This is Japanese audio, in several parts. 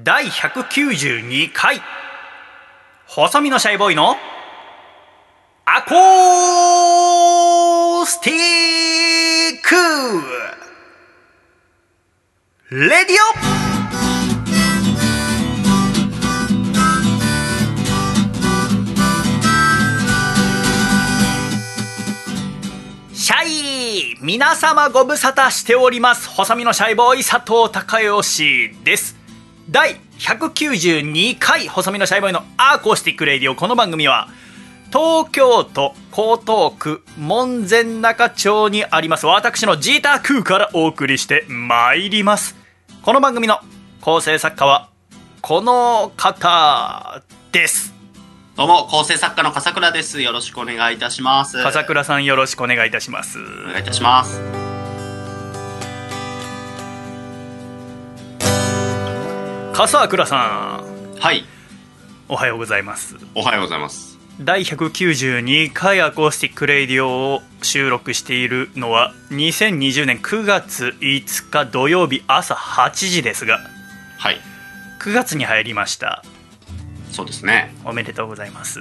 第192回細身のシャイボーイのアコースティックレディオ。シャイ皆様ご無沙汰しております。細身のシャイボーイ佐藤孝義です。第192回細身のシャイボーイのアコースティックレディオ。この番組は東京都江東区門前仲町にあります私の自宅からお送りしてまいります。この番組の構成作家はこの方です。 どうも構成作家の笠倉です。よろしくお願いいたします。 笠倉さんよろしくお願いいたします。 お願いいたします。 笠倉さん、 はい、 おはようございます。 おはようございます。 第192回アコースティックレディオを収録しているのは2020年9月5日土曜日朝8時ですが、 はい、 9月に入りました。 そうですね。 おめでとうございます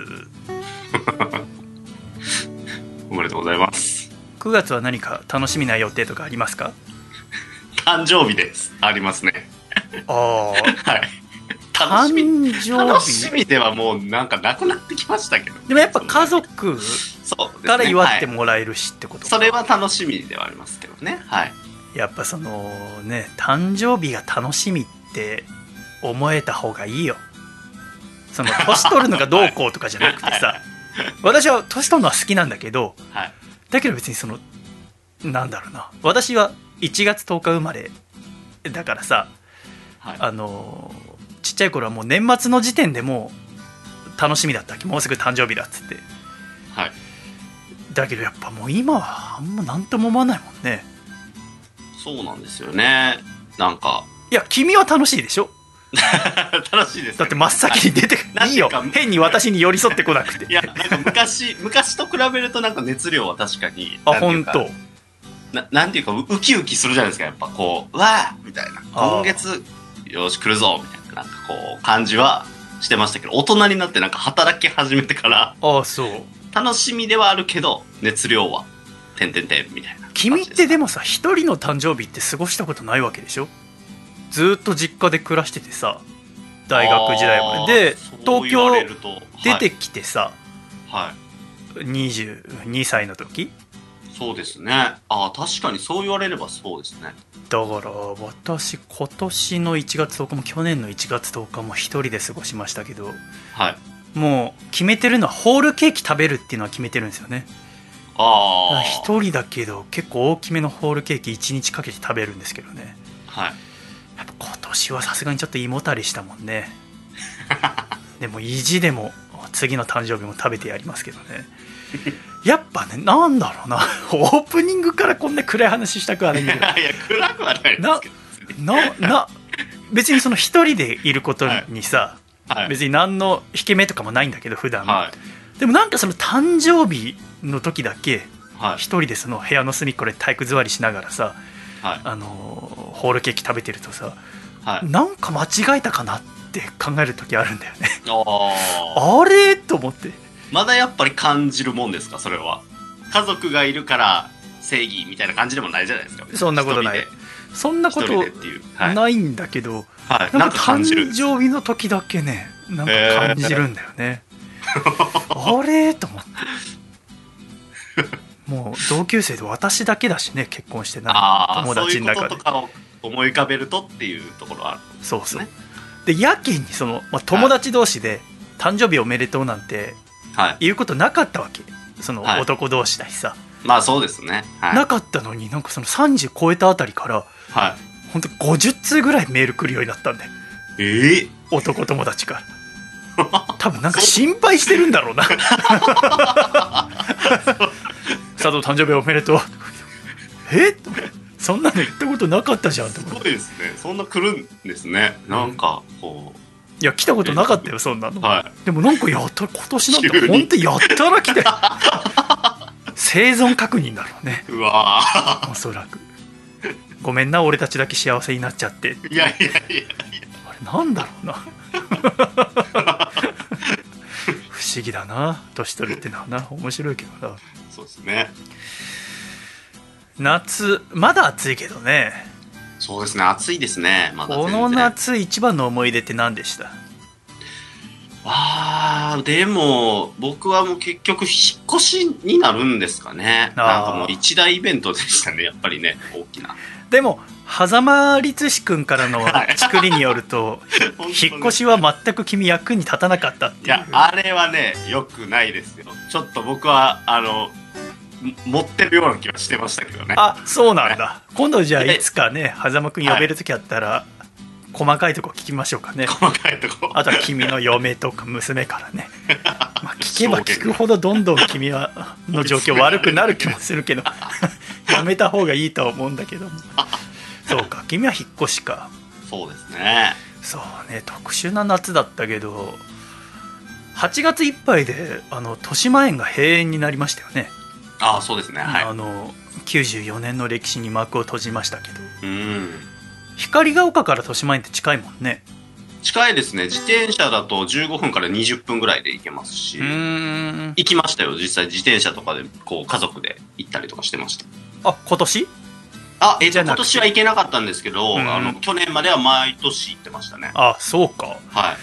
おめでとうございます。 9月は何か楽しみな予定とかありますか？ 誕生日です。ありますね。はい。楽しみではもうなんかなくなってきましたけど、 でもやっぱ家族から祝ってもらえるしってことか、 それは楽しみではありますけどね。はい。 やっぱそのね、誕生日が楽しみって思えた方がいいよ。その年取るのがどうこうとかじゃなくてさ私は年取るのは好きなんだけど、 はい、 だけど別にそのなんだろうな、私は1月10日生まれだからさ、はい、ちっちゃい頃はもう年末の時点でもう楽しみだったっけ、もうすぐ誕生日だっつって、 はい、 だけどやっぱもう今はあんま何とも思わないもんね。 そうなんですよね。なんかいや君は楽しいでしょ楽しいです、ね、 だって真っ先に出ていいよ、変に私に寄り添ってこなくて。 いやなんか昔と比べるとなんか熱量は確かに本当なんていうかウキウキするじゃないですか。やっぱこうわーみたいな、今月よし来るぞみたいな、なんかこう感じはしてましたけど、大人になってなんか働き始めてからそう楽しみではあるけど熱量はてんみたいな。 君ってでもさ、一人の誕生日って過ごしたことないわけでしょ。ずっと実家で暮らしててさ、大学時代までで東京出てきてさ、 はい、 22歳の時。 そうですね。確かにそう言われればそうですね。 だから私今年の1月10日も去年の1月10日も一人で過ごしましたけど、 はい、 もう決めてるのはホールケーキ食べるっていうのは決めてるんですよね。一人だけど結構大きめのホールケーキ1日かけて食べるんですけどね。 はい。 やっぱ今年はさすがにちょっと胃もたりしたもんねでも意地でも次の誕生日も食べてやりますけどねやっぱね、なんだろうなオープニングからこんな暗い話したくはないんだけどいや暗くはないですけど別にその一人でいることにさ、はいはい、別に何の引け目とかもないんだけど普段、はい、でもなんかその誕生日の時だけ一人でその部屋の隅っこで体育座りしながらさ、はい、ホールケーキ食べてるとさ、はい、なんか間違えたかなって考える時あるんだよねあれと思って。 まだやっぱり感じるもんですか、それは。家族がいるから正義みたいな感じでもないじゃないですか。 そんなことない、そんなことないんだけど、はい、なんか誕生日の時だけね、なんか感じるんだよね、あれと思ってもう同級生で私だけだしね、結婚してない友達の中で。そういうこととかを思い浮かべるとっていうところはあるんですね。 そうそう。でやけにその、友達同士で誕生日おめでとうなんて言うことなかったわけ、その男同士だしさ、はい、 まあそうですね、はい、 なかったのになんかその30超えたあたりから、はい、ほんと50通ぐらいメール来るようになったんで、男友達から多分なんか心配してるんだろうな佐藤誕生日おめでとうそんなの言ったことなかったじゃんって。 すごいですね、そんな来るんですね。なんかこう、 いや来たことなかったよそんなの、はい、でもなんかやった今年なんて本当にやったら来て生存確認だろうね。 うわおそらくごめんな俺たちだけ幸せになっちゃって。 いやあれなんだろうな不思議だな、年取るってのはな。面白いけどな。 そうですね。 夏まだ暑いけどね。 そうですね、暑いですね。まだ全然。 この夏一番の思い出って何でした？ でも僕はもう結局引っ越しになるんですかね。なんかもう一大イベントでしたね、やっぱりね、大きな。 でも狭間律師君からのちくりによると引っ越しは全く君役に立たなかったっていう。 いや、あれはね良くないですよ。ちょっと僕は持ってるような気はしてましたけどね。 あ、そうなんだ。今度じゃあいつかね、狭間君呼べる時あったら、細かいとこ聞きましょうかね。 細かいとこ。 あとは君の嫁とか娘からねまあ聞けば聞くほどどんどん君はの状況悪くなる気もするけどやめた方がいいとは思うんだけどもそうか、君は引っ越しか。 そうですね。 そうね、特殊な夏だったけど、8月いっぱいで豊島園が閉園になりましたよね。 ああ、そうですね。はい。 94年の歴史に幕を閉じましたけど。 光が丘から豊島園って近いもんね。 近いですね。自転車だと15分から20分ぐらいで行けますし、行きましたよ。実際自転車とかでこう家族で行ったりとかしてました。 あ、今年？ 今年は行けなかったんですけど、去年までは毎年行ってましたね。 あ、そうか。 はい。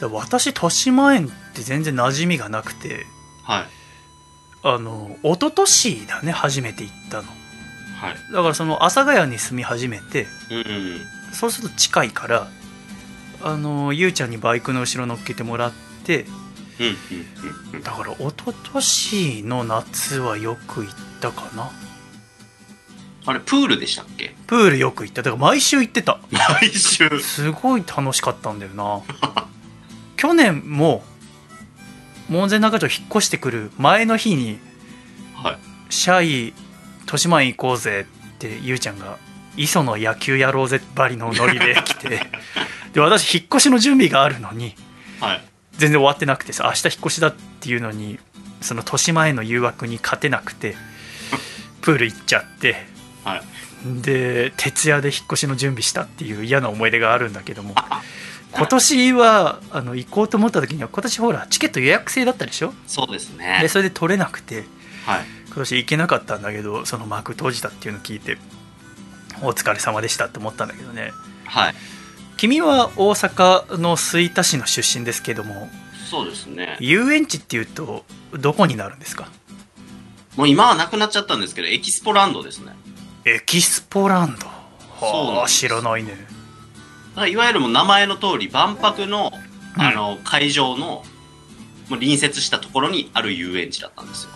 私豊島園って全然馴染みがなくて、 はい。 一昨年だね、初めて行ったの。 はい。 だからその阿佐ヶ谷に住み始めて、そうすると近いからゆうちゃんにバイクの後ろ乗っけてもらって、だから一昨年の夏はよく行ったかな。 あれプールでしたっけ？ プールよく行った。だから毎週行ってた。 毎週すごい楽しかったんだよな去年も門前仲町引っ越してくる前の日に、 はい、 シャイ豊島園行こうぜってゆうちゃんが磯の野球やろうぜばりのノリで来てで私引っ越しの準備があるのに、 はい、 全然終わってなくてさ、明日引っ越しだっていうのにその豊島園の誘惑に勝てなくてプール行っちゃって、 はい、 で徹夜で引っ越しの準備したっていう嫌な思い出があるんだけども今年は行こうと思った時には、今年ほらチケット予約制だったでしょ。 そうですね。 でそれで取れなくて、 はい、 今年行けなかったんだけど、その幕閉じたっていうのを聞いてお疲れ様でしたって思ったんだけどね。 はい。 君は大阪の吹田市の出身ですけども。 そうですね。 遊園地っていうとどこになるんですか？ もう今はなくなっちゃったんですけど、エキスポランドですね。 エキスポランド。 そうなんです。 知らないね。 いわゆるもう名前の通り万博の会場のもう隣接したところにある遊園地だったんですよ。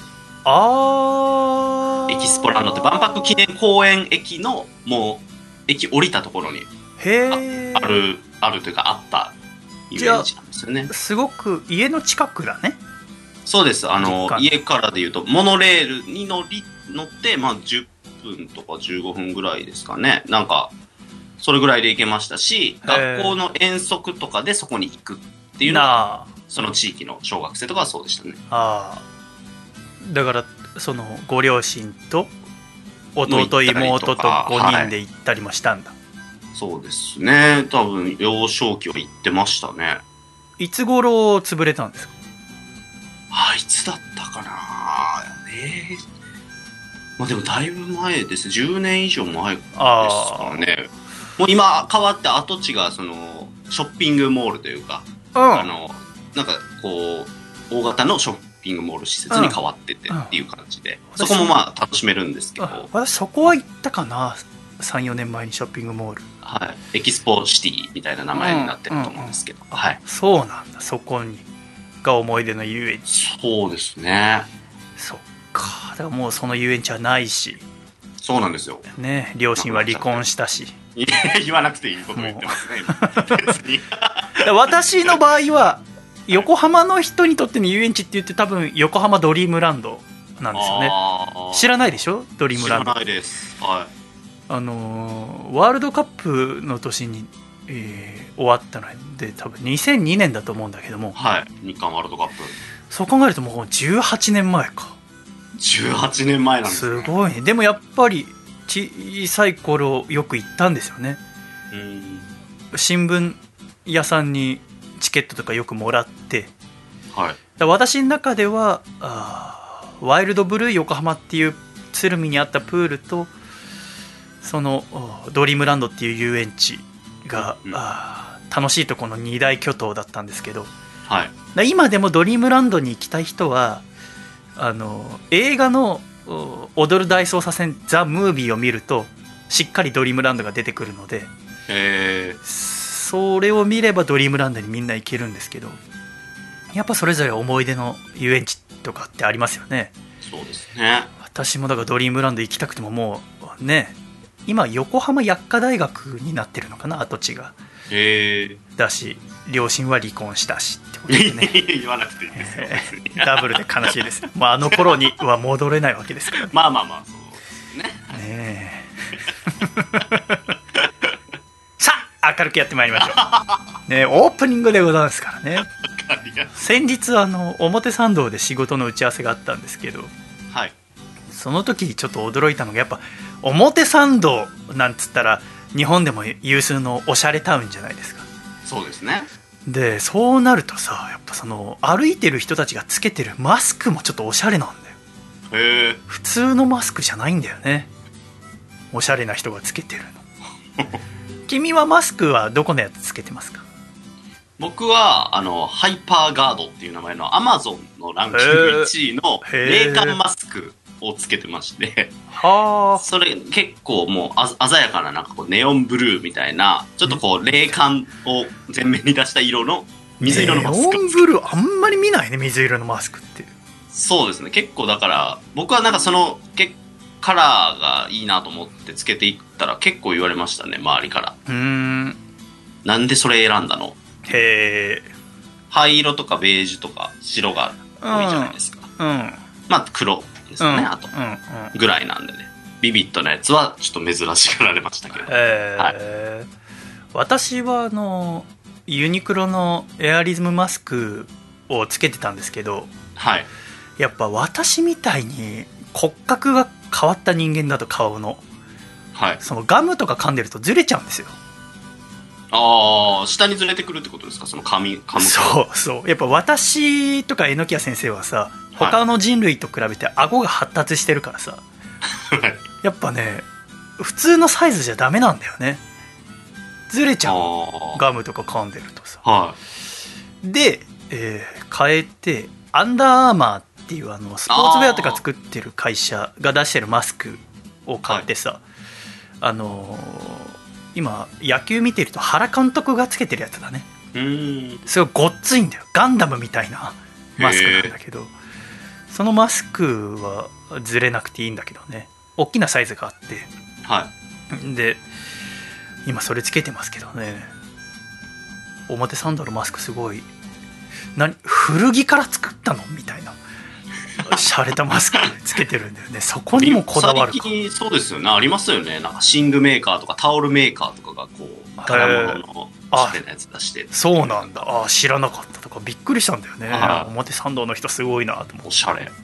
エキスポランドって万博記念公園駅のもう駅降りたところにあるというかあった遊園地なんですよね。 すごく家の近くだね。 そうです。家からでいうとモノレールに乗ってまあ10分とか15分ぐらいですかね。なんかそれぐらいで行けましたし、学校の遠足とかでそこに行くっていうのはその地域の小学生とかはそうでしたね。 だからそのご両親と弟妹と5人で行ったりもしたんだ。 そうですね。多分幼少期は行ってましたね。 いつ頃潰れたんですか？ いつだったかな。まあでもだいぶ前です。10年以上前ですからね。もう今変わって跡地がそのショッピングモールというか、なんかこう大型のショッピングモール施設に変わっててっていう感じで、そこもまあ楽しめるんですけど。 私そこは行ったかな。3、4年前にショッピングモール。 はい。エキスポシティみたいな名前になってると思うんですけど。はい。 そうなんだ。そこにが思い出の遊園地。 そうですね。 そっか。だからもうその遊園地はないし。 そうなんですよ。 ね、両親は離婚したし。 言わなくていいこと言ってますね。 私の場合は横浜の人にとっての遊園地って言って多分横浜ドリームランドなんですよね。知らないでしょ？ドリームランド。 知らないです。はい。 ワールドカップの年に、終わったので多分2002年だと思うんだけども。 はい。日韓ワールドカップ。 そう考えるともう18年前か。 18年前なんですね。 すごいね。でもやっぱり小さい頃よく行ったんですよね。新聞屋さんにチケットとかよくもらって、 はい、 私の中ではワイルドブルー横浜っていう鶴見にあったプールとそのドリームランドっていう遊園地が、楽しいところの二大巨頭だったんですけど、 はい、 今でもドリームランドに行きたい人は映画の踊る大捜査線ザ・ムービーを見るとしっかりドリームランドが出てくるので、それを見ればドリームランドにみんな行けるんですけど、やっぱそれぞれ思い出の遊園地とかってありますよね。 そうですね。 私もだからドリームランド行きたくてももうね、今横浜薬科大学になってるのかな、跡地が。だし両親は離婚したしってことでね言わなくていいですよ、 ダブルで悲しいですよ。あの頃には戻れないわけですから、ね、 まあそうね。 ねさあ明るくやってまいりましょう、ね、オープニングでございますからね。先日表参道で仕事の打ち合わせがあったんですけど、 はい、 その時ちょっと驚いたのが、やっぱ表参道なんつったら日本でも有数のおしゃれタウンじゃないですか。 そうですね。 でそうなるとさ、やっぱその歩いてる人たちがつけてるマスクもちょっとおしゃれなんだよ。普通のマスクじゃないんだよね、おしゃれな人がつけてるの君はマスクはどこのやつつけてますか？ 僕はハイパーガードっていう名前のアマゾンのランキング1位の冷感マスクをつけてまして、それ結構もう鮮やかな、なんかこうネオンブルーみたいな、ちょっとこう冷感を前面に出した色の水色のマスク。 ネオンブルーあんまり見ないね、水色のマスクって。 そうですね、結構だから僕はなんかそのカラーがいいなと思ってつけていったら結構言われましたね、周りから。なんでそれ選んだの？ へー。 灰色とかベージュとか白が多いじゃないですか、まあ黒ですよね、あと、ぐらいなんでね、ビビッドなやつはちょっと珍しがられましたけど、はい、 私はユニクロのエアリズムマスクをつけてたんですけど、 はい、 やっぱ私みたいに骨格が変わった人間だと顔の、 はい、 そのガムとか噛んでるとずれちゃうんですよ。 下にずれてくるってことですか、その噛む。 そうやっぱ私とか榎谷先生はさ、他の人類と比べて顎が発達してるからさ、やっぱね普通のサイズじゃダメなんだよね、ずれちゃう、ガムとか噛んでるとさ、で、変えてアンダーアーマーっていうスポーツウェアとか作ってる会社が出してるマスクを買ってさ、今野球見てると原監督がつけてるやつだね。すごいごっついんだよ、ガンダムみたいなマスクなんだけど、そのマスクはずれなくていいんだけどね、大きなサイズがあって、で今それつけてますけどね、表参道のマスクすごい古着から作ったのみたいな洒落たマスクつけてるんだよね。そこにもこだわるか。 最近そうですよね、ありますよね、なんか寝具メーカーとかタオルメーカーとかがこう柄物のおしゃれなやつ出して、 そうなんだ、知らなかったとかびっくりしたんだよね。表参道の人すごいなと思って。 おしゃれ。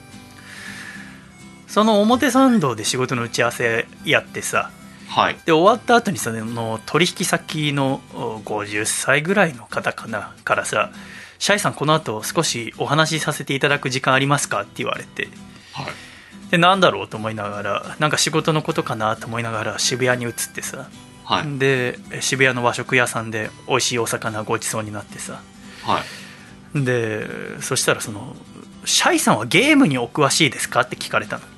その表参道で仕事の打ち合わせやってさ、で終わった後にその取引先の50歳ぐらいの方かなからさ、シャイさんこの後少しお話しさせていただく時間ありますかって言われて、でなんだろうと思いながら、なんか仕事のことかなと思いながら渋谷に移ってさ、で渋谷の和食屋さんで美味しいお魚ごちそうになってさ、でそしたらシャイさんはゲームにお詳しいですかって聞かれたの。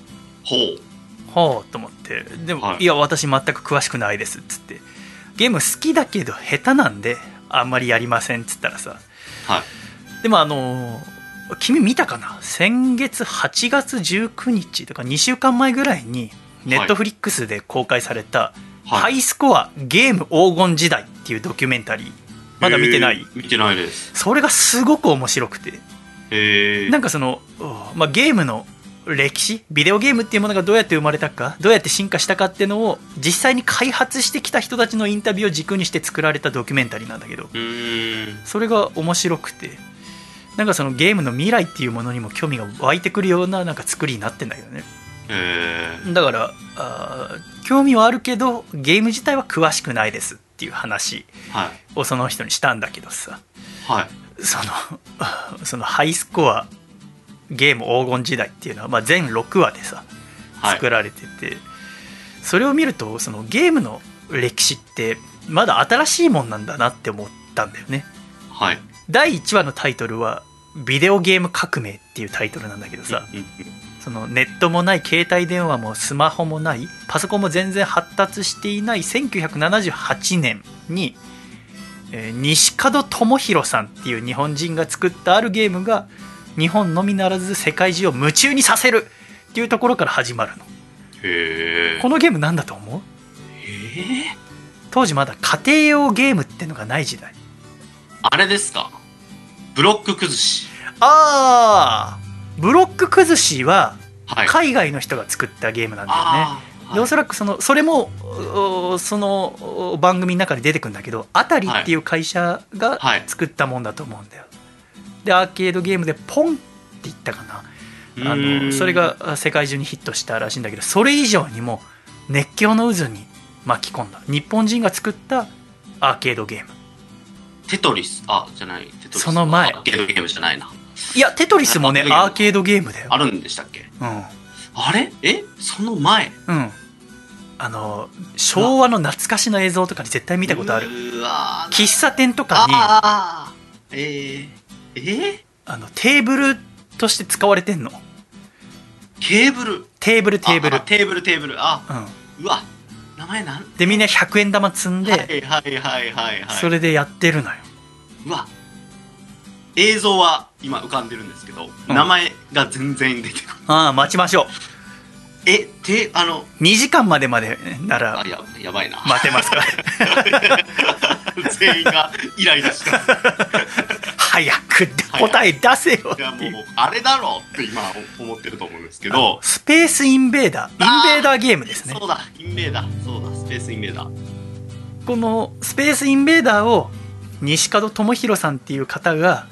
と思って、でも、いや私全く詳しくないですっつって、ゲーム好きだけど下手なんであんまりやりませんっつったらさ、でも君見たかな、先月8月19日とか2週間前ぐらいにネットフリックスで公開された、ハイスコアゲーム黄金時代っていうドキュメンタリー、まだ見てない？ 見てないです。 それがすごく面白くて、なんかゲームの歴史、ビデオゲームっていうものがどうやって生まれたか、どうやって進化したかっていうのを実際に開発してきた人たちのインタビューを軸にして作られたドキュメンタリーなんだけど、それが面白くて、なんかそのゲームの未来っていうものにも興味が湧いてくるようななんか作りになってんだけどね。だから興味はあるけどゲーム自体は詳しくないですっっていう話をその人にしたんだけどさ、 はい、 そのハイスコアゲーム黄金時代っていうのは、まあ、全6話でさ作られてて、はい、それを見るとそのゲームの歴史ってまだ新しいもんなんだなって思ったんだよね、 はい、 第1話のタイトルはビデオゲーム革命っていうタイトルなんだけどさ、そのネットもない携帯電話もスマホもないパソコンも全然発達していない1978年に、西門智弘さんっていう日本人が作ったあるゲームが日本のみならず世界中を夢中にさせるっていうところから始まるの。 へー。 このゲームなんだと思う？当時まだ家庭用ゲームってのがない時代。 あれですか、ブロック崩し。 あー、ブロック崩しは海外の人が作ったゲームなんだよね、はい、でおそらくそれもその番組の中で出てくるんだけど、あたりっていう会社が作ったもんだと思うんだよ。でアーケードゲームでポンって言ったかな、それが世界中にヒットしたらしいんだけど、それ以上にも熱狂の渦に巻き込んだ日本人が作ったアーケードゲーム。 テトリス、じゃない、テトリスその前アーケードゲームじゃないな。 いやテトリスもねアーケードゲームだよ。 あるんでしたっけ？ うん。 あれ？その前？ うん。昭和の懐かしの映像とかに絶対見たことある。喫茶店とかにテーブルとして使われてんの。 テーブル。うわ、名前なんでみんな100円玉積んで、それでやってるのよ。 うわ、映像は今浮かんでるんですけど、名前が全然出てこない。 待ちましょう。2時間までならやばいな、 待てますから全員がイライラした早く答え出せよっていう。 いやもうあれだろって今思ってると思うんですけど、 スペースインベーダーゲームですね。 そうだ、スペースインベーダー。 このスペースインベーダーを西門智弘さんっていう方が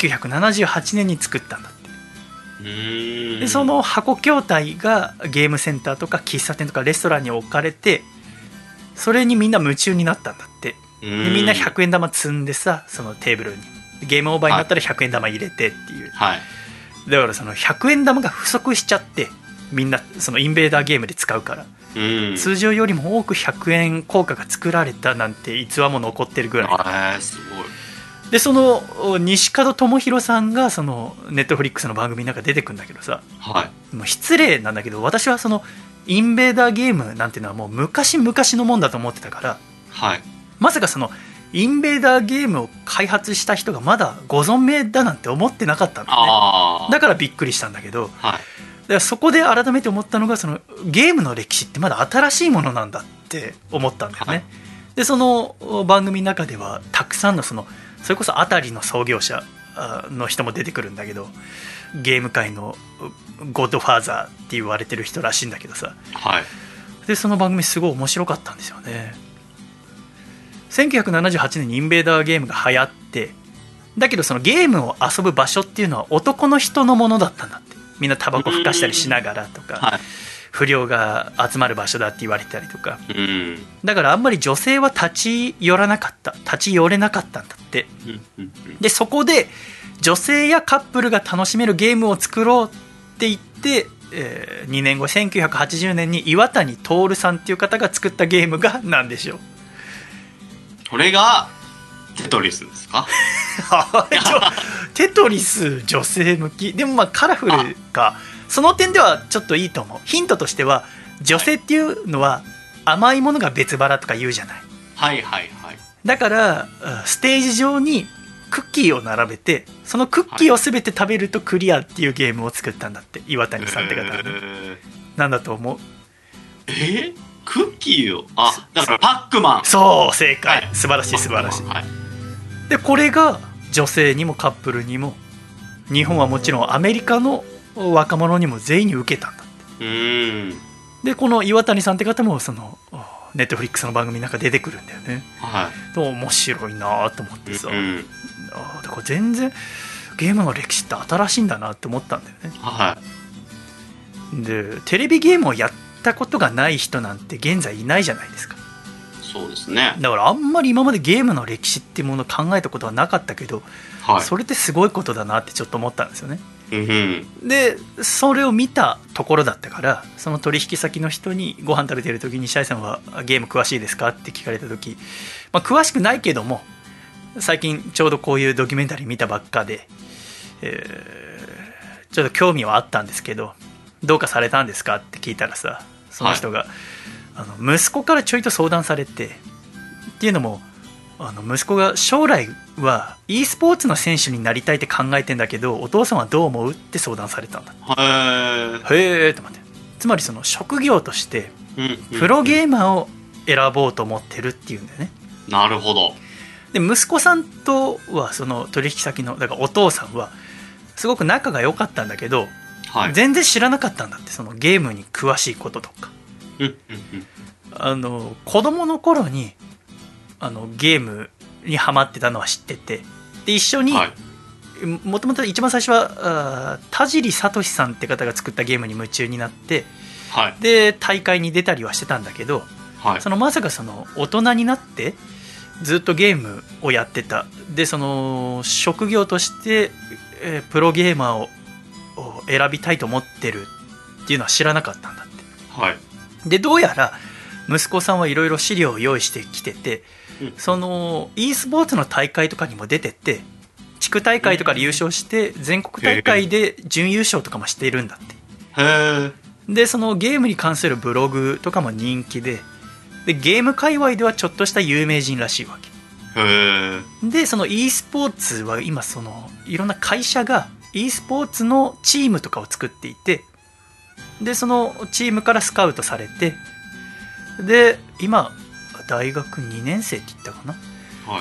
1978年に作ったんだって。でその箱筐体がゲームセンターとか喫茶店とかレストランに置かれて、それにみんな夢中になったんだって。でみんな100円玉積んでさ、そのテーブルにゲームオーバーになったら100円玉入れてっていう、 はい、 だからその100円玉が不足しちゃって、みんなそのインベーダーゲームで使うから、通常よりも多く100円硬貨が作られたなんて逸話も残ってるぐらい。 すごい。 でその西門智弘さんがそのネットフリックスの番組の中で出てくるんだけどさ、 はい、 もう失礼なんだけど、私はそのインベーダーゲームなんていうのはもう昔々のもんだと思ってたから、 はい、 まさかそのインベーダーゲームを開発した人がまだご存命だなんて思ってなかったんだね。だからびっくりしたんだけど、 はい、 だからそこで改めて思ったのが、そのゲームの歴史ってまだ新しいものなんだって思ったんだよね、はい、でその番組の中ではたくさんのそれこそあたりの創業者の人も出てくるんだけど、ゲーム界のゴッドファーザーって言われてる人らしいんだけどさ、 はい、 でその番組すごい面白かったんですよね。1978年にインベーダーゲームが流行って、だけどそのゲームを遊ぶ場所っていうのは男の人のものだったんだって。みんなタバコふかしたりしながらとか、 はい、 不良が集まる場所だって言われたりとか、だからあんまり女性は立ち寄れなかったんだって。でそこで女性やカップルが楽しめるゲームを作ろうって言って、2年後1980年に岩谷徹さんっていう方が作ったゲームが何でしょう？ これがテトリスですか？ テトリス女性向きでもまあカラフルか、その点ではちょっといいと思う。ヒントとしては女性っていうのは甘いものが別腹とか言うじゃない。 はいはいはい。 だからステージ上にクッキーを並べて、そのクッキーを全て食べるとクリアっていうゲームを作ったんだって、岩谷さんって方はね。なんだと思う？ クッキーをだからパックマン。 そう、正解、はい、素晴らしい、 はい、 でこれが女性にもカップルにも、日本はもちろんアメリカの若者にも全員に受けたんだって。でこの岩谷さんって方もそのネットフリックスの番組の中出てくるんだよね、 はい、 面白いなと思ってさ、だから全然ゲームの歴史って新しいんだなって思ったんだよね、 はい、 でテレビゲームをやったことがない人なんて現在いないじゃないですか。 そうですね。 だからあんまり今までゲームの歴史っていうものを考えたことはなかったけど、はい、それってすごいことだなってちょっと思ったんですよね。でそれを見たところだったから、その取引先の人にご飯食べてる時にシャイさんはゲーム詳しいですかって聞かれた時、詳しくないけども最近ちょうどこういうドキュメンタリー見たばっかで、ちょっと興味はあったんですけどどうかされたんですかって聞いたらさ、その人が、息子からちょいと相談されて、っていうのも息子が将来は e スポーツの選手になりたいって考えてんだけどお父さんはどう思うって相談されたんだ。へえと思って、つまりその職業としてプロゲーマーを選ぼうと思ってるっていうんだよね。 なるほど。 で息子さんとはその取引先のだからお父さんはすごく仲が良かったんだけど、はい、全然知らなかったんだって、そのゲームに詳しいこととか。子供の頃にゲームにハマってたのは知ってて、で一緒に、もともと一番最初は田尻聡さんって方が作ったゲームに夢中になって、はい、で大会に出たりはしてたんだけど、はい、そのまさかその大人になってずっとゲームをやってた、でその職業として、プロゲーマーを選びたいと思ってるっていうのは知らなかったんだって、はい、でどうやら息子さんはいろいろ資料を用意してきてて、その e スポーツの大会とかにも出てて、地区大会とかで優勝して全国大会で準優勝とかもしているんだって。でそのゲームに関するブログとかも人気で、ゲーム界隈ではちょっとした有名人らしいわけで、その e スポーツは今そのいろんな会社が e スポーツのチームとかを作っていて、でそのチームからスカウトされて、で今大学2年生って言ったかな、はい、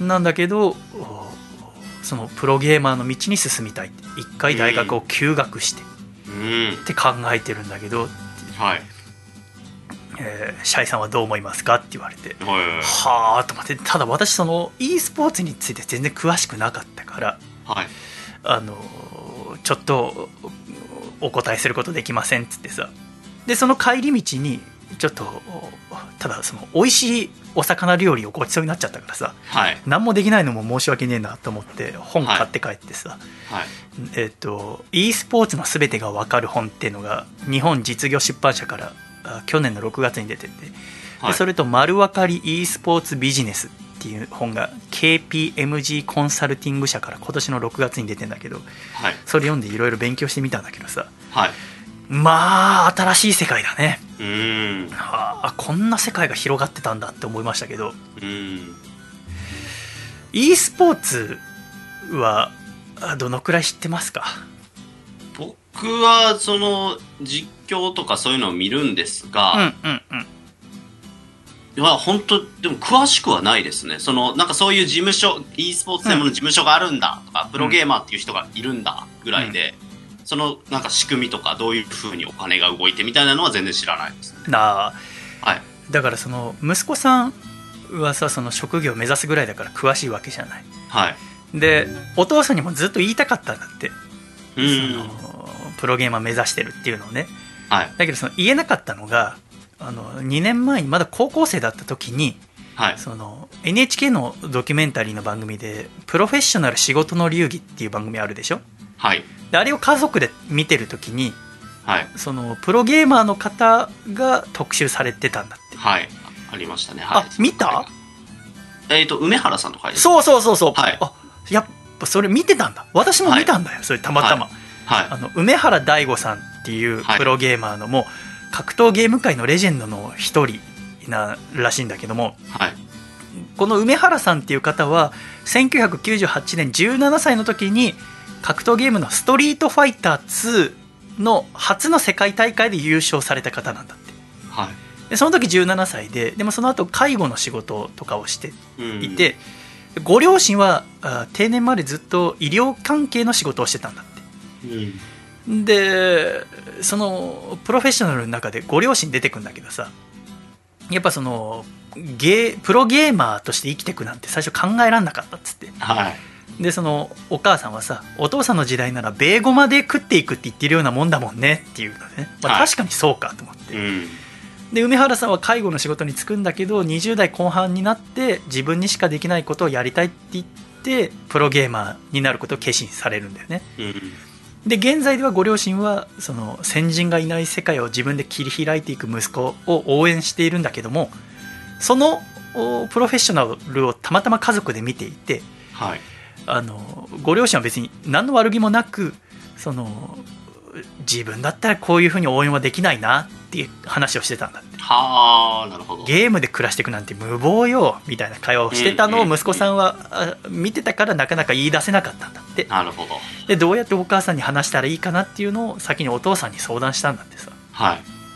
なんだけどそのプロゲーマーの道に進みたいって、一回大学を休学して、って考えてるんだけど、はい、シャイさんはどう思いますかって言われて、はあと思って、ただ私その e スポーツについて全然詳しくなかったから、はい、ちょっとお答えすることできませんっつってさ、でその帰り道にちょっとただその美味しいお魚料理をごちそうになっちゃったからさ、はい、何もできないのも申し訳ねえなと思って本買って帰ってさ、はい、e スポーツのすべてが分かる本っていうのが日本実業出版社から去年の6月に出てて、はい、でそれと丸分かり e スポーツビジネスっていう本が KPMG コンサルティング社から今年の6月に出てんだけど、はい、それ読んでいろいろ勉強してみたんだけどさ、はい、まあ新しい世界だね。こんな世界が広がってたんだって思いましたけど、e スポーツはどのくらい知ってますか？ 僕はその実況とかそういうのを見るんですが、本当でも詳しくはないですね。そのなんかそういう事務所 e スポーツ専門の事務所があるんだとか、プロゲーマーっていう人がいるんだぐらいで、そのなんか仕組みとかどういう風にお金が動いてみたいなのは全然知らないですね。はい、 だからその息子さんはさ、その職業を目指すぐらいだから詳しいわけじゃない、はい、でお父さんにもずっと言いたかったんだって、そのプロゲーマー目指してるっていうのをね、はい、だけどその言えなかったのが2年前にまだ高校生だった時に、はい、その NHK のドキュメンタリーの番組でプロフェッショナル仕事の流儀っていう番組あるでしょ、はい、であれを家族で見てる時に、はい、そのプロゲーマーの方が特集されてたんだって。 はい、ありましたね。はい、 見た？ 梅原さんの回です。 そう、はい、やっぱそれ見てたんだ。私も見たんだよ、はい、それたまたま、はいはい、梅原大吾さんっていうプロゲーマーのもう格闘ゲーム界のレジェンドの一人ならしいんだけども、はい、この梅原さんっていう方は1998年17歳の時に格闘ゲームのストリートファイター2の初の世界大会で優勝された方なんだって、はい、でその時17歳で、でもその後介護の仕事とかをしていて、ご両親は定年までずっと医療関係の仕事をしてたんだって、でそのプロフェッショナルの中でご両親出てくんだけどさ、やっぱそのプロゲーマーとして生きていくなんて最初考えらんなかったっつって、はい、でそのお母さんはさ、お父さんの時代ならベーゴマで食っていくって言ってるようなもんだもんねっていうのね、確かにそうかと思って、 で梅原さんは介護の仕事に就くんだけど20代後半になって自分にしかできないことをやりたいって言ってプロゲーマーになることを決心されるんだよね、で現在ではご両親はその先人がいない世界を自分で切り開いていく息子を応援しているんだけども、そのプロフェッショナルをたまたま家族で見ていて、 はい、 ご両親は別に何の悪気もなくその自分だったらこういうふうに応援はできないなっていう話をしてたんだって。 はあ、なるほど。 ゲームで暮らしていくなんて無謀よみたいな会話をしてたのを息子さんは見てたからなかなか言い出せなかったんだって。 なるほど。 でどうやってお母さんに話したらいいかなっていうのを先にお父さんに相談したんだってさ。 はい。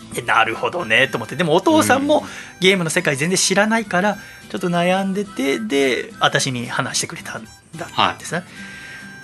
でなるほどねと思って、でもお父さんもゲームの世界全然知らないからちょっと悩んでて、で私に話してくれたんだってさ、はい、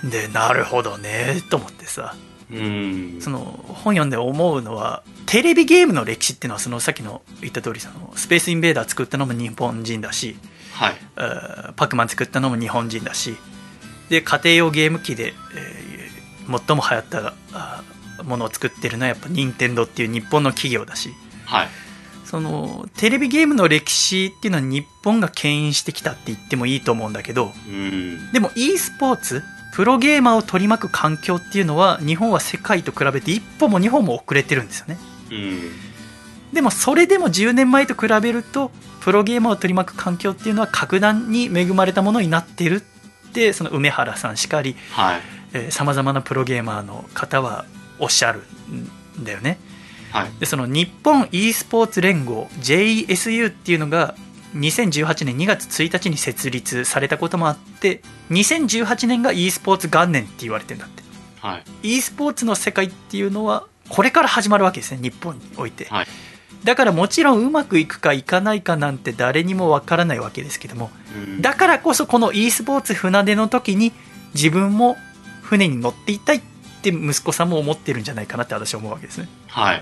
でなるほどねと思ってさ、その本読んで思うのはテレビゲームの歴史っていうのはそのさっきの言った通りスペースインベーダー作ったのも日本人だし、 はい、 パックマン作ったのも日本人だし、で家庭用ゲーム機で、最も流行ったものを作ってるのはやっぱ任天堂っていう日本の企業だし、 はい、 そのテレビゲームの歴史っていうのは日本が牽引してきたって言ってもいいと思うんだけど、でも e スポーツプロゲーマーを取り巻く環境っていうのは日本は世界と比べて一歩も二歩も遅れてるんですよね。でもそれでも10年前と比べるとプロゲーマーを取り巻く環境っていうのは格段に恵まれたものになっているってその梅原さんしかりさまざまなプロゲーマーの方はおっしゃるんだよね、はい、でその日本 e スポーツ連合 JSU っていうのが2018年2月1日に設立されたこともあって2018年が e スポーツ元年って言われてるんだって、はい、e スポーツの世界っていうのはこれから始まるわけですね日本において、はい、だからもちろんうまくいくかいかないかなんて誰にもわからないわけですけども、だからこそこの e スポーツ船出の時に自分も船に乗っていたいって息子さんも思ってるんじゃないかなって私は思うわけですね。 はい。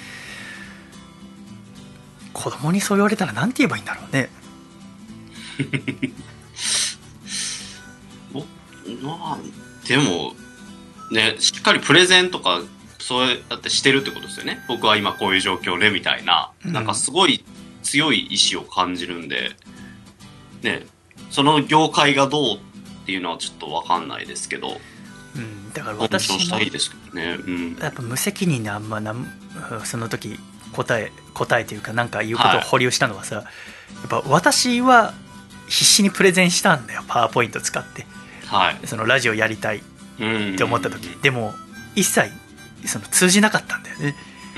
子供にそう言われたら何て言えばいいんだろうね。 まあでもね、しっかりプレゼンとかそうやってしてるってことですよね。僕は今こういう状況でみたいな、なんかすごい強い意志を感じるんで、ね、その業界がどうっていうのはちょっと分かんないですけど、 だから私もしたいですけどね、 やっぱ無責任なあんまその時答えというかなんか言うことを保留したのはさ、やっぱ私は必死にプレゼンしたんだよ、パワーポイント使って、はい、そのラジオやりたいって思った時、でも一切その通じなかったんだよね。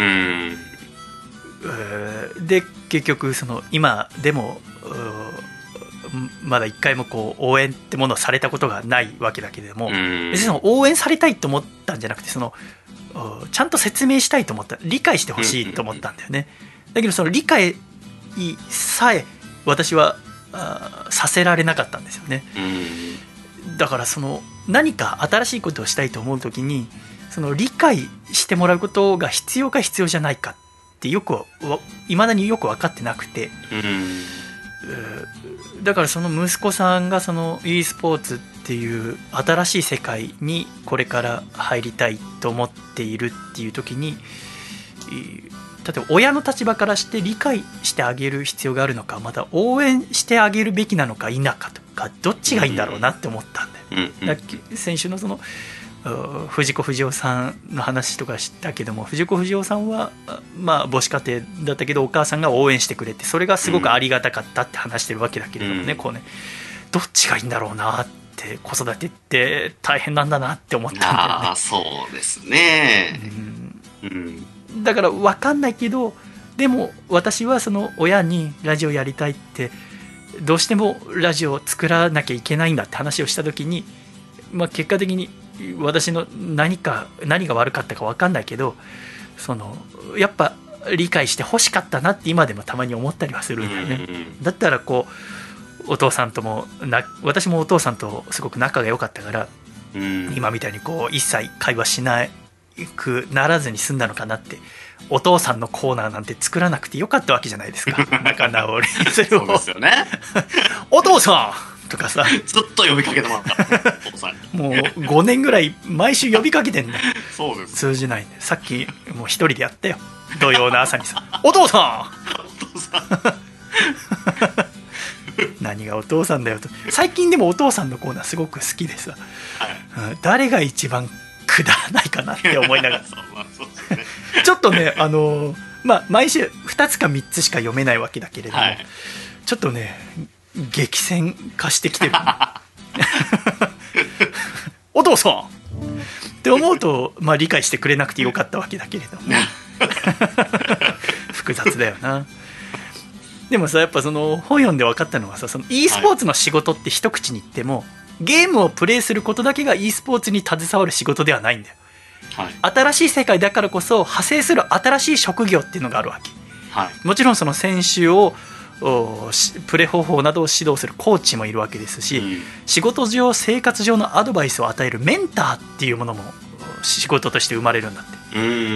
で結局その今でもまだ一回もこう応援ってものをされたことがないわけだけれども、別にその応援されたいと思ったんじゃなくて、そのちゃんと説明したいと思った、理解してほしいと思ったんだよね。だけどその理解さえ私はさせられなかったんですよね。だからその何か新しいことをしたいと思うときにその理解してもらうことが必要か必要じゃないかっていまだによく分かってなくて、だからその息子さんがその e スポーツっていう新しい世界にこれから入りたいと思っているっていう時に、例えば親の立場からして理解してあげる必要があるのか、また応援してあげるべきなのか否かとか、どっちがいいんだろうなって思ったんだよ。先週のその藤子不二雄さんの話とかしたけども、藤子不二雄さんはまあ母子家庭だったけどお母さんが応援してくれて、それがすごくありがたかったって話してるわけだけれどもね、こうね、どっちがいいんだろうなって、子育てって大変なんだなって思ったんだよね。 ああ、そうですね。 だから分かんないけど、でも私はその親にラジオやりたいってどうしてもラジオを作らなきゃいけないんだって話をした時に、まあ、結果的に私の何が悪かったか分かんないけど、そのやっぱ理解して欲しかったなって今でもたまに思ったりはするんだよね。だったらこうお父さんとも私もお父さんとすごく仲が良かったから、今みたいにこう一切会話しなくならずに済んだのかなって。お父さんのコーナーなんて作らなくてよかったわけじゃないですか。仲直りそれをそうですよね。 お父さんとかさ、 ずっと呼びかけてもらったお父さんに。 もう5年ぐらい毎週呼びかけてんだよ。 そうです。 通じないんで、さっきもう一人でやったよ。 土曜の朝にさお父さお父さん何がお父さんだよと。最近でもお父さんのコーナーすごく好きでさ、はい、誰が一番くだらないかなって思いながらそうです、ね、ちょっとね毎週2つか3つしか読めないわけだけれども、はい、ちょっとね激戦化してきてるお父さんって思うと、理解してくれなくてよかったわけだけれども複雑だよな。でもさやっぱその本読んで分かったのはさ、その e スポーツの仕事って一口に言っても、はい、ゲームをプレイすることだけが e スポーツに携わる仕事ではないんだよ、はい、新しい世界だからこそ派生する新しい職業っていうのがあるわけ、はい、もちろんその選手をプレー方法などを指導するコーチもいるわけですし、仕事上生活上のアドバイスを与えるメンターっていうものも仕事として生まれるんだって。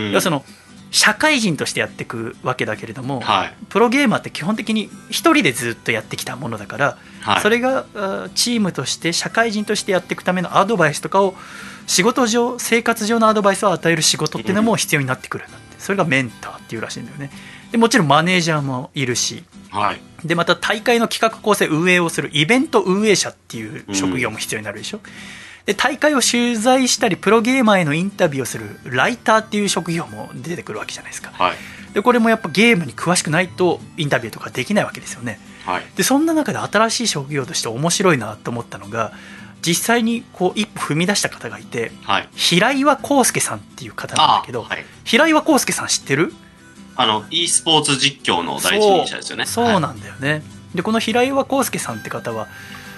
要はその社会人としてやっていくわけだけれども、はい、プロゲーマーって基本的に一人でずっとやってきたものだから、はい、それがチームとして社会人としてやっていくためのアドバイスとかを仕事上生活上のアドバイスを与える仕事っていうのも必要になってくるんだって。それがメンターっていうらしいんだよね。でもちろんマネージャーもいるし、はい、でまた大会の企画構成運営をするイベント運営者っていう職業も必要になるでしょ、で大会を取材したりプロゲーマーへのインタビューをするライターっていう職業も出てくるわけじゃないですか、はい、でこれもやっぱゲームに詳しくないとインタビューとかできないわけですよね、はい、でそんな中で新しい職業として面白いなと思ったのが、実際にこう一歩踏み出した方がいて、はい、平岩康介さんっていう方なんだけど、はい、平岩康介さん知ってる ？e スポーツ実況の第一人者ですよね。 そうなんだよね、はい、でこの平岩康介さんって方は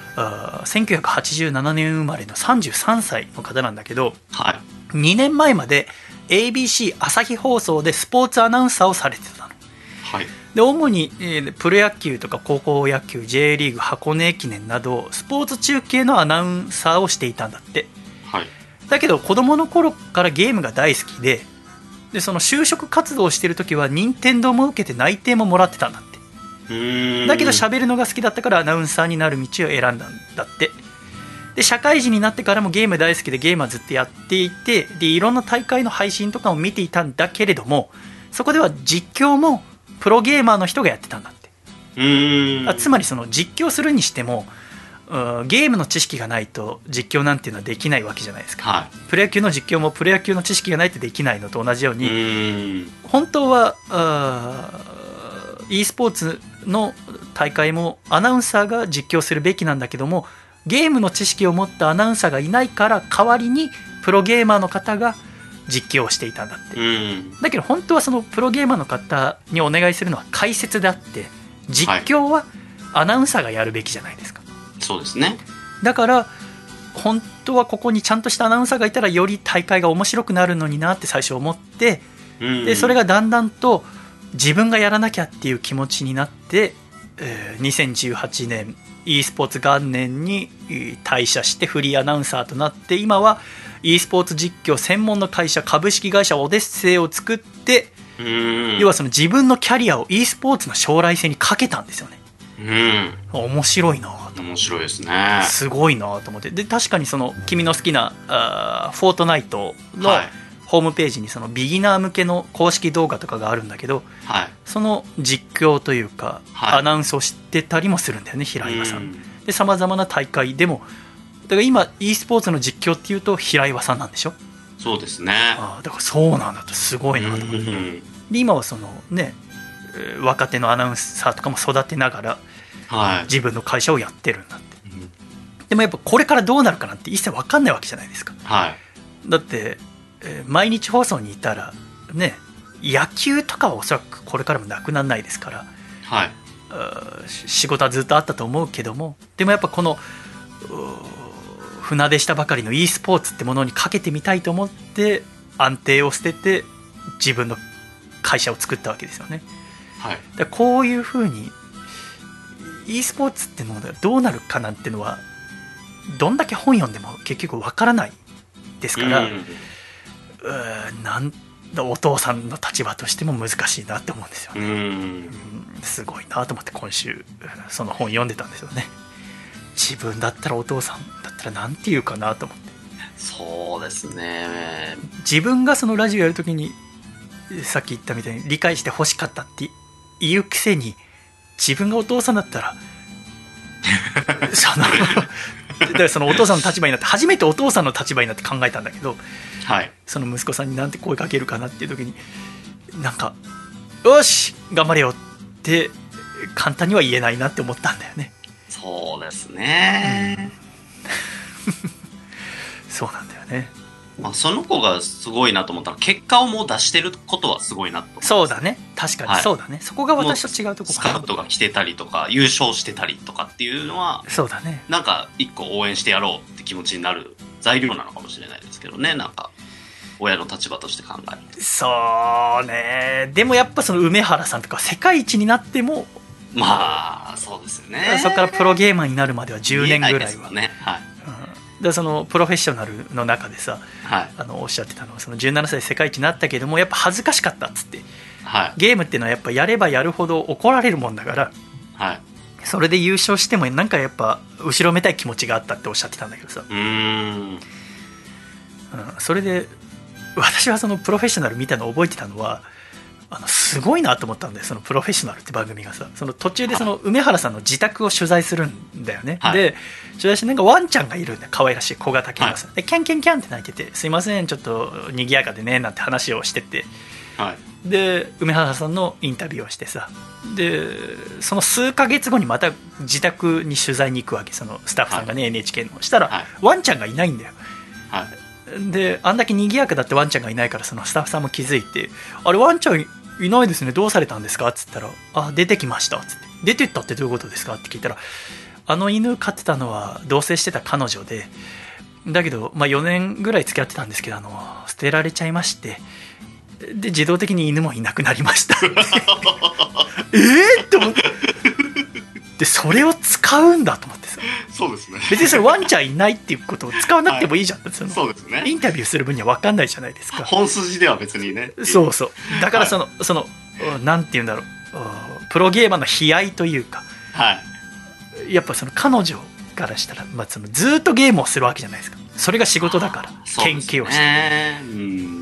1987年生まれの33歳の方なんだけど、はい、2年前まで ABC 朝日放送でスポーツアナウンサーをされてたの、はい、で主に、プロ野球とか高校野球 J リーグ箱根駅伝などスポーツ中継のアナウンサーをしていたんだって、はい、だけど子供の頃からゲームが大好きでその就職活動をしている時は任天堂も受けて内定ももらってたんだって。だけど喋るのが好きだったからアナウンサーになる道を選んだんだって。で社会人になってからもゲーム大好きでゲームはずっとやっていて、でいろんな大会の配信とかも見ていたんだけれども、そこでは実況もプロゲーマーの人がやってたんだって。つまりその実況するにしてもゲームの知識がないと実況なんていうのはできないわけじゃないですか、はい、プロ野球の実況もプロ野球の知識がないとできないのと同じように、本当はe スポーツの大会もアナウンサーが実況するべきなんだけども、ゲームの知識を持ったアナウンサーがいないから代わりにプロゲーマーの方が実況をしていたんだって。だけど本当はそのプロゲーマーの方にお願いするのは解説であって、実況はアナウンサーがやるべきじゃないですか、はい、 そうですね。 だから本当はここにちゃんとしたアナウンサーがいたらより大会が面白くなるのになって最初思って、でそれがだんだんと自分がやらなきゃっていう気持ちになって、2018年 e スポーツ元年に退社してフリーアナウンサーとなって、今は e スポーツ実況専門の会社株式会社オデッセイを作って、要はその自分のキャリアを e スポーツの将来性にかけたんですよね。面白いなと。 面白いですね。 すごいなと思って。で確かにその君の好きなフォートナイトのホームページにそのビギナー向けの公式動画とかがあるんだけど、はい、その実況というか、はい、アナウンスをしてたりもするんだよね、平岩さんで。さまざまな大会でもだから今 e スポーツの実況っていうと平岩さんなんでしょ。 そうですね。 だからそうなんだとすごいなと思って。で今はそのね若手のアナウンサーとかも育てながら、はい、自分の会社をやってるんだって、でもやっぱこれからどうなるかなんて一切分かんないわけじゃないですか、はい、だって毎日放送にいたらね、野球とかはおそらくこれからもなくならないですから、はい、仕事はずっとあったと思うけども、でもやっぱこの船出したばかりの e スポーツってものにかけてみたいと思って安定を捨てて自分の会社を作ったわけですよね、はい、だこういうふうに e スポーツってのがどうなるかなんてのはどんだけ本読んでも結局わからないですから、なんお父さんの立場としても難しいなって思うんですよね。すごいなと思って今週その本読んでたんですよね。自分だったらお父さんだったらなんて言うかなと思って。 そうですね。 自分がそのラジオやるときにさっき言ったみたいに理解して欲しかったって言うくせに、自分がお父さんだったらだからそのお父さんの立場になって、初めてお父さんの立場になって考えたんだけど、 はい、 その息子さんになんて声かけるかなっていう時に、なんかよし頑張れよって簡単には言えないなって思ったんだよね。 そうですね、 そうなんだよね。 まあ、その子がすごいなと思ったら、結果をもう出してることはすごいなと思います。 そうだね、確かにそうだね、はい、そこが私と違うところかな。 スカウトが来てたりとか優勝してたりとかっていうのは、 そうだね、 なんか一個応援してやろうって気持ちになる材料なのかもしれないですけどね、なんか親の立場として考える。 そうね。でもやっぱその梅原さんとか世界一になっても、 まあそうですよね、 そこからプロゲーマーになるまでは10年ぐらいは、 ね、はい、 でそのプロフェッショナルの中でさ、 はい、 おっしゃってたのは、その17歳で世界一になったけどもやっぱ恥ずかしかったっつって、 はい、 ゲームっていうのはやっぱやればやるほど怒られるもんだから、 はい、 それで優勝してもなんかやっぱ後ろめたい気持ちがあったっておっしゃってたんだけどさ、それで私はそのプロフェッショナル見たのを覚えてたのは、すごいなと思ったんだよ、そのプロフェッショナルって番組がさ、その途中でその梅原さんの自宅を取材するんだよね、はい、で取材してなんかワンちゃんがいるんだよ、可愛らしい小型犬がさ、はい、でキャンキャンキャンって鳴いてて、すいませんちょっと賑やかでねなんて話をしてて、 はい、 で梅原さんのインタビューをしてさ、でその数ヶ月後にまた自宅に取材に行くわけ、そのスタッフさんがね、はい、NHK のしたら、はい、ワンちゃんがいないんだよ、はい、であんだけ賑やかだってワンちゃんがいないから、そのスタッフさんも気づいて、あれワンちゃんいないですね、どうされたんですかっつったら、あ出てきましたっつって、出てったってどういうことですかって聞いたら、犬飼ってたのは同棲してた彼女で、だけど、4年ぐらい付き合ってたんですけど捨てられちゃいまして、で自動的に犬もいなくなりましたって思って、でそれを使うんだと思ってさ、 そうですね、 別にそれワンちゃんいないっていうことを使わなくてもいいじゃん、はい、 そうですね、 インタビューする分には分かんないじゃないですか、 本筋では別にね、 そうそう、だからそのなんて言うんだろう、プロゲーマーの悲哀というか、 はい、 やっぱその彼女からしたら、そのずっとゲームをするわけじゃないですか、それが仕事だから、研究をして、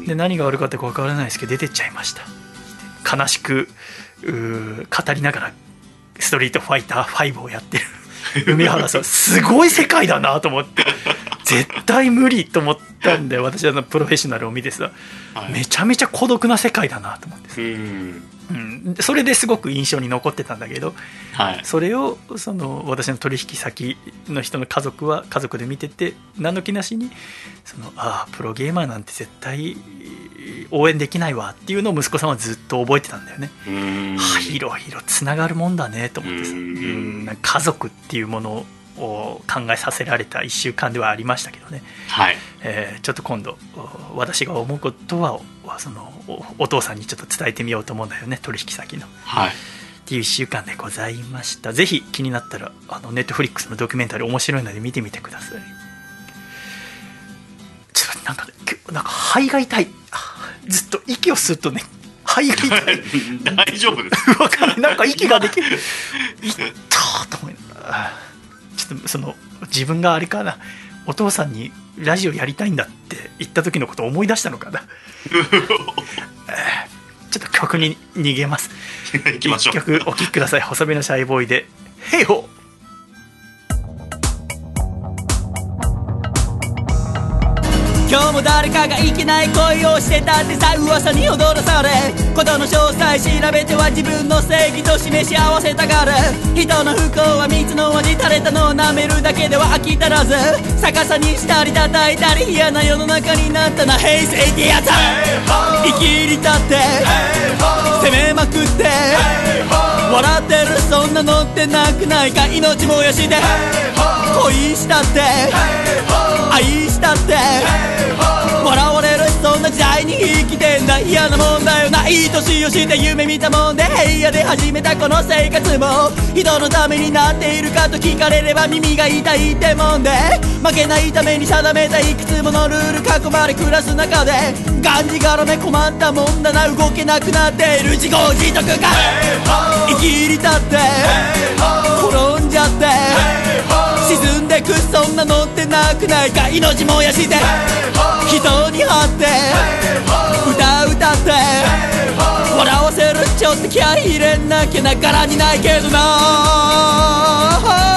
で何が悪かったか分からないですけど出てっちゃいました、悲しく語りながらストリートファイター5をやってる梅原さん、すごい世界だなと思って絶対無理と思ったんだよ、私はプロフェッショナルを見てさ、はい、めちゃめちゃ孤独な世界だなと思ってさ、それですごく印象に残ってたんだけど、はい、それを私の取引先の人の家族で見てて、何の気なしにプロゲーマーなんて絶対応援できないわっていうのを息子さんはずっと覚えてたんだよね。いろいろつながるもんだねと思ってさ、家族っていうものを考えさせられた1週間ではありましたけどね、 はい、 ちょっと今度私が思うことはお父さんにちょっと伝えてみようと思うんだよね、取引先の、 はい、 っていう1週間でございました。ぜひ気になったらネットフリックスのドキュメンタリー面白いので見てみてください。ちょっとなんか肺が痛い、ずっと息を吸うとね肺が痛い大丈夫です分かんない、なんか息ができるいったと思いながら、ちょっと自分があれかな、お父さんにラジオやりたいんだって言った時のことを思い出したのかなちょっと曲に逃げます行きましょう。 1曲お聴きください。細身のシャイボーイでヘイホー。今日も誰かがいけない恋をしてたってさ、噂に踊らされ、ことの詳細調べては自分の正義と示し合わせたがる。人の不幸は蜜の味、垂れたのを舐めるだけでは飽き足らず、逆さにしたり叩いたり嫌な世の中になったな。平成ってやつ、生きりたって攻めまくって笑ってる、そんなのってなくないか。命燃やして恋したって愛したって笑われる、そんな時代に生きてんだ。嫌なもんだよな、いい年をして夢見たもんで平野で始めたこの生活も人のためになっているかと聞かれれば耳が痛いってもんで、負けないために定めたいくつものルール囲まれ暮らす中で、がんじがらめ困ったもんだな、動けなくなっている自業自得が生きりたって転んじゃって自沈んでくそんなのってなくないか命燃やして人に張って歌って笑わせるちょっと気合い入れなきゃなからにないけどな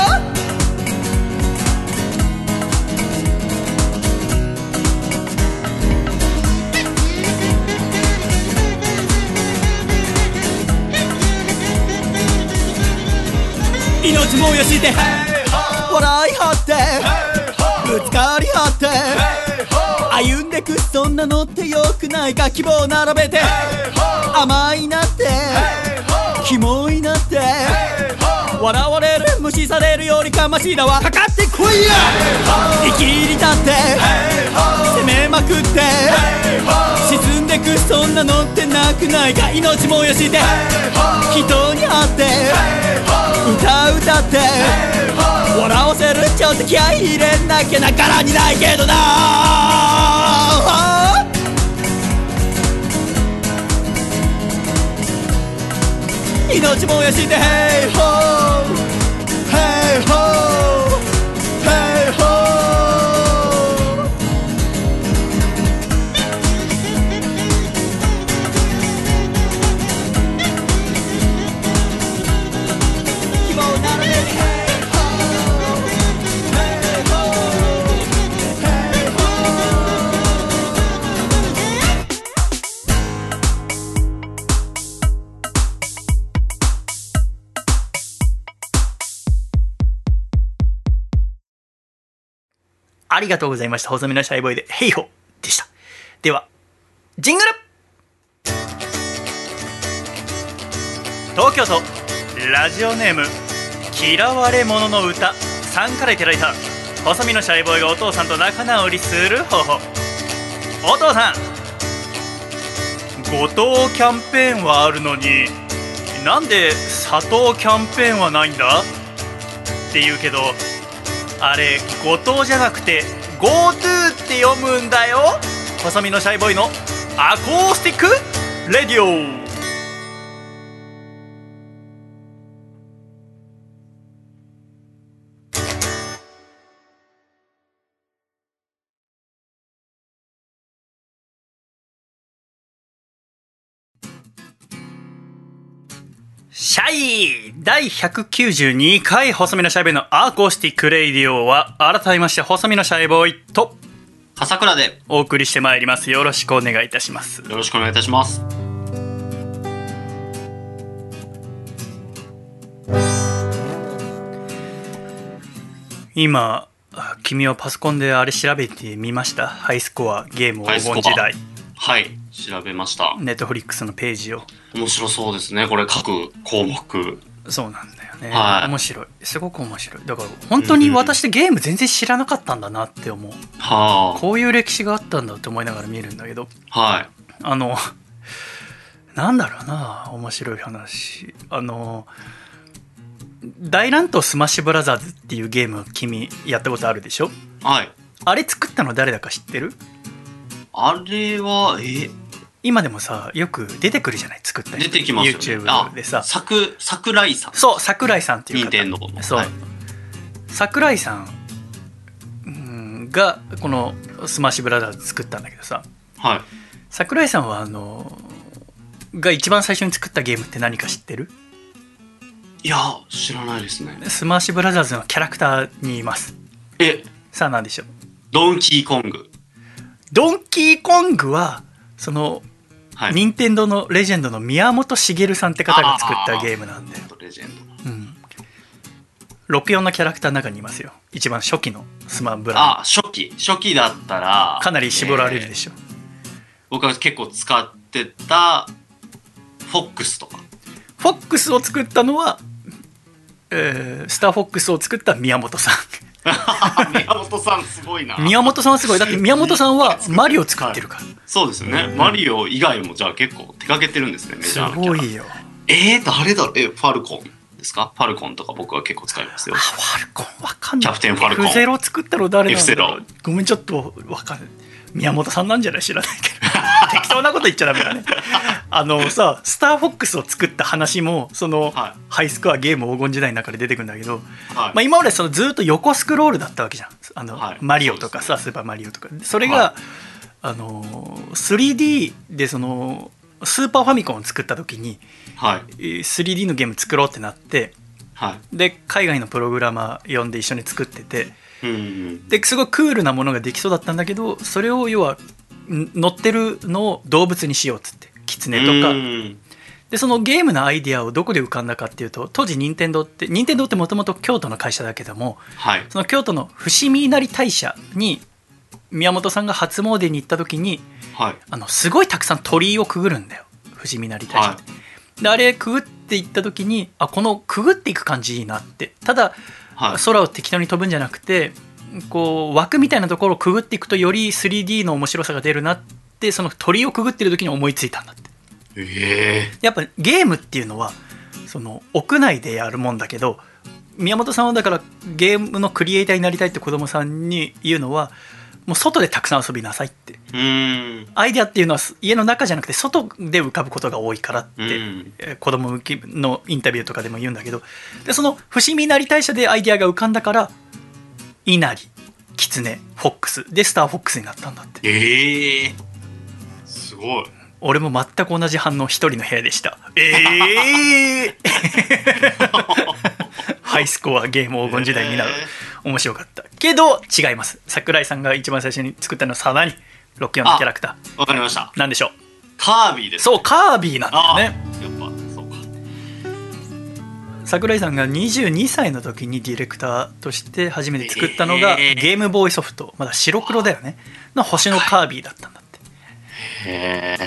命燃やして笑い張ってぶつかり合って歩んでくそんなのってよくないか希望並べて甘いなってキモいなって笑われる無視されるよりかましいだわかかってこいや生きり立って攻めまくって沈んでくそんなのってなくないか命燃やして人に会って歌って笑わせるちょっと気合い入れなきゃなからにないけどな命燃やして Hey ho Hey ho Hey ho 希望ならね Hey ho Hey ho Hey ho ありがとうございました。細身のシャイボーイでヘイホでした。ではジングル。東京都ラジオネーム嫌われ者の歌さんからいただいた細身のシャイボーイがお父さんと仲直りする方法。お父さん、後藤キャンペーンはあるのになんで佐藤キャンペーンはないんだって言うけど、あれ後藤じゃなくて GoTo って読むんだよ。細身のシャイボーイのアコースティックレディオ。シャイ第192回細身のシャイボーイのアコースティックレイディオは改めまして細身のシャイボーイと笠倉でお送りしてまいります。よろしくお願いいたします。 よろしくお願いいたします。 今君はパソコンであれ調べてみました？ハイスコアゲーム黄金時代。 はい、調べました。 ネットフリックスのページを。 面白そうですね、これ各項目。 そうなんだよね、 はい、 面白い、すごく面白い。だから本当に私ってゲーム全然知らなかったんだなって思う、こういう歴史があったんだって思いながら見るんだけど、 はい、 なんだろうな、面白い話。大乱闘スマッシュブラザーズっていうゲーム君やったことあるでしょ？ はい。 あれ作ったの誰だか知ってる？ あれは今でもさよく出てくるじゃない、作った人。 出てきますよね、 YouTube でさ。 桜井さん。 そう、桜井さんっていう方。 任天堂の。 そう、はい、桜井さんがこのスマッシュブラザーズ作ったんだけどさ、 はい、 桜井さんはが一番最初に作ったゲームって何か知ってる？ いや知らないですね。 スマッシュブラザーズのキャラクターにいます。さあ何でしょう？ ドンキーコング。 ドンキーコングはその、 はい、 任天堂のレジェンドの宮本茂さんって方が作ったゲームなんで、 レジェンド、64のキャラクターの中にいますよ。一番初期のスマブラ。 初期だったらかなり絞られるでしょ。 僕は結構使ってたフォックスとか。 フォックスを作ったのは、スターフォックスを作った宮本さん。 宮本さんすごいな。 宮本さんはすごい。だって宮本さんはマリオ作ってるから、はい、 そうですよね、マリオ以外もじゃあ結構手掛けてるんですね、メジャーなキャラ。 すごいよ。 誰だろう。ファルコンですか？ファルコンとか僕は結構使いますよ。 ファルコンわかんない。 キャプテンファルコン。 F0作ったの誰なんだろう。 F0。 ごめん、ちょっとわかんない。 宮本さんなんじゃない知らないけど適当なこと言っちゃダメだね。さスターフォックスを作った話もその、はい、ハイスコアゲーム黄金時代の中で出てくるんだけど、はい今までそのずっと横スクロールだったわけじゃんはい、マリオとかさ、スーパーマリオとかそれが、はい3D でそのスーパーファミコンを作った時に、はい、3D のゲーム作ろうってなって、はい、で海外のプログラマー呼んで一緒に作ってて、ですごいクールなものができそうだったんだけどそれを要は乗ってるのを動物にしようっつってキツネとかでそのゲームのアイディアをどこで浮かんだかっていうと当時任天堂ってもともと京都の会社だけども、はい、その京都の伏見稲荷大社に宮本さんが初詣に行った時に、はい、すごいたくさん鳥居をくぐるんだよ伏見稲荷大社って、はい、であれくぐって行った時にこのくぐっていく感じいいなってただ、はい、空を適当に飛ぶんじゃなくてこう枠みたいなところをくぐっていくとより 3D の面白さが出るなってその鳥居をくぐってる時に思いついたんだって、やっぱゲームっていうのはその屋内でやるもんだけど宮本さんはだからゲームのクリエイターになりたいって子供さんに言うのはもう外でたくさん遊びなさいってアイデアっていうのは家の中じゃなくて外で浮かぶことが多いからって子供向きのインタビューとかでも言うんだけどでその伏見稲荷大社でアイデアが浮かんだから稲荷、キツネ、フォックスでスターフォックスになったんだって。 すごい。 俺も全く同じ反応一人の部屋でした。ハイスコアゲーム黄金時代になる面白かったけど違います。桜井さんが一番最初に作ったのはさらに64のキャラクター。わかりました。 何でしょう。 カービィです。 そうカービィなんだよね。 やっぱそうか。 桜井さんが22歳の時にディレクターとして初めて作ったのがゲームボーイソフトまだ白黒だよねの星のカービィだったんだって。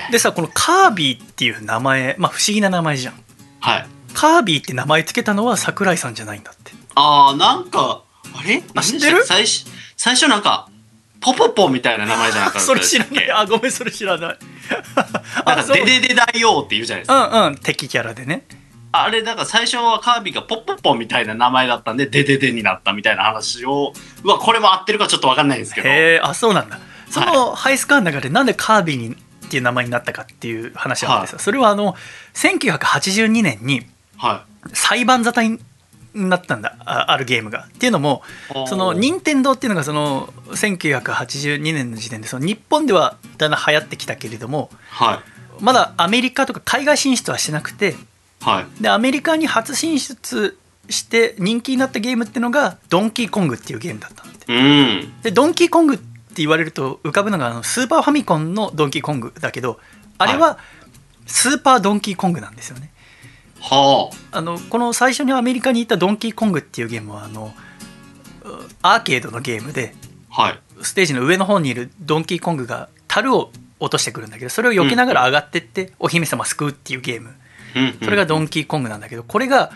でさこのカービィっていう名前不思議な名前じゃん。はい。カービィって名前つけたのは桜井さんじゃないんだって。 なんかあれ知ってる？ 最初なんかポポポみたいな名前じゃなかったそれ知らない。ごめんそれ知らない。 なんかデデデ大王って言うじゃないですか。 敵キャラでね。 あれだから最初はカービィがポッポッポみたいな名前だったんでデデデになったみたいな話をこれも合ってるかちょっと分かんないんですけど。 そうなんだ。そのハイスカーの中でなんでカービィにっていう名前になったかっていう話なんですよ。それは1982年に裁判沙汰になったんだあるゲームが。っていうのもその任天堂っていうのがその1982年の時点でその日本ではだんだん流行ってきたけれども、まだアメリカとか海外進出はしてなくて、でアメリカに初進出して人気になったゲームっていうのがドンキーコングっていうゲームだったんで、でドンキーコングって言われると浮かぶのがスーパーファミコンのドンキーコングだけどあれはスーパードンキーコングなんですよね。この最初にアメリカに行ったドンキーコングっていうゲームはアーケードのゲームで、ステージの上の方にいるドンキーコングが樽を落としてくるんだけどそれを避けながら上がってってお姫様救うっていうゲーム、それがドンキーコングなんだけどこれが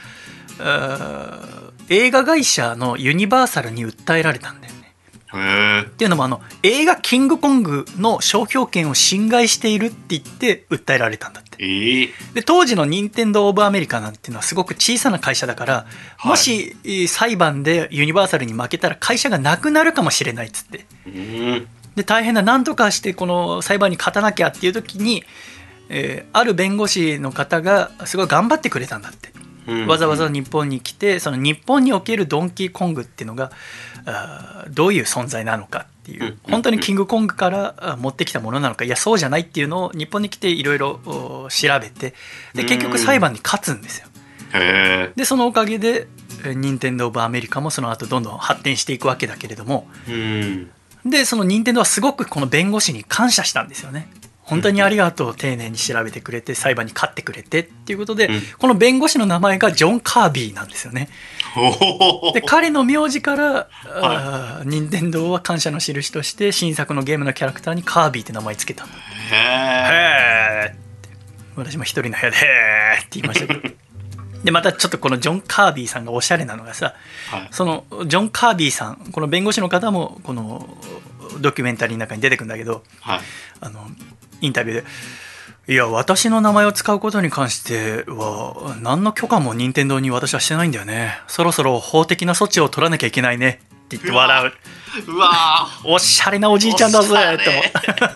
映画会社のユニバーサルに訴えられたんだよね。っていうのも映画キングコングの商標権を侵害しているって言って訴えられたんだって。で当時の任天堂オブアメリカなんていうのはすごく小さな会社だから、もし裁判でユニバーサルに負けたら会社がなくなるかもしれないっつって、で大変なんとかしてこの裁判に勝たなきゃっていう時に、ある弁護士の方がすごい頑張ってくれたんだって。わざわざ日本に来てその日本におけるドンキーコングっていうのがどういう存在なのかっていう本当にキングコングから持ってきたものなのかいやそうじゃないっていうのを日本に来ていろいろ調べてで結局裁判に勝つんですよ。でそのおかげで任天堂オブアメリカもその後どんどん発展していくわけだけれどもでその任天堂はすごくこの弁護士に感謝したんですよね。本当にありがとう丁寧に調べてくれて裁判に勝ってくれてっていうことで、この弁護士の名前がジョン・カービィなんですよね。で彼の名字から任天堂は感謝の印として新作のゲームのキャラクターにカービィって名前つけたんだ。へー私も一人の部屋でへーって言いましたけどでまたちょっとこのジョン・カービィさんがおしゃれなのがさ、そのジョン・カービィさんこの弁護士の方もこのドキュメンタリーの中に出てくるんだけど、インタビューでいや私の名前を使うことに関しては何の許可も任天堂に私はしてないんだよね。そろそろ法的な措置を取らなきゃいけないねってって言って笑う。 うわおしゃれなおじいちゃんだぜって思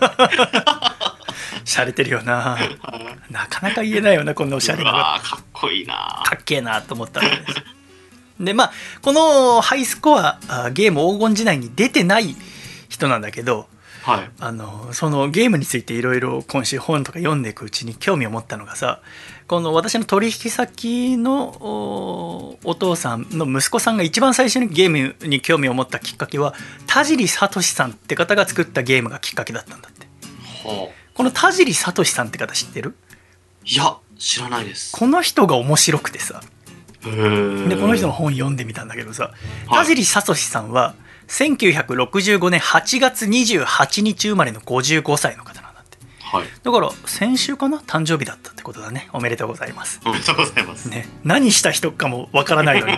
う。しゃれてるよな。なかなか言えないよな、こんなおしゃれな。 かっこいいな。 かっけえなと思ったんです。でまあこのハイスコアゲーム黄金時代に出てない人なんだけど、 はい、 そのゲームについていろいろ今週本とか読んでいくうちに興味を持ったのがさ、この私の取引先のお父さんの息子さんが一番最初にゲームに興味を持ったきっかけは田尻聡さんって方が作ったゲームがきっかけだったんだって。 はあ、 この田尻聡さんって方知ってる？ いや知らないです。 この人が面白くてさ、でこの人の本読んでみたんだけどさ、田尻聡さんは1965年8月28日生まれの55歳の方なんだって、 はい、 だから先週かな誕生日だったってことだね。おめでとうございます。 おめでとうございます、 ね、何した人かもわからないのに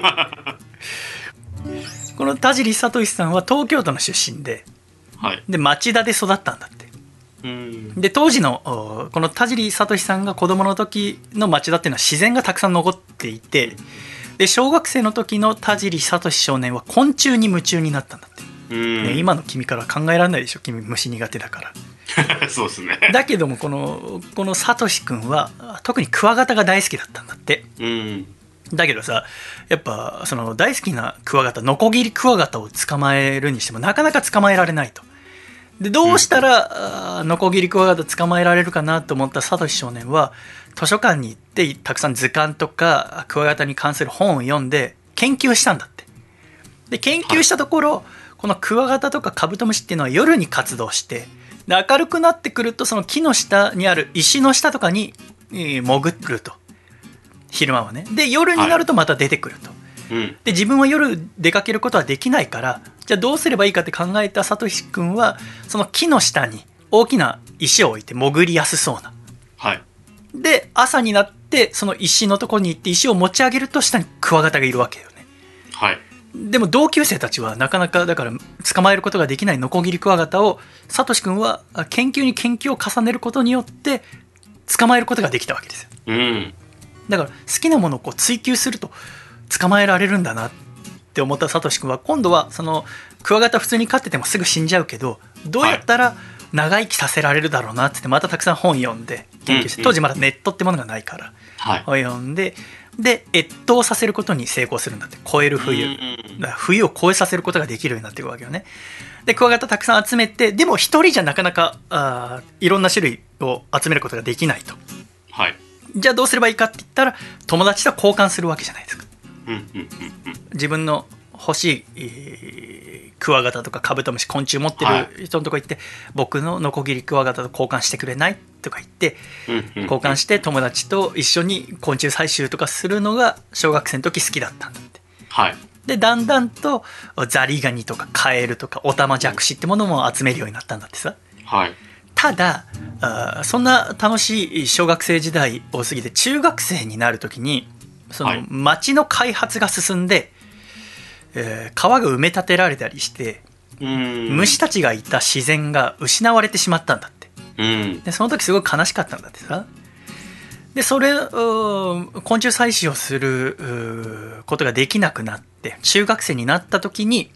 この田尻聡さんは東京都の出身で、 はい、 で町田で育ったんだって。で当時のこの田尻聡さんが子供の時の町田っていうのは自然がたくさん残っていて、で小学生の時の田尻聡少年は昆虫に夢中になったんだって、ね、今の君から考えられないでしょ、君虫苦手だからそうですね。 だけどもこの聡君は特にクワガタが大好きだったんだって。だけどさ、やっぱその大好きなクワガタ、ノコギリクワガタを捕まえるにしてもなかなか捕まえられないと。でどうしたらノコギリクワガタ捕まえられるかなと思った聡少年は図書館に行ってたくさん図鑑とかクワガタに関する本を読んで研究したんだって。で研究したところ、このクワガタとかカブトムシっていうのは夜に活動して、で明るくなってくるとその木の下にある石の下とかに潜ると、昼間はね。で夜になるとまた出てくると、で自分は夜出かけることはできないから、じゃあどうすればいいかって考えた聡君はその木の下に大きな石を置いて潜りやすそうな、 はい、 で朝になってその石のところに行って石を持ち上げると下にクワガタがいるわけよね。 はい、 でも同級生たちはなかなかだから捕まえることができないノコギリクワガタを聡君は研究に研究を重ねることによって捕まえることができたわけですよ。だから好きなものをこう追求すると捕まえられるんだなって思った聡君は今度はそのクワガタ普通に飼っててもすぐ死んじゃうけど、どうやったら長生きさせられるだろうなってまたたくさん本読んで研究して、当時まだネットってものがないから本読んで、で越冬させることに成功するんだって。越える冬、だから冬を越えさせることができるようになっていくわけよね。でクワガタたくさん集めて、でも一人じゃなかなかいろんな種類を集めることができないと、 はい、 じゃあどうすればいいかって言ったら友達と交換するわけじゃないですか。自分の欲しいクワガタとかカブトムシ昆虫持ってる人のとこ行って、僕のノコギリクワガタと交換してくれないとか言って交換して友達と一緒に昆虫採集とかするのが小学生の時好きだったんだって、 はい、 でだんだんとザリガニとかカエルとかオタマジャクシってものも集めるようになったんだってさ、 はい、 ただそんな楽しい小学生時代を過ぎて中学生になる時にその町の開発が進んで、川が埋め立てられたりして虫たちがいた自然が失われてしまったんだって。でその時すごい悲しかったんだってさ。でそれ昆虫採集をすることができなくなって中学生になった時に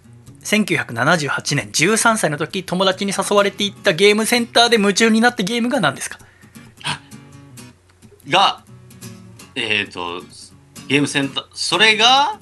1978年13歳の時友達に誘われていったゲームセンターで夢中になったゲームが何ですか？ がゲームセンター、それが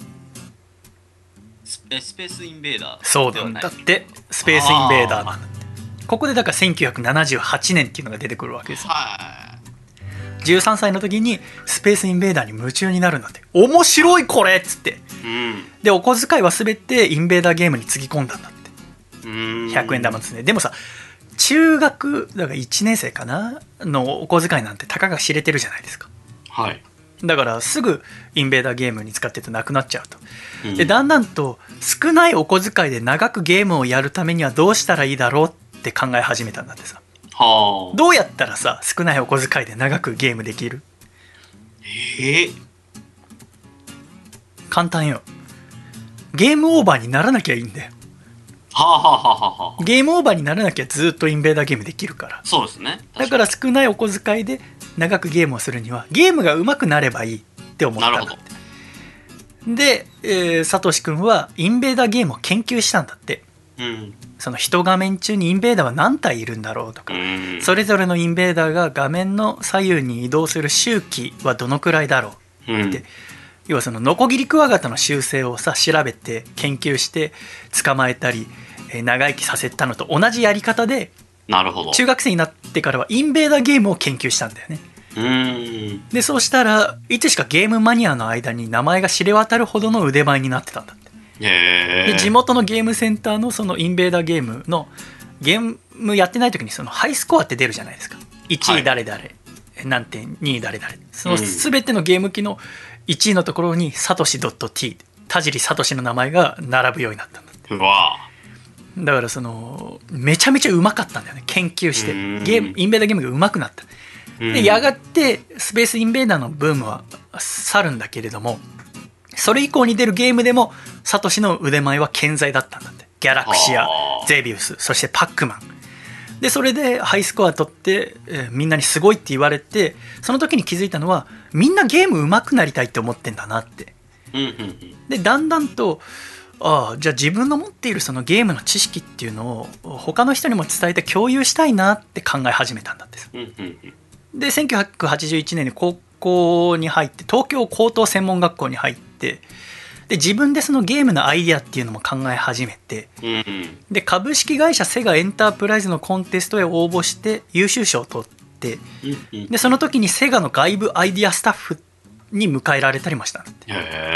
スペースインベーダー。 そうだってスペースインベーダーなんだって。ここでだから1978年っていうのが出てくるわけですよ。13歳の時にスペースインベーダーに夢中になるんだって。面白いこれっつって、でお小遣いは全てインベーダーゲームにつぎ込んだんだって。100円玉ですね。でもさ中学だから1年生かなのお小遣いなんてたかが知れてるじゃないですか。 はい、 だからすぐインベーダーゲームに使ってるとなくなっちゃうと。でだんだんと少ないお小遣いで長くゲームをやるためにはどうしたらいいだろうって考え始めたんだってさ。どうやったらさ少ないお小遣いで長くゲームできる？簡単よ。ゲームオーバーにならなきゃいいんだよ。ゲームオーバーにならなきゃずっとインベーダーゲームできるから。 そうですね。 だから少ないお小遣いで長くゲームをするにはゲームが上手くなればいいって思ったんだって。 で、サトシ君はインベーダーゲームを研究したんだって、 うん、 その一画面中にインベーダーは何体いるんだろうとか、それぞれのインベーダーが画面の左右に移動する周期はどのくらいだろうって、要はそのノコギリクワガタの習性をさ調べて研究して捕まえたり長生きさせたのと同じやり方で、 なるほど、 中学生になってからはインベーダーゲームを研究したんだよね。でそうしたらいつしかゲームマニアの間に名前が知れ渡るほどの腕前になってたんだって。で地元のゲームセンターのそのインベーダーゲームのゲームやってない時にそのハイスコアって出るじゃないですか。1位誰々、何点、2位誰々、その全てのゲーム機の1位のところにサトシ .t 田尻サトシの名前が並ぶようになったんだって。 うわ、 だからそのめちゃめちゃうまかったんだよね、研究してインベーダーゲームがうまくなった。でやがてスペースインベーダーのブームは去るんだけれども、それ以降に出るゲームでもサトシの腕前は健在だったんだって。ギャラクシア、ゼビウス、そしてパックマンで、それでハイスコア取って、みんなにすごいって言われて、その時に気づいたのはみんなゲーム上手くなりたいって思ってんだなって。でだんだんとじゃあ自分の持っているそのゲームの知識っていうのを他の人にも伝えて共有したいなって考え始めたんだって。で1981年に高校に入って東京高等専門学校に入って、で自分でそのゲームのアイデアっていうのも考え始めて、で株式会社セガエンタープライズのコンテストへ応募して優秀賞を取って、でその時にセガの外部アイデアスタッフに迎えられたりもしたんだって。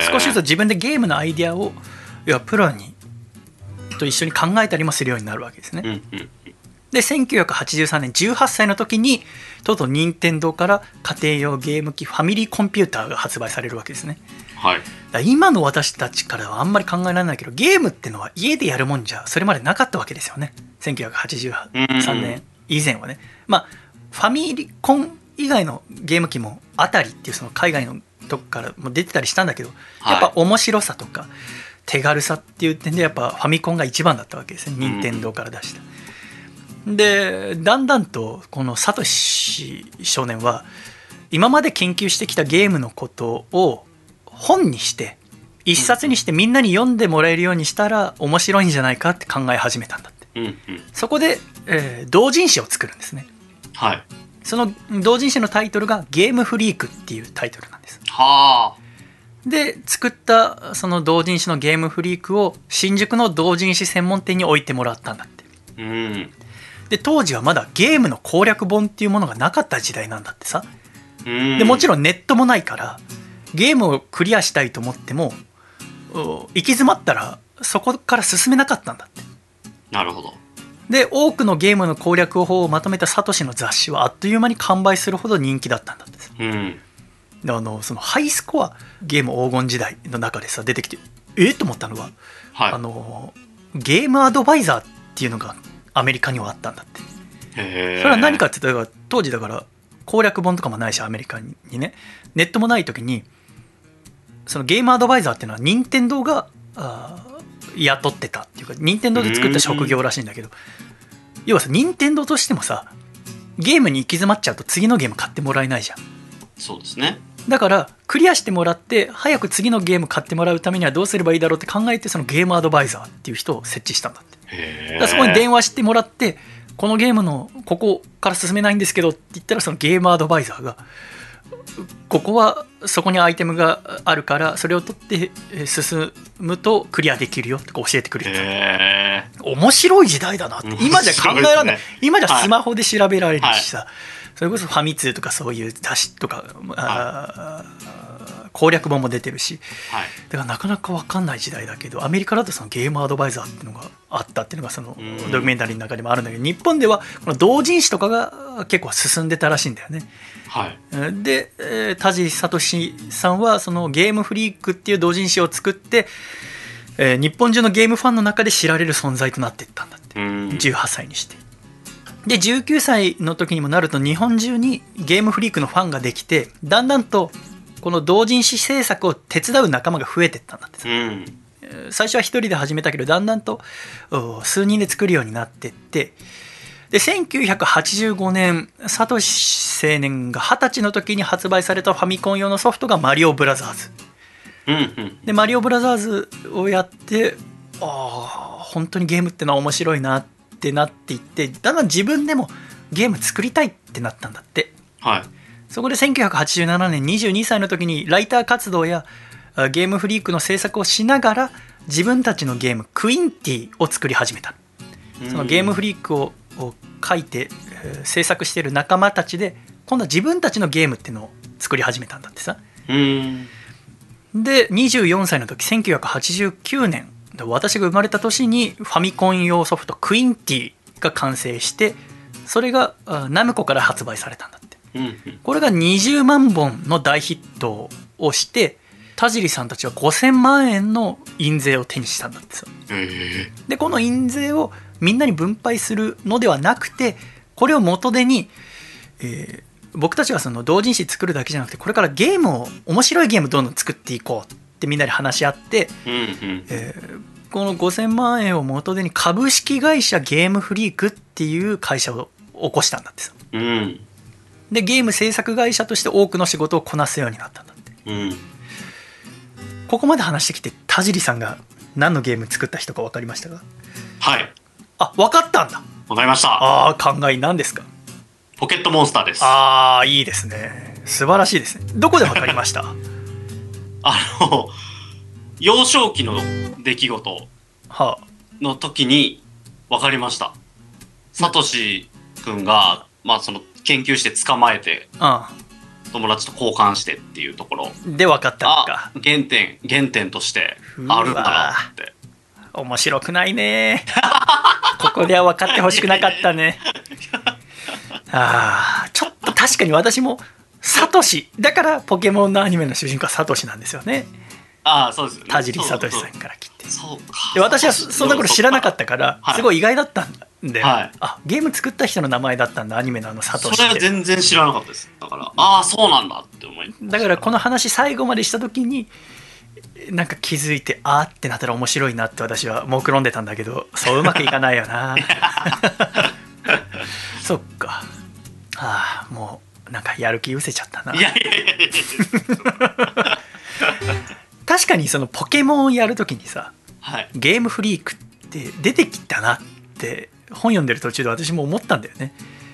少しずつ自分でゲームのアイデアをプロにと一緒に考えたりもするようになるわけですね。で1983年18歳の時にとうとう任天堂から家庭用ゲーム機ファミリーコンピューターが発売されるわけですね。だ今の私たちからはあんまり考えられないけど、ゲームってのは家でやるもんじゃそれまでなかったわけですよね、1983年以前はね。ファミリコン以外のゲーム機もあたりっていうその海外のとこからも出てたりしたんだけど、やっぱ面白さとか手軽さっていう点でやっぱファミコンが一番だったわけですね、任天堂から出した。でだんだんとこのサトシ少年は今まで研究してきたゲームのことを本にして一冊にしてみんなに読んでもらえるようにしたら面白いんじゃないかって考え始めたんだって。そこで、同人誌を作るんですね。その同人誌のタイトルがゲームフリークっていうタイトルなんです。で作ったその同人誌のゲームフリークを新宿の同人誌専門店に置いてもらったんだって。で当時はまだゲームの攻略本っていうものがなかった時代なんだってさ。でもちろんネットもないからゲームをクリアしたいと思っても行き詰まったらそこから進めなかったんだって。 なるほど。 で多くのゲームの攻略法をまとめたサトシの雑誌はあっという間に完売するほど人気だったんだってさ。でそのハイスコアゲーム黄金時代の中でさ出てきてと思ったのは、ゲームアドバイザーっていうのがアメリカにはあったんだって。それは何かって言ったら当時だから攻略本とかもないしアメリカにねネットもない時にそのゲームアドバイザーっていうのは任天堂が雇ってたっていうか任天堂で作った職業らしいんだけど、要はさ任天堂としてもさゲームに行き詰まっちゃうと次のゲーム買ってもらえないじゃん。 そうですね。 だからクリアしてもらって早く次のゲーム買ってもらうためにはどうすればいいだろうって考えてそのゲームアドバイザーっていう人を設置したんだって。だからそこに電話してもらってこのゲームのここから進めないんですけどって言ったらそのゲームアドバイザーがここはそこにアイテムがあるからそれを取って進むとクリアできるよとか教えてくれて面白い時代だなって。今じゃ考えられない、今じゃスマホで調べられるしさ、それこそファミ通とかそういう雑誌とか、攻略本も出てるし、だからなかなか分かんない時代だけどアメリカだとそのゲームアドバイザーっていうのがあったっていうのがそのドキュメンタリーの中でもあるんだけど、日本ではこの同人誌とかが結構進んでたらしいんだよね。で田尻聡さんはそのゲームフリークっていう同人誌を作って、日本中のゲームファンの中で知られる存在となっていったんだって。18歳にして。で19歳の時にもなると日本中にゲームフリークのファンができてだんだんとこの同人誌制作を手伝う仲間が増えていったんだって。最初は一人で始めたけどだんだんと数人で作るようになっていって、で1985年サトシ青年が20歳の時に発売されたファミコン用のソフトがマリオブラザーズでマリオブラザーズをやって、本当にゲームってのは面白いなってなっていって、だんだん自分でもゲーム作りたいってなったんだって、 はい、 そこで1987年22歳の時にライター活動やゲームフリークの制作をしながら自分たちのゲームクインティを作り始めた。そのゲームフリークを書いて制作している仲間たちで今度は自分たちのゲームっていうのを作り始めたんだってさ。で24歳の時1989年、私が生まれた年にファミコン用ソフトクインティが完成して、それがナムコから発売されたんだって。これが20万本の大ヒットをして、田尻さんたちは5000万円の印税を手にしたんだってさ。でこの印税をみんなに分配するのではなくて、これを元手に、僕たちはその同人誌作るだけじゃなくて、これからゲームを面白いゲームどんどん作っていこうってみんなで話し合って、この5000万円を元手に株式会社ゲームフリークっていう会社を起こしたんだってさ。でゲーム制作会社として多くの仕事をこなすようになったんだって。ここまで話してきて田尻さんが何のゲーム作った人か分かりましたか？ はい。 分かったんだ。 分かりました。 考え何ですか？ ポケットモンスターです。 いいですね。素晴らしいですね。どこで分かりました？ 幼少期の出来事の時に分かりました。サトシ君が、その研究して捕まえて、友達と交換してっていうところで分かったのか。 原点としてあるんだなって。 面白くないね。ここでは分かってほしくなかったね。ちょっと確かに私もサトシだからポケモンのアニメの主人公はサトシなんですよね。 そうですよね。 田尻聡さんから来て。 そうか。 で私はそんなこと知らなかったからすごい意外だったんで、ゲーム作った人の名前だったんだ、アニメのサトシって。 それは全然知らなかったです。だからそうなんだって思い。 だからこの話最後までした時になんか気づいてってなったら面白いなって私は目論んでたんだけど、そううまくいかないよな。そっか。もうなんかやる気失せちゃったな。確かにそのポケモンをやるときにさ、ゲームフリークって出てきたなって本読んでる途中で私も思ったんだよね。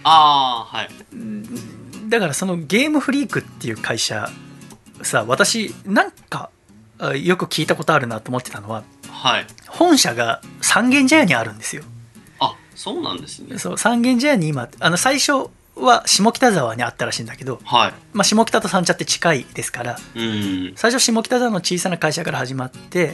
だからそのゲームフリークっていう会社さ、私なんかよく聞いたことあるなと思ってたのは、本社が三軒茶屋にあるんですよ。 そうなんですね。 そう、三軒茶屋に今最初は下北沢にあったらしいんだけど、下北と三茶って近いですから、最初下北沢の小さな会社から始まって、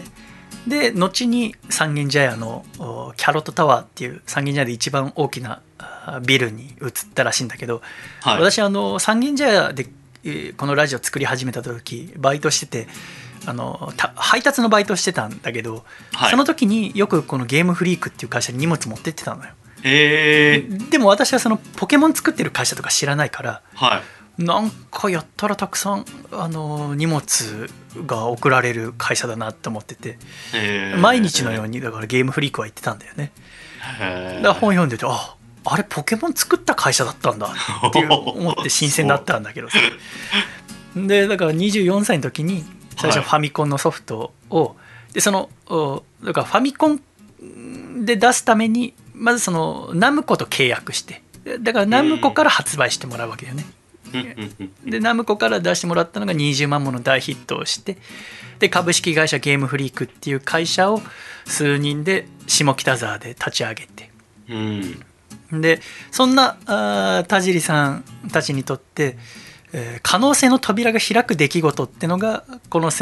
で後に三軒茶屋のキャロットタワーっていう三軒茶屋で一番大きなビルに移ったらしいんだけど、私三軒茶屋でこのラジオ作り始めた時バイトしてて、配達のバイトしてたんだけど、その時によくこのゲームフリークっていう会社に荷物持ってってたのよ。でも私はそのポケモン作ってる会社とか知らないから、なんかやったらたくさん荷物が送られる会社だなって思ってて、毎日のようにだからゲームフリークは行ってたんだよね。だから本読んでてあれポケモン作った会社だったんだって思って新鮮だったんだけどさ。でだから24歳の時に最初ファミコンのソフトを、でそのだからファミコンで出すためにまずそのナムコと契約して、だからナムコから発売してもらうわけよね。でナムコから出してもらったのが20万もの大ヒットをして、で株式会社ゲームフリークっていう会社を数人で下北沢で立ち上げて、でそんな田尻さんたちにとって可能性の扉が開く出来事ってのがこの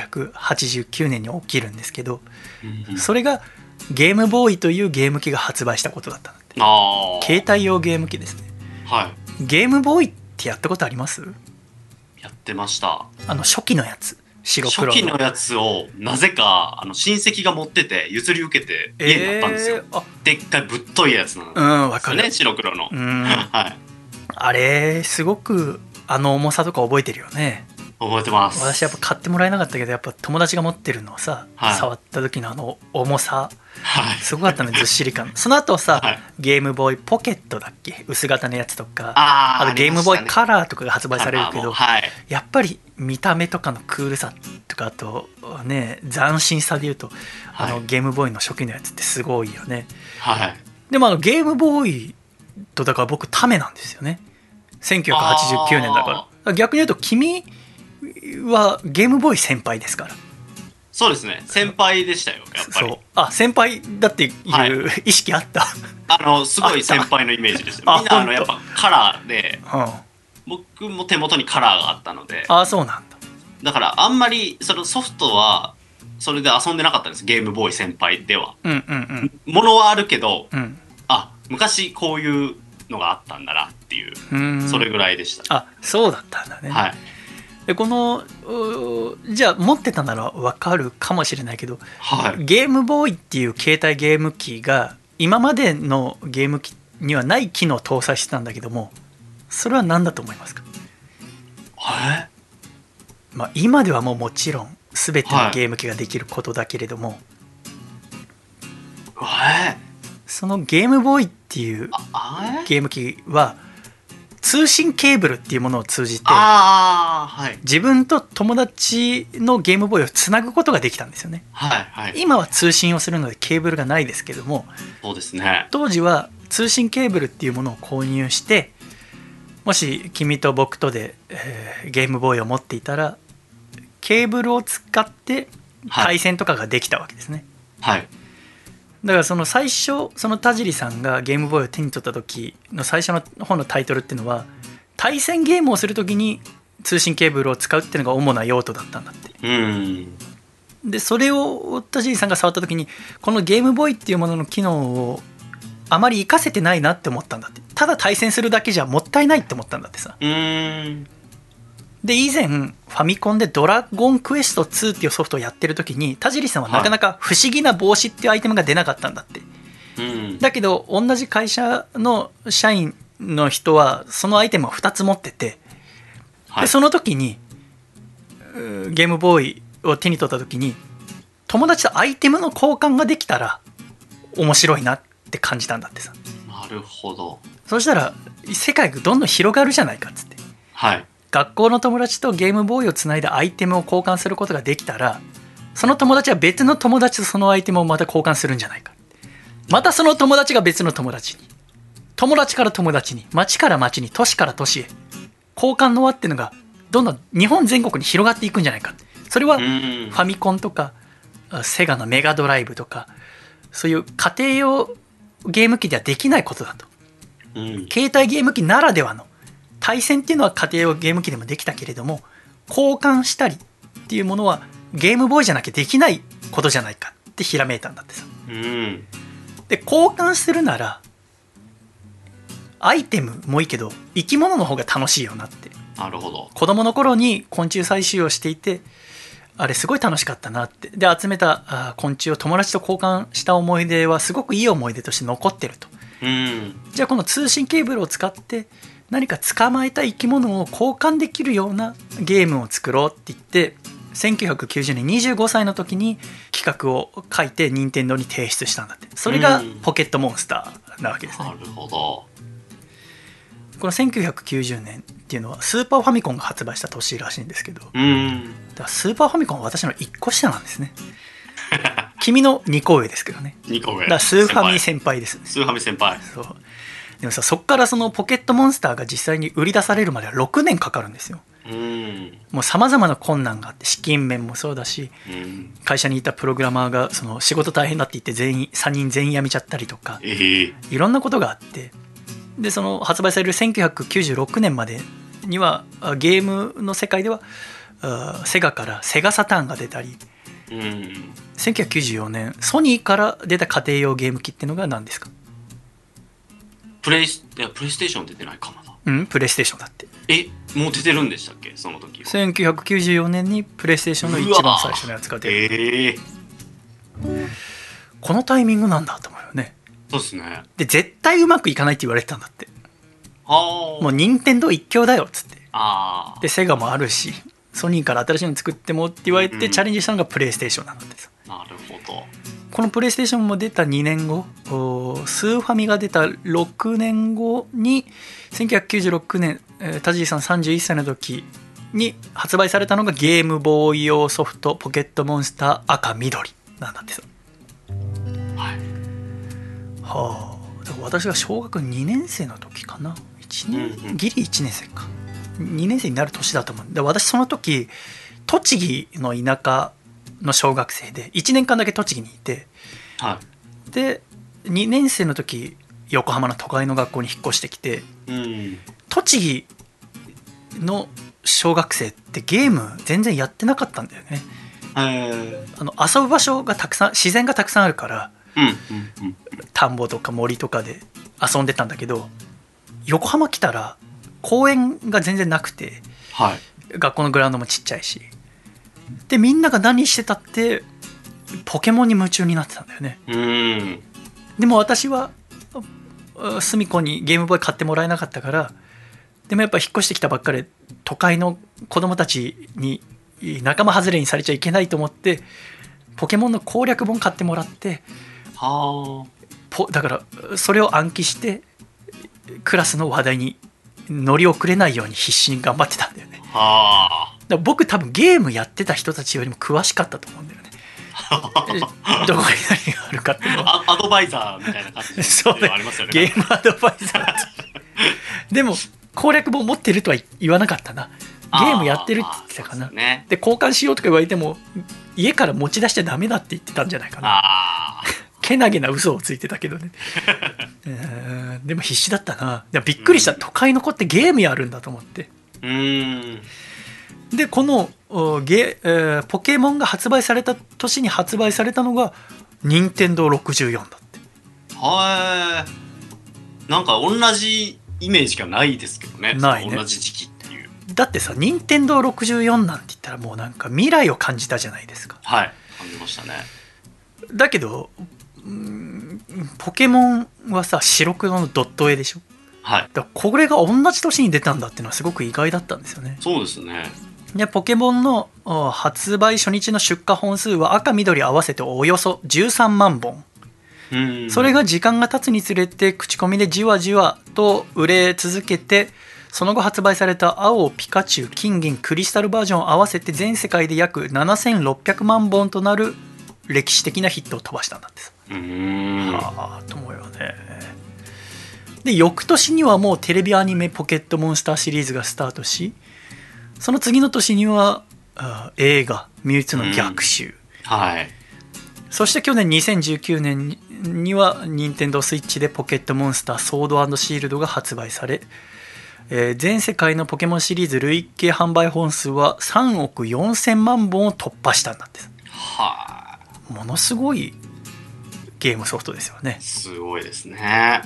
1989年に起きるんですけど、それがゲームボーイというゲーム機が発売したことだったんだって。携帯用ゲーム機ですね。ゲームボーイってやったことあります？ やってました。 初期のやつ、白黒の初期のやつをなぜか親戚が持ってて譲り受けて家にあったんですよ。でっかいぶっといやつなの。わかるね、白黒の。あれすごく重さとか覚えてるよね。 覚えてます。 私やっぱ買ってもらえなかったけど、やっぱ友達が持ってるのをさ、触った時の重さ、すごかったね。ずっしり感。その後さ、ゲームボーイポケットだっけ、薄型のやつとか、あとゲームボーイカラーとかが発売されるけど、やっぱり見た目とかのクールさっとか、あとね斬新さでいうとゲームボーイの初期のやつってすごいよね。 はい。 でもゲームボーイとだから僕ためなんですよね。1989年だから。逆に言うと君はゲームボーイ先輩ですから。 そうですね、先輩でしたよ、やっぱり。 そう、先輩だっていう意識あった、 すごい先輩のイメージですよ。みんなやっぱカラーで、僕も手元にカラーがあったので。 そうなんだ。 だからあんまりそのソフトはそれで遊んでなかったんです、ゲームボーイ先輩では。ものはあるけど、昔こういうのがあったんだなっていう、それぐらいでした。 そうだったんだね。 はい。 でこのじゃあ持ってたなら分かるかもしれないけど、ゲームボーイっていう携帯ゲーム機が今までのゲーム機にはない機能を搭載してたんだけども、それは何だと思いますか？今ではもちろん全てのゲーム機ができることだけれども、そのゲームボーイっていうゲーム機は通信ケーブルっていうものを通じて自分と友達のゲームボーイをつなぐことができたんですよね。今は通信をするのでケーブルがないですけども、 そうですね、 当時は通信ケーブルっていうものを購入して、もし君と僕とで、ゲームボーイを持っていたらケーブルを使って対戦とかができたわけですね。だからその最初、その田尻さんがゲームボーイを手に取った時の最初の方のタイトルっていうのは、対戦ゲームをする時に通信ケーブルを使うっていうのが主な用途だったんだって。でそれを田尻さんが触った時に、このゲームボーイっていうものの機能をあまり活かせてないなって思ったんだって。ただ対戦するだけじゃもったいないって思ったんだってさ。で以前ファミコンでドラゴンクエスト2っていうソフトをやってる時に、田尻さんはなかなか不思議な帽子っていうアイテムが出なかったんだって。だけど同じ会社の社員の人はそのアイテムを2つ持ってて、でその時にゲームボーイを手に取った時に、友達とアイテムの交換ができたら面白いなって感じたんだってさ。 なるほど。 そしたら世界がどんどん広がるじゃないかっつって。学校の友達とゲームボーイをつないだアイテムを交換することができたら、その友達は別の友達とそのアイテムをまた交換するんじゃないか。またその友達が別の友達に、友達から友達に、町から町に、都市から都市へ、交換の輪っていうのがどんどん日本全国に広がっていくんじゃないか。それはファミコンとかセガのメガドライブとか、そういう家庭用ゲーム機ではできないことだと。携帯ゲーム機ならではの対戦っていうのは家庭用ゲーム機でもできたけれども、交換したりっていうものはゲームボーイじゃなきゃできないことじゃないかってひらめいたんだってさ。で交換するならアイテムもいいけど生き物の方が楽しいよなって。 なるほど。 子供の頃に昆虫採集をしていて、あれすごい楽しかったなって。で集めた昆虫を友達と交換した思い出はすごくいい思い出として残ってると。じゃあこの通信ケーブルを使って何か捕まえた生き物を交換できるようなゲームを作ろうって言って、1990年25歳の時に企画を書いて任天堂に提出したんだって。それがポケットモンスターなわけですね。 なるほど。 この1990年っていうのはスーパーファミコンが発売した年らしいんですけど、だからスーパーファミコンは私の1個下なんですね。君の2個上ですけどね。 2個上。 だからスーファミ先輩ですね。 スーファミ先輩。 そう。でもさ、そっからそのポケットモンスターが実際に売り出されるまでは6年かかるんですよ。もうさまざまな困難があって、資金面もそうだし、会社にいたプログラマーがその仕事大変だって言って3人全員辞めちゃったりとか、いろんなことがあって、でその発売される1996年までにはゲームの世界ではセガからセガサターンが出たり、1994年ソニーから出た家庭用ゲーム機っていうのが何ですか？ プレイステーション出てないかな。 プレイステーションだって。 もう出てるんでしたっけ、その時は。 1994年にプレイステーションの一番最初のやつが出る。このタイミングなんだと思うよね。 そうですね。 で絶対うまくいかないって言われてたんだって。もう任天堂一強だよっつって。でセガもあるしソニーから新しいの作ってもって言われてチャレンジしたのがプレイステーションなんだってさ。 なるほど。 このプレイステーションも出た2年後、スーファミが出た6年後に1996年田尻さん31歳の時に発売されたのがゲームボーイ用ソフトポケットモンスター赤緑なんだってさ。 はい。 はあ、だから私が小学2年生の時かな、ギリ1年生か2年生になる年だと思う。で私その時栃木の田舎の小学生で1年間だけ栃木にいて、 はい、 で2年生の時横浜の都会の学校に引っ越してきて、栃木の小学生ってゲーム全然やってなかったんだよね。遊ぶ場所がたくさん、自然がたくさんあるから、田んぼとか森とかで遊んでたんだけど、横浜来たら公園が全然なくて、 はい、 学校のグラウンドもちっちゃいし、でみんなが何してたってポケモンに夢中になってたんだよね。でも私は隅っこにゲームボーイ買ってもらえなかったから、でもやっぱ引っ越してきたばっかり都会の子供たちに仲間外れにされちゃいけないと思ってポケモンの攻略本買ってもらって、だからそれを暗記してクラスの話題に乗り遅れないように必死に頑張ってたんだよね。だから僕多分ゲームやってた人たちよりも詳しかったと思うんだよね。どこに何があるかっていうのはアドバイザーみたいな感じでありますよね。 ゲームアドバイザーでも攻略本持ってるとは言わなかったな。ゲームやってるって言ってたかな。で交換しようとか言われても家から持ち出しちゃダメだって言ってたんじゃないかな。けなげな嘘をついてたけどねでも必死だったな。でもびっくりした、都会の子ってゲームやるんだと思って。でこのポケモンが発売された年に発売されたのが任天堂64だって。 なんか同じイメージがないですけどね。 ないね。 同じ時期っていう。 だってさ、任天堂64なんて言ったらもうなんか未来を感じたじゃないですか。 はい、感じましたね。 だけどポケモンはさ白黒のドット絵でしょ。 はい。 だからこれが同じ年に出たんだっていうのはすごく意外だったんですよね。 そうですね。 でポケモンの発売初日の出荷本数は赤緑合わせておよそ13万本。それが時間が経つにつれて口コミでじわじわと売れ続けて、その後発売された青、ピカチュウ、金銀、クリスタルバージョンを合わせて全世界で約7600万本となる歴史的なヒットを飛ばしたんだって。はあと思うよね。で翌年にはもうテレビアニメポケットモンスターシリーズがスタートし、その次の年には映画ミュウツーの逆襲、 はい、 そして去年2019年には任天堂スイッチでポケットモンスターソード&シールドが発売され、全世界のポケモンシリーズ累計販売本数は3億4000万本を突破したんだって。 はあ、ものすごいゲームソフトですよね。 すごいですね。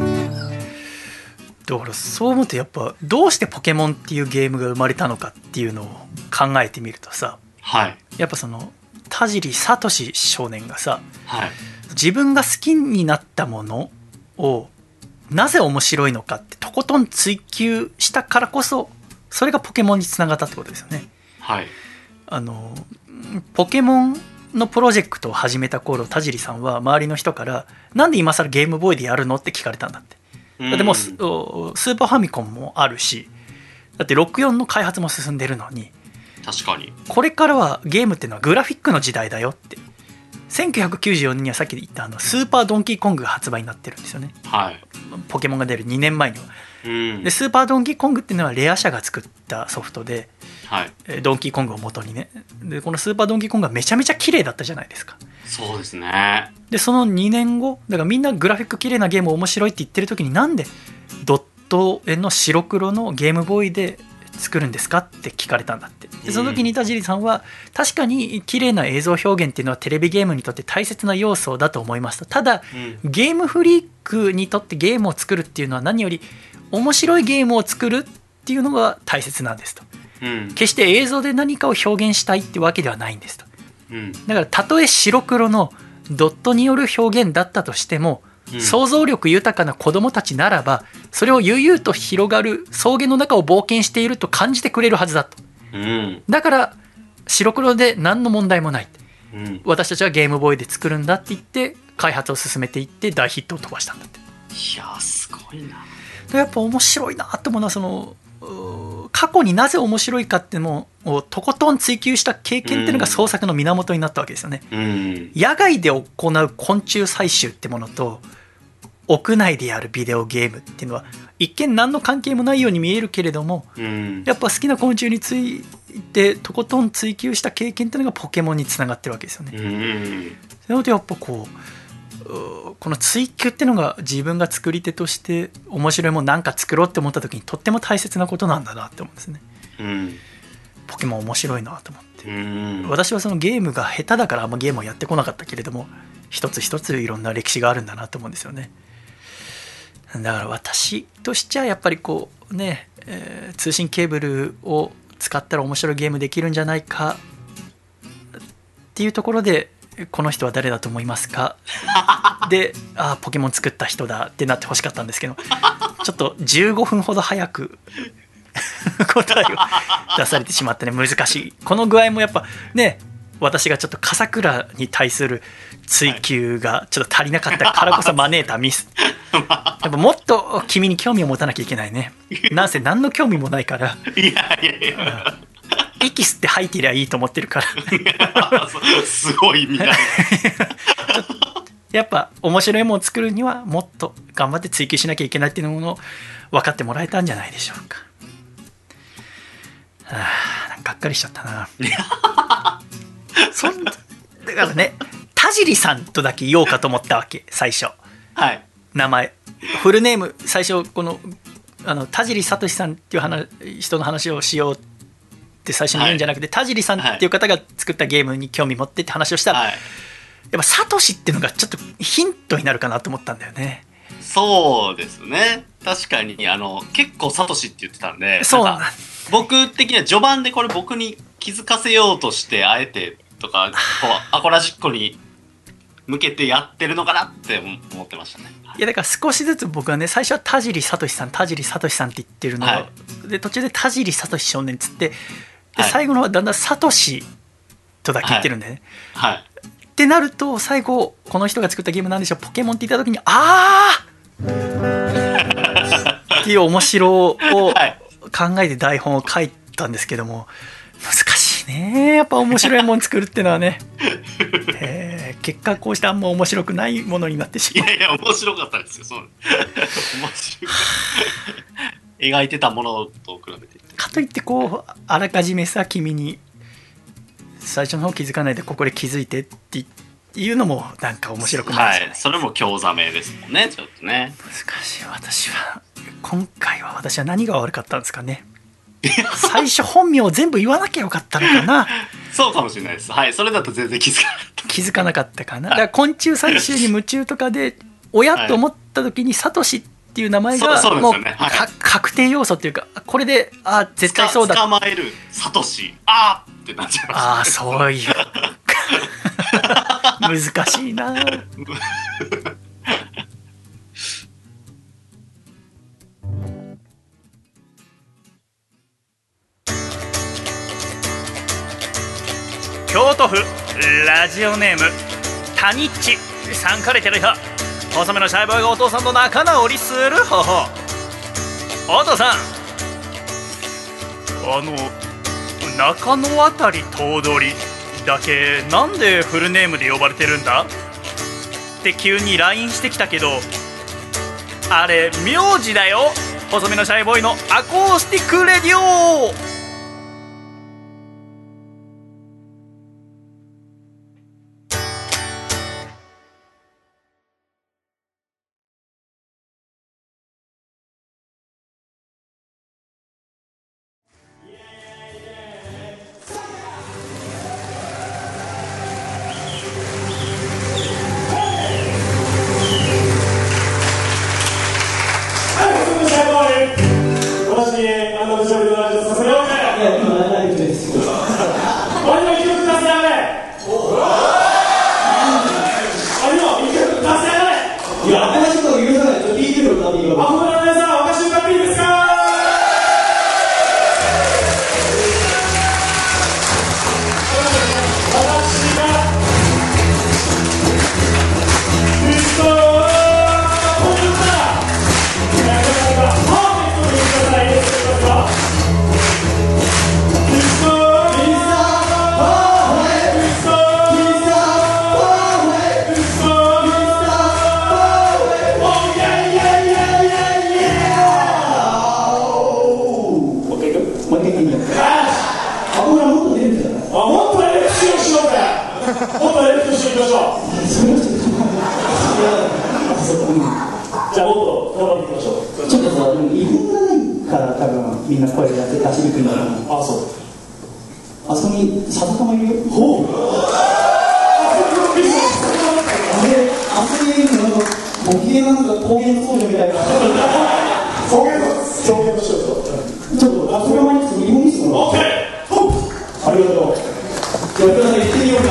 だからそう思うとやっぱどうしてポケモンっていうゲームが生まれたのかっていうのを考えてみるとさ、 はい、 やっぱその田尻聡少年がさ、 はい、 自分が好きになったものをなぜ面白いのかってとことん追求したからこそ、それがポケモンにつながったってことですよね。 はい、 ポケモンのプロジェクトを始めた頃、田尻さんは周りの人からなんで今更ゲームボーイでやるのって聞かれたんだって。だってもうスーパーファミコンもあるし、だって64の開発も進んでるのに、 確かにこれからはゲームっていうのはグラフィックの時代だよって。1994年にはさっき言ったスーパードンキーコングが発売になってるんですよね、 はい、 ポケモンが出る2年前には。でスーパードンキーコングっていうのはレア社が作ったソフトで、 はい、 ドンキーコングを元にね。でこのスーパードンキーコングがめちゃめちゃ綺麗だったじゃないですか。 そうですね。 でその2年後だからみんなグラフィック綺麗なゲーム面白いって言ってる時に、なんでドット絵の白黒のゲームボーイで作るんですかって聞かれたんだって。でその時に田尻さんは、確かに綺麗な映像表現っていうのはテレビゲームにとって大切な要素だと思いますと。ただ、ゲームフリークにとってゲームを作るっていうのは何より面白いゲームを作るっていうのが大切なんですと。決して映像で何かを表現したいってわけではないんですと。だからたとえ白黒のドットによる表現だったとしても、想像力豊かな子どもたちならば、それを悠々と広がる草原の中を冒険していると感じてくれるはずだと。だから白黒で何の問題もない、私たちはゲームボーイで作るんだって言って開発を進めていって大ヒットを飛ばしたんだって。 いやすごいな。 やっぱ面白いなと思うのは、その過去になぜ面白いかっていうのをとことん追求した経験っていうのが創作の源になったわけですよね。野外で行う昆虫採集ってものと屋内でやるビデオゲームっていうのは一見何の関係もないように見えるけれども、やっぱ好きな昆虫についてとことん追求した経験っていうのがポケモンにつながってるわけですよね。なのでやっぱこの追求っていうのが自分が作り手として面白いものなんか作ろうって思った時にとっても大切なことなんだなって思うんですね。ポケモン面白いなと思って、私はそのゲームが下手だからあんまゲームをやってこなかったけれども、一つ一ついろんな歴史があるんだなと思うんですよね。だから私としちゃやっぱりこうね、通信ケーブルを使ったら面白いゲームできるんじゃないかっていうところで、この人は誰だと思いますかで、ポケモン作った人だってなってほしかったんですけど、ちょっと15分ほど早く答えを出されてしまってね、難しい。この具合もやっぱね、私がちょっと笠倉に対する追求がちょっと足りなかったからこそ招いたミス。やっぱもっと君に興味を持たなきゃいけないね。なんせ何の興味もないから。息吸って吐いてりゃいいと思ってるからすごい意味だやっぱ面白いものを作るにはもっと頑張って追求しなきゃいけないっていうものを分かってもらえたんじゃないでしょうか。なんかがっかりしちゃったなだからね、田尻さんとだけ言おうかと思ったわけ最初。名前フルネーム最初この田尻聡さんっていう人の話をしようって最初に言うんじゃなくて、田尻さんっていう方が作ったゲームに興味持ってって話をしたら、やっぱ聡っていうのがちょっとヒントになるかなと思ったんだよね。 そうですね、確かに結構聡って言ってたんで、 そうなんだ。 僕的には序盤でこれ僕に気づかせようとしてあえてとかこうアコラジッコに向けてやってるのかなって思ってましたね。 いやだから少しずつ僕はね、最初は田尻聡さん田尻聡さんって言ってるの、で途中で田尻聡少年っつって、で最後のはだんだん聡とだけ言ってるんでね、ってなると最後この人が作ったゲームなんでしょう、ポケモンって言った時にっていう面白を考えて台本を書いたんですけども、難しいねやっぱ面白いもの作るっていうのはね結果こうしてあんま面白くないものになってしまう。 いや面白かったですよ。そう面白い描いてたものと比べてかといってこうあらかじめさ君に最初の方気づかないでここで気づいてっていうのもなんか面白くないじゃない。 それも興ざめですもんね。ちょっとね難しい。今回は私は何が悪かったんですかね最初本名を全部言わなきゃよかったのかなそうかもしれないです。それだと全然気づかなかったかな。だから昆虫採集に夢中とかで親と思った時にサトシっていう名前がもう確定要素っていうか、これで絶対そうだ捕まえるサトシってなっちゃいました。 そういう難しいな京都府ラジオネームタニッチさんからいただいた細めのシャイボーイがお父さんと仲直りする方法。お父さん、中野あたり頭取だけなんでフルネームで呼ばれてるんだって急に LINE してきたけど、あれ名字だよ。細めのシャイボーイのアコースティックレディオ。 私にあの勝利の味をさせよう。 もっとエレクションしようぜ。もっとエレクションしていきましょう。じゃあもっと頑張っていきましょう。 ちょっとさ、でも異変がないから多分みんな声出しにくいんだろうな。 あ、そう。 あそこにさだかまいるよ。 ほう。 あそこにいるのなんか模型なんか高原僧侶みたいな。 草原のしようと。 ちょっとあそこまで日本にしてもらおう。 オッケー。 ありがとう。じゃあ皆さん行ってみようか。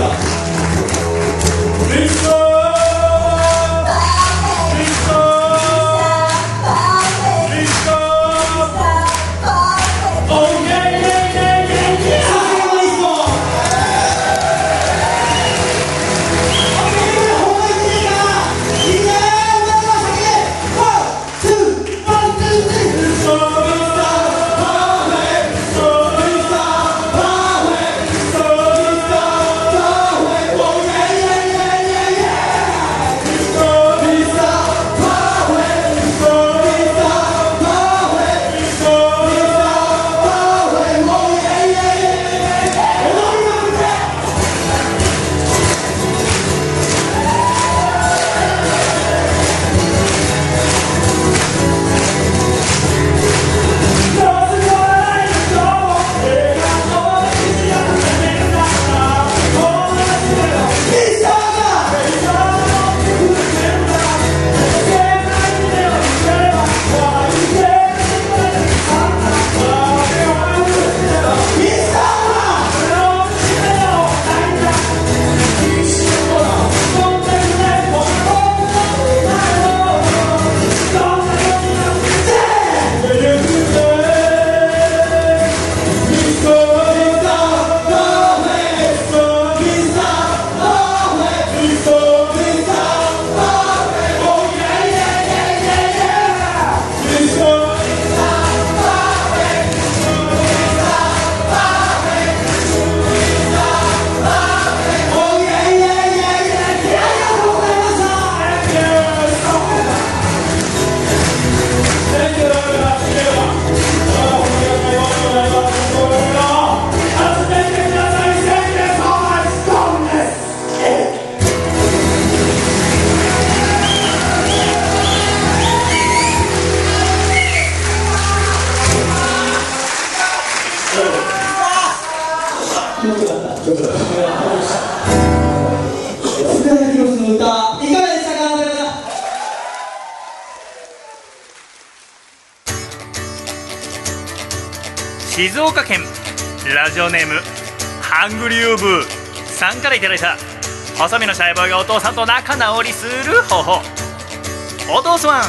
静岡県ラジオネームハングリーオブさんからいただいた細身のシャイボーイがお父さんと仲直りする方法。お父さん、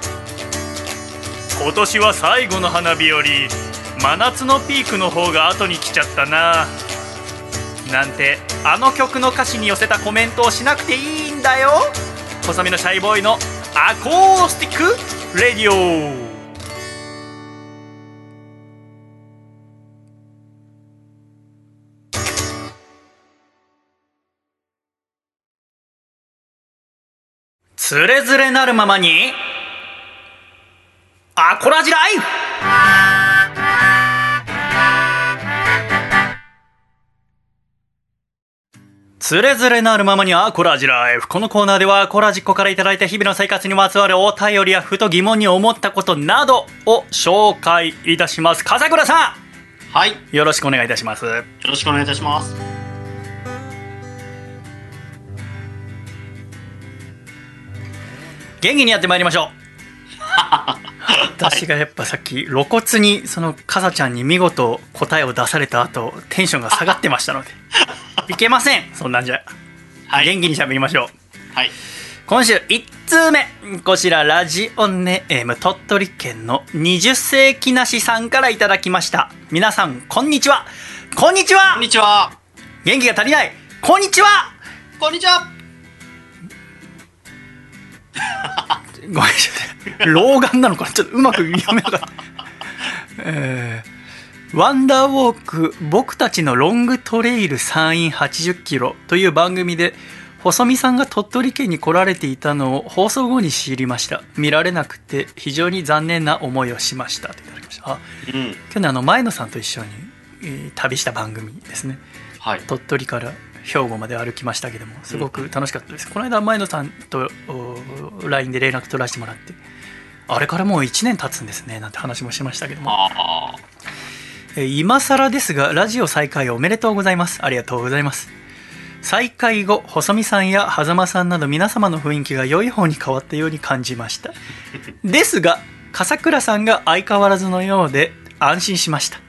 今年は最後の花火より真夏のピークの方が後に来ちゃったななんてあの曲の歌詞に寄せたコメントをしなくていいんだよ。細身のシャイボーイのアコースティックレディオ。つれづれなるままにアコラジライフ。つれづれなるままにアコラジライフ。このコーナーではアコラジっ子からいただいた日々の生活にまつわるお便りやふと疑問に思ったことなどを紹介いたします。笠倉さん、 はい、 よろしくお願いいたします。 よろしくお願いいたします。 元気にやってまいりましょう。私がやっぱさっき露骨にそのかさちゃんに見事答えを出された後テンションが下がってましたのでいけません、そんなんじゃ、はい、元気にしゃべりましょう。 はい、 今週1通目、こちらラジオネーム鳥取県の20世紀なしさんからいただきました。皆さんこんにちは。こんにちは。 こんにちは。 元気が足りない。こんにちは。 こんにちは。 ごめんなさい、老眼なのかな、ちょっとうまく読めなかった。ワンダーウォーク僕たちのロングトレイル山陰80キロという番組で細見さんが鳥取県に来られていたのを放送後に知りました。見られなくて非常に残念な思いをしましたといただきました。去年前野さんと一緒に、旅した番組ですね。 はい、 鳥取から兵庫まで歩きましたけども、すごく楽しかったです、この間前野さんと LINE で連絡取らせてもらって、あれからもう1年経つんですねなんて話もしましたけども、今更ですがラジオ再開おめでとうございます。ありがとうございます。再開後、細見さんや狭間さんなど皆様の雰囲気が良い方に変わったように感じましたですが笠倉さんが相変わらずのようで安心しました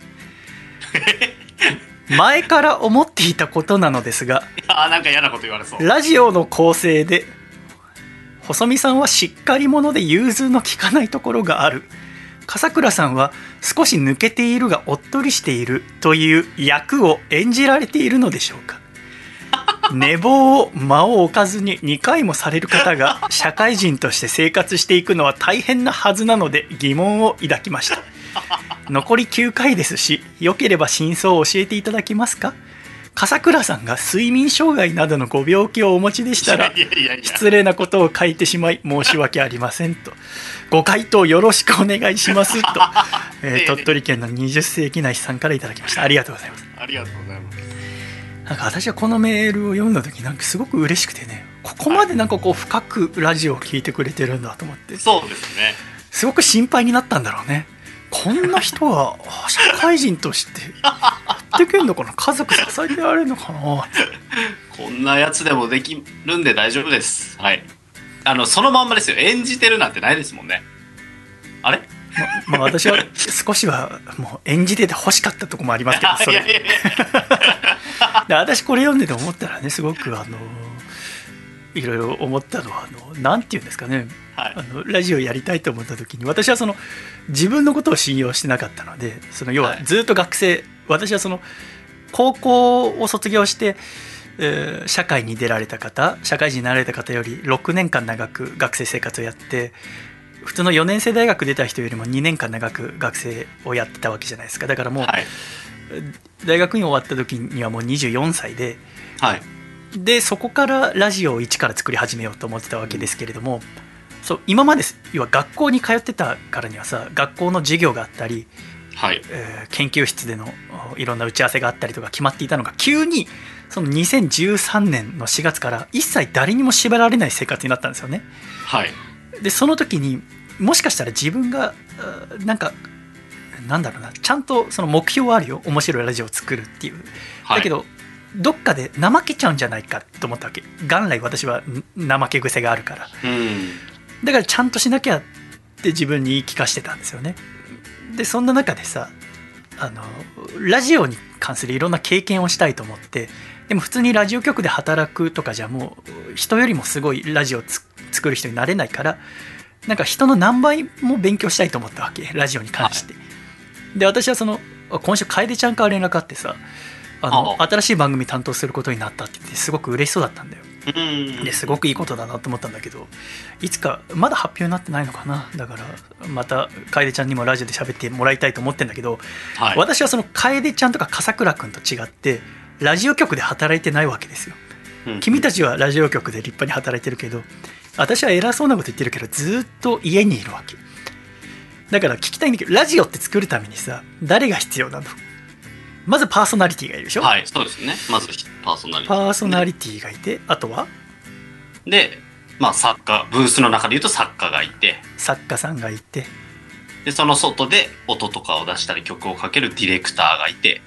前から思っていたことなのですが、 なんか嫌なこと言われそう。 ラジオの構成で細見さんはしっかり者で融通の利かないところがある、笠倉さんは少し抜けているがおっとりしているという役を演じられているのでしょうか。寝坊を間を置かずに2回もされる方が社会人として生活していくのは大変なはずなので疑問を抱きました。残り9回ですし、よければ真相を教えていただけますか。笠倉さんが睡眠障害などのご病気をお持ちでしたら失礼なことを書いてしまい申し訳ありませんと、ご回答よろしくお願いしますと、鳥取県の20世紀内さんからいただきました。ありがとうございます。 ありがとうございます。 なんか私はこのメールを読んだ時なんかすごく嬉しくてね、ここまでなんかこう深くラジオを聞いてくれてるんだと思って、 そうですね、 すごく心配になったんだろうね。こんな人は社会人としてやってけんのかな、家族支えてられるのかなこんなやつでもできるんで大丈夫です。はい、そのまんまですよ。演じてるなんてないですもんね。あれ私は少しはもう演じてて欲しかったところもありますけど、それで私これ読んでて思ったらね、すごくいろいろ思ったのはなんていうんですかね、はい、ラジオやりたいと思った時に私はその自分のことを信用してなかったので、その要はずっと学生、私はその高校を卒業して、社会に出られた方、社会人になられた方より6年間長く学生生活をやって、普通の4年生大学出た人よりも2年間長く学生をやってたわけじゃないですか。だからもう、はい、大学院終わった時にはもう24歳で、 はい、 でそこからラジオを一から作り始めようと思ってたわけですけれども、そう今まで要は学校に通ってたからにはさ、学校の授業があったり、 はい、 研究室でのいろんな打ち合わせがあったりとか決まっていたのが、急にその2013年の4月から一切誰にも縛られない生活になったんですよね。 はい、 でその時にもしかしたら自分がなんだろうな、ちゃんとその目標はあるよ、面白いラジオを作るっていう、 はい、 だけどどっかで怠けちゃうんじゃないかと思ったわけ。元来私は怠け癖があるから、だからちゃんとしなきゃって自分に言い聞かせてたんですよね。でそんな中でさ、ラジオに関するいろんな経験をしたいと思って、でも普通にラジオ局で働くとかじゃもう人よりもすごいラジオを作る人になれないから、なんか人の何倍も勉強したいと思ったわけ、ラジオに関して。で私はその今週楓ちゃんから連絡あってさ、新しい番組担当することになったって言ってすごく嬉しそうだったんだよ。ですごくいいことだなと思ったんだけど、いつかまだ発表になってないのかな。だからまた楓ちゃんにもラジオで喋ってもらいたいと思ってんだけど、はい、私はその楓ちゃんとか笠倉くんと違ってラジオ局で働いてないわけですよ。君たちはラジオ局で立派に働いてるけど、私は偉そうなこと言ってるけどずっと家にいるわけだから、聞きたいんだけど、ラジオって作るためにさ、誰が必要なの？まずパーソナリティがいるでしょ。 はい、そうですね。まずパーソナリティがいて、あとはで、まあ作家、ブースの中でいうと作家がいて、 作家さんがいて、 でその外で音とかを出したり曲をかけるディレクターがいて、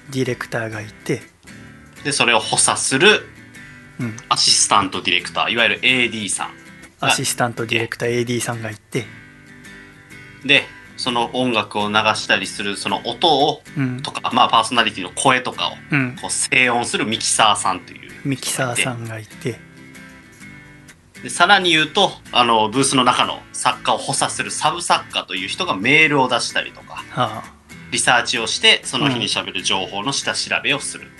でそれを補佐するアシスタントディレクター、いわゆる AD さん、 アシスタントディレクター AD さんがいて、 でその音楽を流したりするその音を、とか、まあ、パーソナリティの声とかを、こう静音するミキサーさんというミキサーさんがいて、 でさらに言うとブースの中の作家を補佐するサブ作家という人がメールを出したりとか、リサーチをしてその日にしゃべる情報の下調べをする、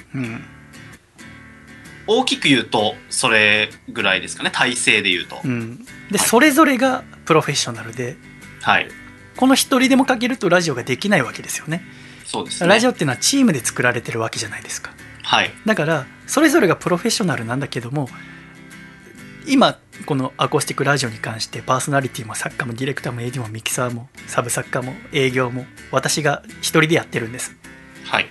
大きく言うとそれぐらいですかね、体制で言うと、 でそれぞれがプロフェッショナルで、 はい、 この一人でもかけるとラジオができないわけですよね。 そうですね。 ラジオっていうのはチームで作られてるわけじゃないですか。 はい。 だからそれぞれがプロフェッショナルなんだけども、今このアコースティックラジオに関してパーソナリティも作家もディレクターも AD もミキサーもサブ作家も営業も私が一人でやってるんです。 はい。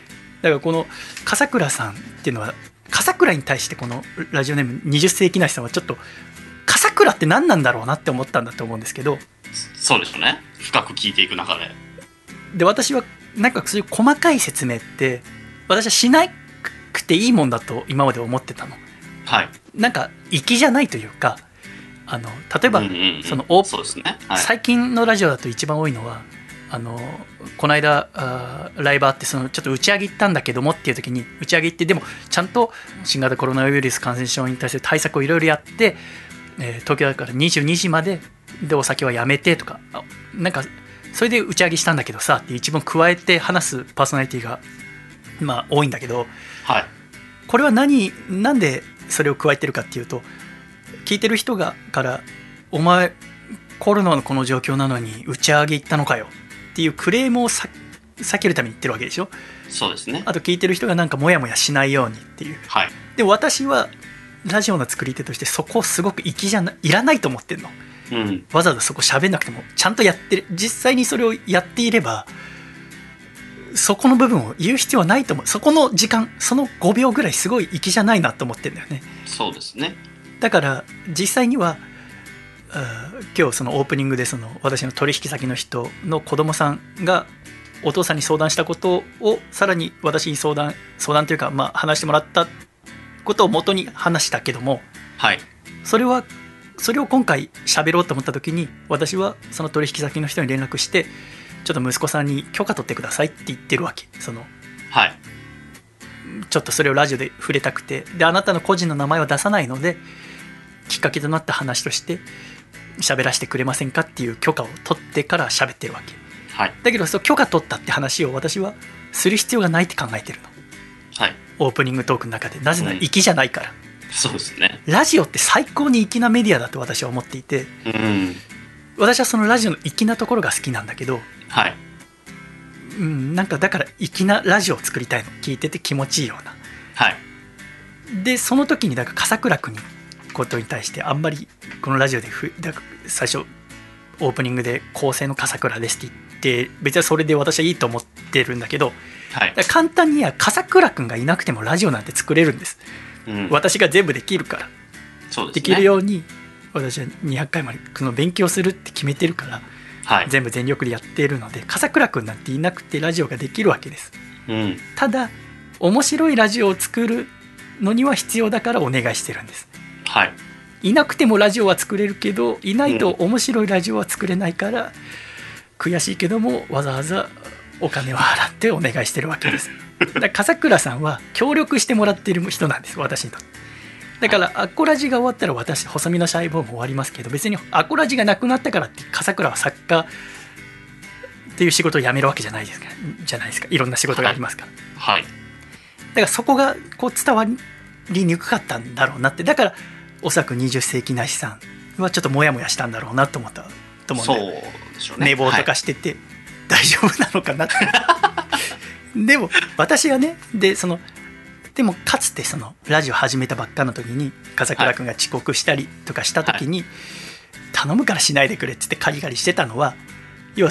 からこの笠倉さんっていうのは、笠倉に対してこのラジオネーム20世紀梨さんはちょっと笠倉って何なんだろうなって思ったんだと思うんですけど。 そうですよね、深く聞いていく中で私はなんかそういう細かい説明って私はしなくていいもんだと今まで思ってたの。 はい。 なんか粋じゃないというか、例えば、そのそうですね、はい、 最近のラジオだと一番多いのはこの間ライブあって、そのちょっと打ち上げ行ったんだけどもっていう時に、打ち上げ行ってでもちゃんと新型コロナウイルス感染症に対する対策をいろいろやって、東京だから22時まででお酒はやめてとか、なんかそれで打ち上げしたんだけどさって一番加えて話すパーソナリティがまあ多いんだけど、 はい、 これはなんでそれを加えてるかっていうと、聞いてる人からお前コロナのこの状況なのに打ち上げ行ったのかよっていうクレームを避けるために言ってるわけでしょ。 そうですね。 あと聞いてる人がなんかモヤモヤしないようにっていう、 はい、 で私はラジオの作り手としてそこすごく粋じゃいらないと思ってんの、 うん、 わざわざそこ喋んなくてもちゃんとやってる、実際にそれをやっていればそこの部分を言う必要はないと思う。そこの時間、その5秒ぐらいすごい粋じゃないなと思ってるんだよね。 そうですね。 だから実際には今日そのオープニングでその私の取引先の人の子供さんがお父さんに相談したことをさらに私に相談というか、まあ話してもらったことを元に話したけども、 はい、 それを今回喋ろうと思った時に、私はその取引先の人に連絡してちょっと息子さんに許可取ってくださいって言ってるわけ。 はい、 ちょっとそれをラジオで触れたくて、であなたの個人の名前は出さないのできっかけとなった話として喋らせてくれませんかっていう許可を取ってから喋ってるわけ、 はい、 だけどその許可取ったって話を私はする必要がないって考えてるの、 はい、 オープニングトークの中で。なぜなら粋じゃないから、 そうですね。 ラジオって最高に粋なメディアだと私は思っていて、私はそのラジオの粋なところが好きなんだけど、 はい、 なんかだから粋なラジオを作りたいの、聞いてて気持ちいいような、 はい、 でその時にだから笠倉君にことに対してあんまりこのラジオで最初オープニングで構成の笠倉ですって言って、別にそれで私はいいと思ってるんだけど、 はい、 簡単には笠倉君がいなくてもラジオなんて作れるんです、私が全部できるから。 そうですね、 できるように私は200回までこの勉強するって決めてるから、 はい、 全部全力でやっているので笠倉君なんていなくてラジオができるわけです、ただ面白いラジオを作るのには必要だからお願いしてるんです、 はい、 いなくてもラジオは作れるけどいないと面白いラジオは作れないから、悔しいけどもわざわざお金を払ってお願いしてるわけですだから笠倉さんは協力してもらっている人なんです、私にとって。だからアコラジが終わったら私細身のシャイボーも終わりますけど、別にアコラジがなくなったからって笠倉は作家っていう仕事を辞めるわけじゃないですか、いろんな仕事がありますから、 はい、 だからそこがこう伝わりにくかったんだろうなって。だからおそらく20世紀梨さんはちょっとモヤモヤしたんだろうなと思ったと思うんで、 そうでしょうね、 寝坊とかしてて、大丈夫なのかなってでも私はね、でもかつてそのラジオ始めたばっかの時に笠倉君が遅刻したりとかした時に、頼むからしないでくれっつってカリカリしてたのは、要は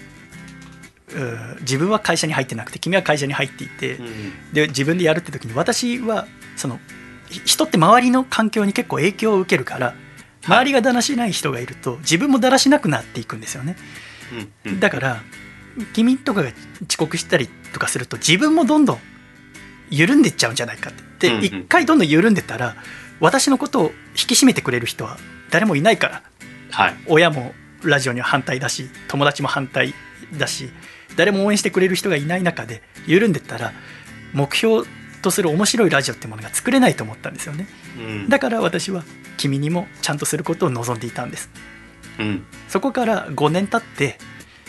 自分は会社に入ってなくて君は会社に入っていて、で自分でやるって時に私は人って周りの環境に結構影響を受けるから、周りがだらしない人がいると自分もだらしなくなっていくんですよね、だから君とかが遅刻したりとかすると自分もどんどん緩んでいっちゃうんじゃないかって。で、一回どんどん緩んでたら私のことを引き締めてくれる人は誰もいないから、 はい、 親もラジオには反対だし友達も反対だし誰も応援してくれる人がいない中で緩んでったら目標とする面白いラジオってものが作れないと思ったんですよね、だから私は君にもちゃんとすることを望んでいたんです、そこから5年経って、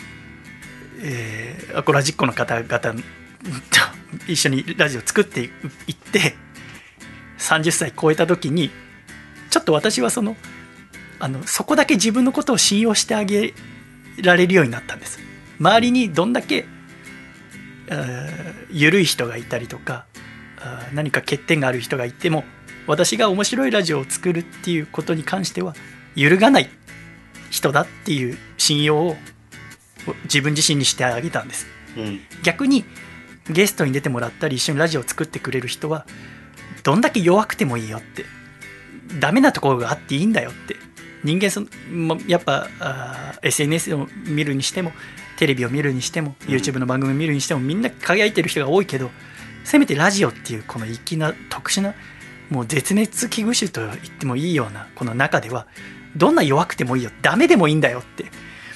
アコラジッコの方々一緒にラジオ作っていって30歳超えた時にちょっと私はそこだけ自分のことを信用してあげられるようになったんです。周りにどんだけ緩い人がいたりとか何か欠点がある人がいても、私が面白いラジオを作るっていうことに関しては揺るがない人だっていう信用を自分自身にしてあげたんです、逆にゲストに出てもらったり一緒にラジオを作ってくれる人はどんだけ弱くてもいいよって、ダメなところがあっていいんだよって、人間やっぱSNS を見るにしてもテレビを見るにしても YouTube の番組を見るにしてもみんな輝いてる人が多いけど、せめてラジオっていうこの粋な特殊なもう絶滅危惧種と言ってもいいようなこの中ではどんな弱くてもいいよ、ダメでもいいんだよって、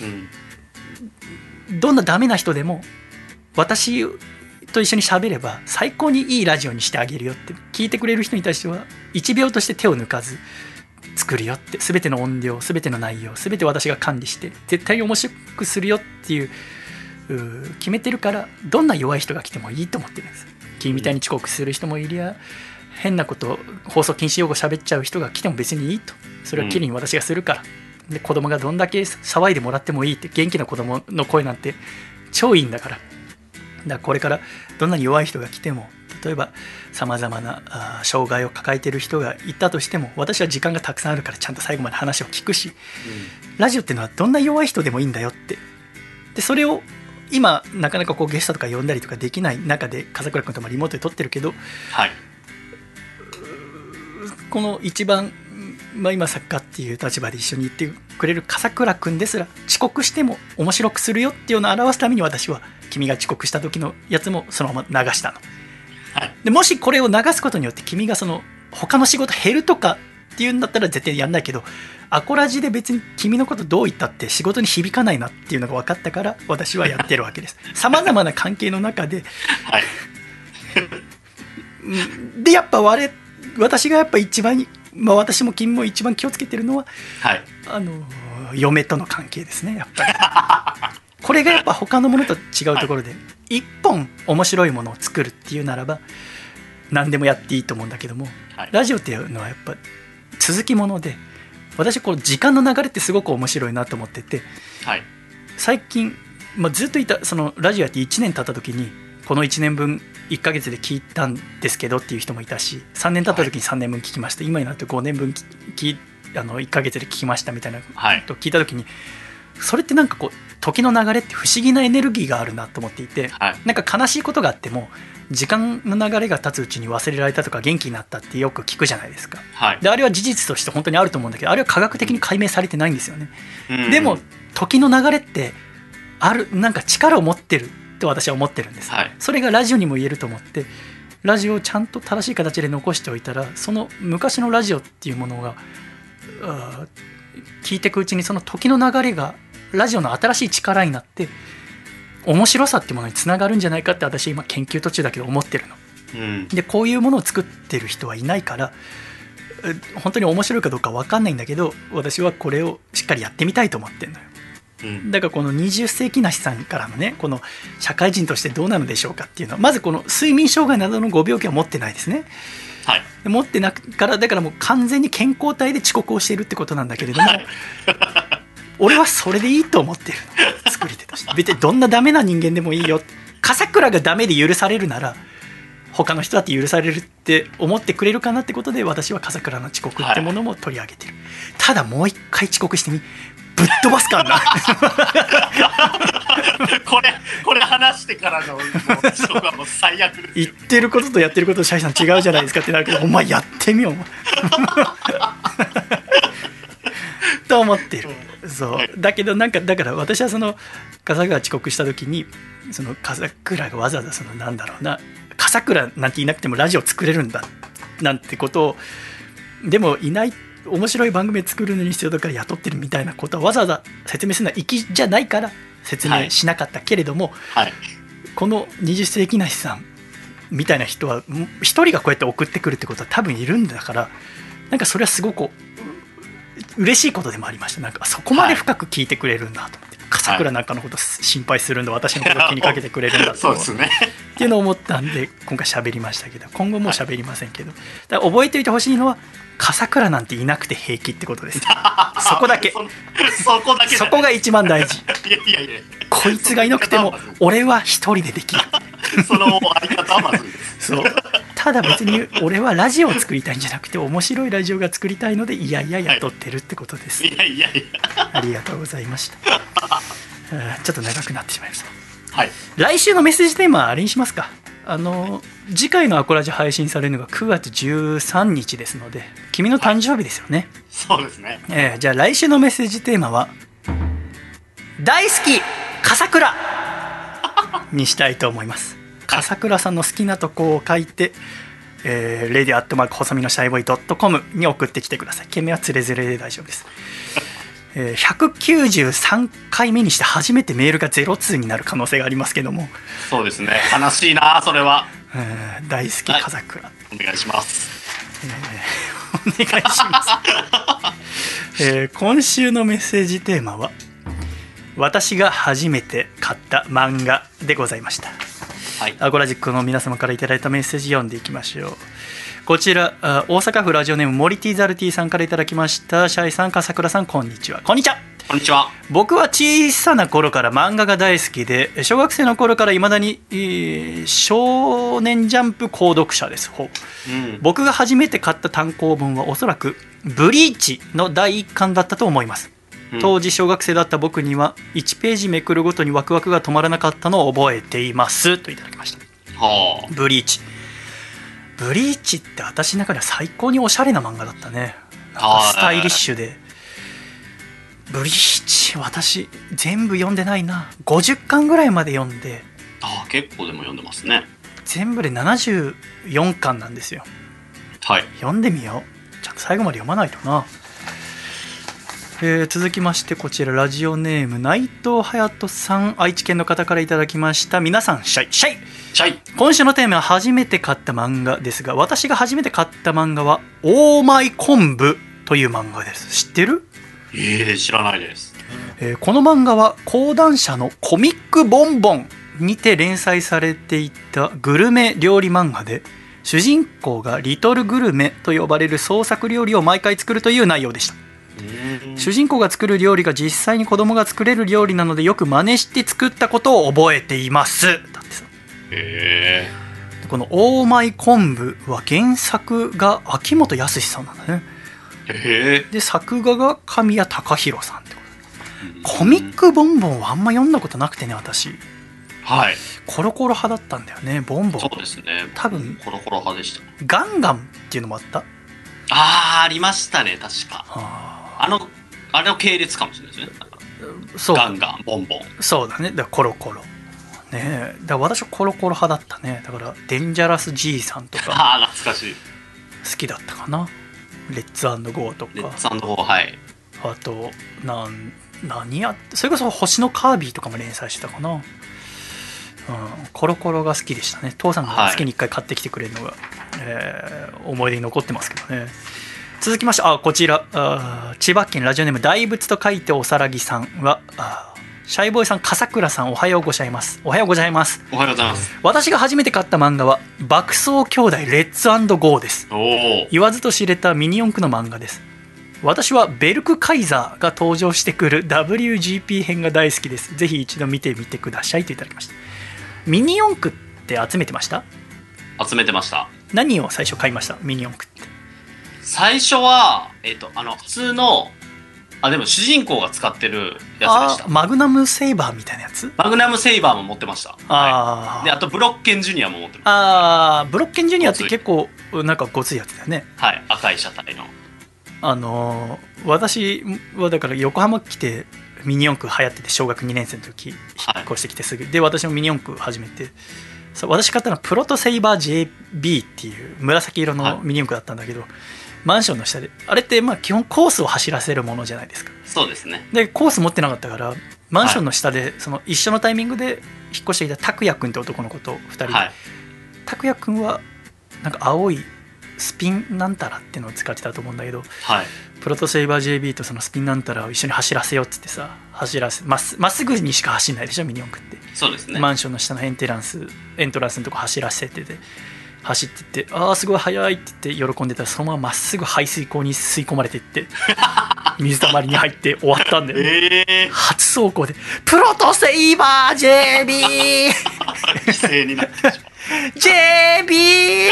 どんなダメな人でも私と一緒に喋れば最高にいいラジオにしてあげるよって、聞いてくれる人に対しては1秒として手を抜かず作るよって、全ての音量全ての内容全て私が管理して絶対に面白くするよっていう決めてるから、どんな弱い人が来てもいいと思ってるんです。君みたいに遅刻する人もいりゃ、変なこと放送禁止用語喋っちゃう人が来ても別にいいと、それはきれいに私がするから、で子供がどんだけ騒いでもらってもいいって、元気な子供の声なんて超いいんだから、これからどんなに弱い人が来ても、例えばさまざまな障害を抱えている人がいたとしても、私は時間がたくさんあるからちゃんと最後まで話を聞くし、ラジオっていうのはどんな弱い人でもいいんだよって、でそれを今なかなかこうゲストとか呼んだりとかできない中で笠倉君ともリモートで撮ってるけど、 はい、 この一番、今作家っていう立場で一緒に行ってくれる笠倉君ですら遅刻しても面白くするよっていうのを表すために、私は君が遅刻した時のやつもそのまま流したの、はい、でもしこれを流すことによって君がその他の仕事減るとかっていうんだったら絶対やんないけど、アコラジで別に君のことどう言ったって仕事に響かないなっていうのが分かったから私はやってるわけです。さまざまな関係の中で、はい、でやっぱ私がやっぱ一番、私も君も一番気をつけてるのは、はい、嫁との関係ですね。やっぱりこれがやっぱ他のものと違うところで、はい、一本面白いものを作るっていうならば何でもやっていいと思うんだけども、はい、ラジオっていうのはやっぱ続きもので、私この時間の流れってすごく面白いなと思ってて、はい、最近、ずっといたそのラジオやって1年経った時にこの1年分1ヶ月で聞いたんですけどっていう人もいたし、3年経った時に3年分聞きました、今になって5年分1ヶ月で聞きましたみたいなことを聞いた時に、それってなんかこう時の流れって不思議なエネルギーがあるなと思っていて、なんか悲しいことがあっても時間の流れが経つうちに忘れられたとか元気になったってよく聞くじゃないですか、であれは事実として本当にあると思うんだけど、あれは科学的に解明されてないんですよね、でも時の流れってある、なんか力を持ってると私は思ってるんです、それがラジオにも言えると思って、ラジオをちゃんと正しい形で残しておいたら、その昔のラジオっていうものが聞いていくうちにその時の流れがラジオの新しい力になって面白さっていうものにつながるんじゃないかって私今研究途中だけど思ってるの、でこういうものを作ってる人はいないから本当に面白いかどうか分かんないんだけど、私はこれをしっかりやってみたいと思ってるのよ、だからこの20世紀梨さんからのね、この社会人としてどうなのでしょうかっていうのは、まずこの睡眠障害などのご病気は持ってないですね、はい、持ってなからだからもう完全に健康体で遅刻をしているってことなんだけれども、はい、俺はそれでいいと思ってるの、作り手として。別にどんなダメな人間でもいいよ、笠倉がダメで許されるなら他の人だって許されるって思ってくれるかなってことで、私は笠倉の遅刻ってものも取り上げてる、はい、ただもう一回遅刻してみ、ぶっ飛ばすからなこれ話してからの遅刻はもう最悪です。 言ってることとやってることとシャイさん違うじゃないですかってなるけど、お前やってみようと思ってる。そうだけどだから私はその笠倉が遅刻した時に、その笠倉がわざわざそのなんだろうな、笠倉なんていなくてもラジオ作れるんだなんてことを、でもいない面白い番組を作るのに必要だから雇ってるみたいなことはわざわざ説明するのは粋じゃないから説明しなかったけれども、はいはい、この20世紀梨さんみたいな人は一人がこうやって送ってくるってことは多分いるんだから、なんかそれはすごく嬉しいことでもありました。なんかそこまで深く聞いてくれるんだと思って、笠倉なんかのこと心配するんだ、私のこと気にかけてくれるんだそうですねっていうのを思ったんで今回喋りましたけど、今後も喋りませんけど、だから覚えておいてほしいのは笠倉なんていなくて平気ってことですそこだけそこが一番大事。いやこいつがいなくても俺は一人でできるその相方はまずいですそう、ただ別に俺はラジオを作りたいんじゃなくて面白いラジオが作りたいのでいや雇ってるってことです、はい、いやありがとうございましたちょっと長くなってしまいました、はい、来週のメッセージテーマはあれにしますか。 次回のアコラジ配信されるのが9月13日ですので、君の誕生日ですよね。 そうですね。 じゃあ来週のメッセージテーマは大好き笠倉にしたいと思います。笠倉さんの好きなとこを書いて、radio@ 細身のシャイボーイ .com に送ってきてください。件名はつれづれで大丈夫です。193回目にして初めてメールが02になる可能性がありますけども。 そうですね、悲しいなそれは。 大好き笠倉、はい、 お願いします。 お願いします、今週のメッセージテーマは私が初めて買った漫画でございました。はい、アコラジックの皆様からいただいたメッセージ読んでいきましょう。こちら大阪府ラジオネームモリティザルティさんからいただきました。シャイさん、笠倉さん、こんにちは。こんにちは。 こんにちは。 僕は小さな頃から漫画が大好きで、小学生の頃からいまだに、少年ジャンプ購読者です。僕が初めて買った単行本はおそらくブリーチの第1巻だったと思います。当時小学生だった僕には1ページめくるごとにワクワクが止まらなかったのを覚えていますといただきました。ブリーチって私の中では最高におしゃれな漫画だったね。なんかスタイリッシュで。ブリーチ私全部読んでないな。50巻ぐらいまで読んで。 結構でも読んでますね。 全部で74巻なんですよ。 はい、 読んでみよう。ちゃんと最後まで読まないとな。続きましてこちらラジオネーム内藤隼人さん、愛知県の方からいただきました。皆さんシャイ。今週のテーマは初めて買った漫画ですが、私が初めて買った漫画はオーマイ昆布という漫画です。知ってる？ 知らないです。 この漫画は講談社のコミックボンボンにて連載されていたグルメ料理漫画で、主人公がリトルグルメと呼ばれる創作料理を毎回作るという内容でした。主人公が作る料理が実際に子供が作れる料理なので、よく真似して作ったことを覚えていますだってさ。このオーマイ昆布は原作が秋元康さんなんだね。で作画が神谷隆弘さんってこと。コミックボンボンはあんま読んだことなくてね、私。 はい、 コロコロ派だったんだよね。ボンボン。 そうですね、 多分コロコロ派でした。 ガンガンっていうのもあった。 ありましたね、確か。あの系列かもしれないですね。そうガンガンボンボン。そうだね。だからコロコロね。だから私はコロコロ派だったね。だからデンジャラス G さんとか懐かしい好きだったかな。レッツ&ゴーとか。 レッツ&ゴー、はい。 あと何やってそれこそ星のカービィとかも連載してたかな。コロコロが好きでしたね。父さんが月に1回買ってきてくれるのが、思い出に残ってますけどね。続きましてこちら千葉県ラジオネーム大仏と書いておさらぎさんはシャイボーイさん、笠倉さん、おはようございます。おはようございます。 おはようございます。 私が初めて買った漫画は爆走兄弟レッツ&ゴーです。言わずと知れたミニ四駆の漫画です。私はベルクカイザーが登場してくる WGP 編が大好きです。ぜひ一度見てみてくださいといただきました。ミニ四駆って集めてました？ 集めてました。 何を最初買いました？ミニ四駆って。 最初は普通のでも主人公が使ってるやつでした。 マグナムセイバーみたいなやつ。 マグナムセイバーも持ってました。であとブロッケンジュニアも持ってました。 ブロッケンジュニアって結構なんかごついやつだよね。 はい、赤い車体の。 私はだから横浜来てミニ四駆流行ってて、小学2年生の時引っ越してきてすぐ、で私もミニ四駆始めて、私買ったのはプロトセイバー JB っていう紫色のミニ四駆だったんだけど、マンションの下であれって基本コースを走らせるものじゃないですか。 そうですね。 でコース持ってなかったからマンションの下で一緒のタイミングで引っ越してきた拓也君って男の子と2人で、拓也君はなんか青いスピンなんたらっていうのを使ってたと思うんだけど、プロトセイバー JB とそのスピンなんたらを一緒に走らせようっつってさ、まっすぐにしか走んないでしょミニ四駆って。 そうですね。 マンションの下のエントランスのとこ走らせてて、走ってってすごい速いって言って喜んでたら、そのまままっすぐ排水溝に吸い込まれていって水たまりに入って終わったんだよね。初走行でプロトセイバー JB 犠牲になってしまう JB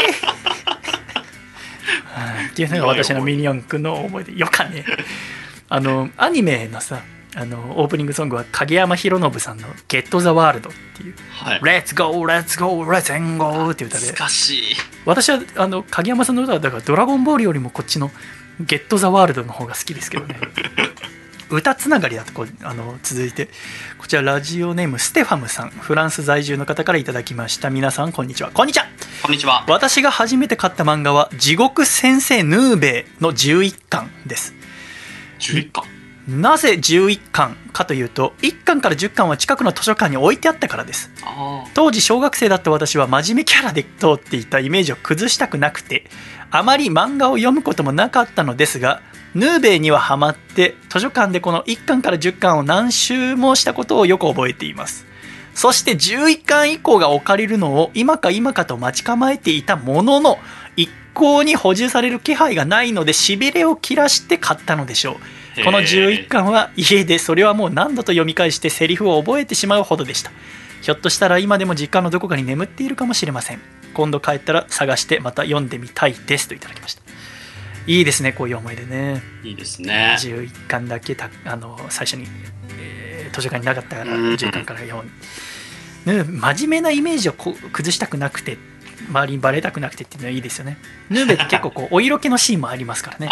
っていうのが私のミニ四駆の思い出。よかねアニメのさオープニングソングは影山博信さんの「ゲット・ザ・ワールド」っていう「 はい、 レッツゴーレッツゴーレッツエンゴー」っていう歌で、 懐かしい。 私は影山さんの歌はだからドラゴンボールよりもこっちの「ゲット・ザ・ワールド」の方が好きですけどね歌つながりだと続いてこちらラジオネームステファムさん、フランス在住の方からいただきました。皆さんこんにちは。こんにちは。 こんにちは。 私が初めて買った漫画は地獄先生ヌーベイの11巻です。 11巻。 なぜ11巻かというと、1巻から10巻は近くの図書館に置いてあったからです。当時小学生だった私は真面目キャラで通っていたイメージを崩したくなくて、あまり漫画を読むこともなかったのですが、ヌーベイにはハマって図書館でこの1巻から10巻を何周もしたことをよく覚えています。そして11巻以降が置かれるのを今か今かと待ち構えていたものの、一向に補充される気配がないのでしびれを切らして買ったのでしょう。この11巻は家でそれはもう何度と読み返してセリフを覚えてしまうほどでした。ひょっとしたら今でも実家のどこかに眠っているかもしれません。今度帰ったら探してまた読んでみたいですといただきました。いいですね、こういう思い出ね。 いいですね。 11巻だけ最初に、図書館になかったから11巻から読む、真面目なイメージを崩したくなくて、周りにバレたくなくてっていうのはいいですよね。ヌーベって結構お色気のシーンもありますからね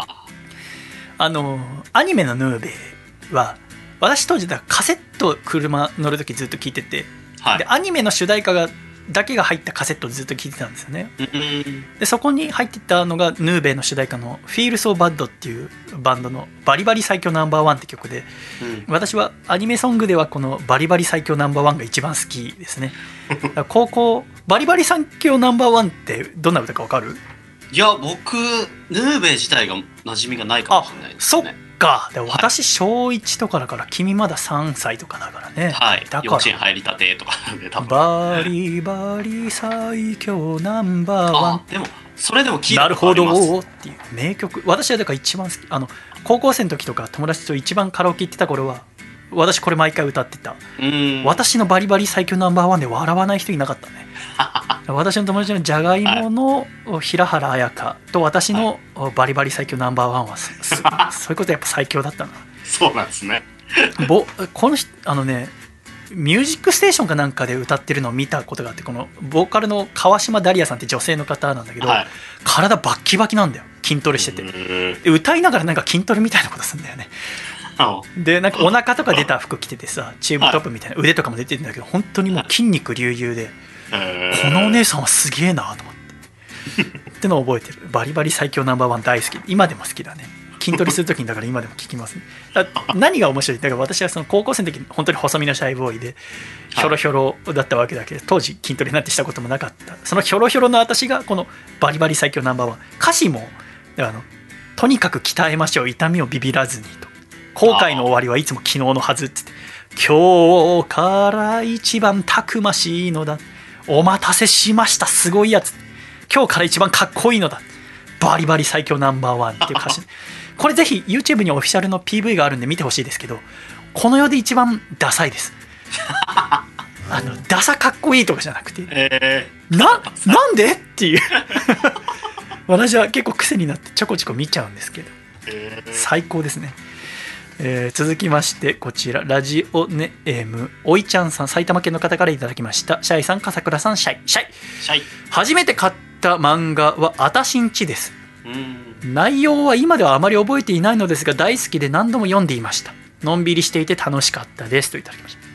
アニメのヌーベは私当時だカセット車乗るときずっと聞いてて、はい、でアニメの主題歌だけが入ったカセットをずっと聴いてたんですよね。でそこに入ってたのがヌーベイの主題歌の Feel So Bad っていうバンドのバリバリ最強ナンバーワンって曲で、私はアニメソングではこのバリバリ最強ナンバーワンが一番好きですね。高校バリバリ最強ナンバーワンってどんな歌か分かる？ いや僕ヌーベイ自体が馴染みがないかもしれないですね。 でも私小1とかだから君まだ3歳とかだからね。 はい。 だから幼稚園入りたてとかなんで多分。 バリバリ最強ナンバーワン。 でもそれでも聞いたなるほどっていう名曲。私はだから一番好き。高校生の時とか友達と一番カラオケ行ってた頃は私これ毎回歌ってた。私のバリバリ最強ナンバーワンで笑わない人いなかったね。私の友達のジャガイモの平原綾香と私のバリバリ最強ナンバーワンはそういうことやっぱ最強だったな。 そうなんですね。 この人ミュージックステーションかなんかで歌ってるのを見たことがあって、このボーカルの川島ダリアさんって女性の方なんだけど、体バッキバキなんだよ、筋トレしてて。で歌いながらなんか筋トレみたいなことするんだよね。でなんかお腹とか出た服着ててさ、チューブトップみたいな腕とかも出てるんだけど、本当にもう筋肉隆々で、このお姉さんはすげえなと思ってってのを覚えてる。バリバリ最強ナンバーワン大好き。今でも好きだね。筋トレするときにだから今でも聞きますね。何が面白い、だから私はその高校生の時に本当に細身のシャイボーイでヒョロヒョロだったわけだけど、当時筋トレなんてしたこともなかった。そのヒョロヒョロの私がこのバリバリ最強ナンバーワン、歌詞もとにかく鍛えましょう、痛みをビビらずにと、後悔の終わりはいつも昨日のはずって言って、今日から一番たくましいのだ、お待たせしましたすごいやつ、今日から一番かっこいいのだ、バリバリ最強ナンバーワンっていう歌詞これぜひ YouTube にオフィシャルの PV があるんで見てほしいですけど、この世で一番ダサいですダサかっこいいとかじゃなくて、なんでっていう私は結構癖になってちょこちょこ見ちゃうんですけど、最高ですね。続きましてこちらラジオネームおいちゃんさん、埼玉県の方からいただきました。シャイさん、笠倉さん、シャイ初めて買った漫画はあたしんちです。内容は今ではあまり覚えていないのですが大好きで何度も読んでいました。のんびりしていて楽しかったですといただきました。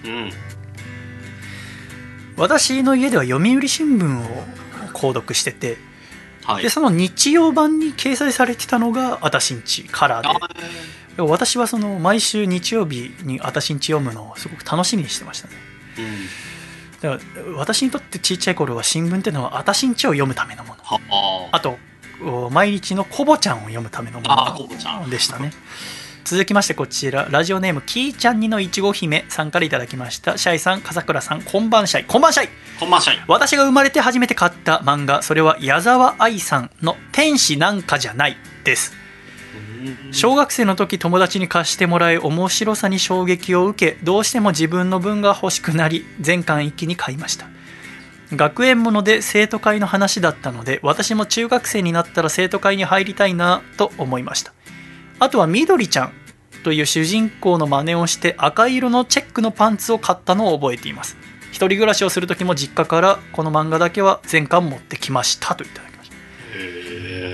私の家では読売新聞を購読してて、でその日曜版に掲載されてたのがあたしんちカラーで、私はその毎週日曜日にあたしんち読むのをすごく楽しみにしてましたね。だから私にとってちっちゃい頃は新聞っていうのはあたしんちを読むためのもの、あと毎日のコボちゃんを読むためのものでしたね。続きましてこちらラジオネームキーちゃんにのいちご姫さんからいただきました。シャイさん、笠倉さん、こんばんシャイ。こんばんシャイ。私が生まれて初めて買った漫画、それは矢沢愛さんの天使なんかじゃないです。小学生の時友達に貸してもらい面白さに衝撃を受け、どうしても自分の分が欲しくなり全巻一気に買いました。学園もので生徒会の話だったので、私も中学生になったら生徒会に入りたいなと思いました。あとはみどりちゃんとという主人公の真似をして赤色のチェックのパンツを買ったのを覚えています。一人暮らしをする時も実家からこの漫画だけは全巻持ってきましたといただきました。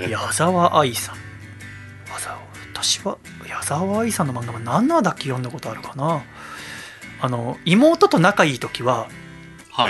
矢沢愛さん。私は矢沢愛さんの漫画は7だけ読んだことあるかな。妹と仲いい時は、 はい、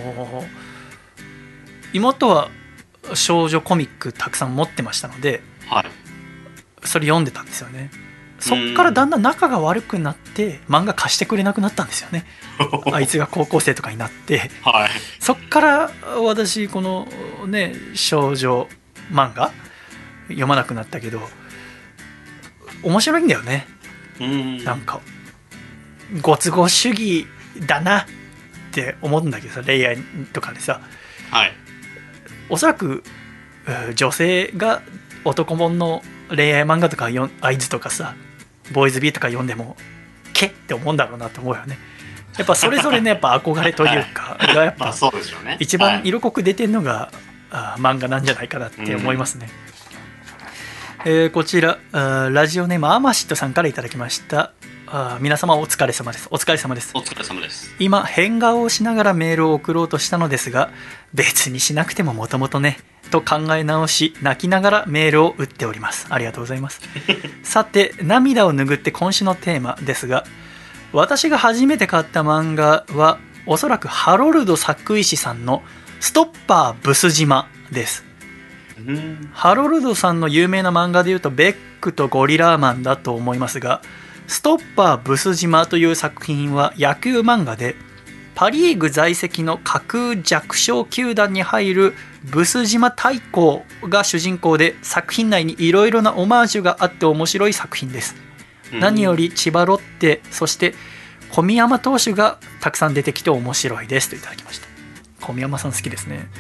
妹は少女コミックたくさん持ってましたので、 はい、 それ読んでたんですよね。そっからだんだん仲が悪くなって漫画貸してくれなくなったんですよねあいつが高校生とかになって、 はい、 そっから私このね少女漫画読まなくなったけど面白いんだよね。なんかご都合主義だなって思うんだけどさ、恋愛とかでさ、 はい、 おそらく女性が男物の恋愛漫画とかアイズとかさボーイズビーとか読んでもけって思うんだろうなと思うよね。やっぱそれぞれねやっぱ憧れというかがやっぱ一番色濃く出てるのが漫画なんじゃないかなって思いますね。こちらラジオネームアマシットさんからいただきました。皆様お疲れ様です。お疲れ様です。 お疲れ様です。 今変顔をしながらメールを送ろうとしたのですが別にしなくてももともとねと考え直し泣きながらメールを打っております。ありがとうございますさて涙を拭って今週のテーマですが、私が初めて買った漫画はおそらくハロルド作石さんのストッパーブス島です。ハロルドさんの有名な漫画でいうとベックとゴリラーマンだと思いますが、ストッパーブス島という作品は野球漫画でパリーグ在籍の架空弱小球団に入るブス島大光が主人公で、作品内にいろいろなオマージュがあって面白い作品です。何より千葉ロッテそして小宮山投手がたくさん出てきて面白いですといただきました。小宮山さん好きですね。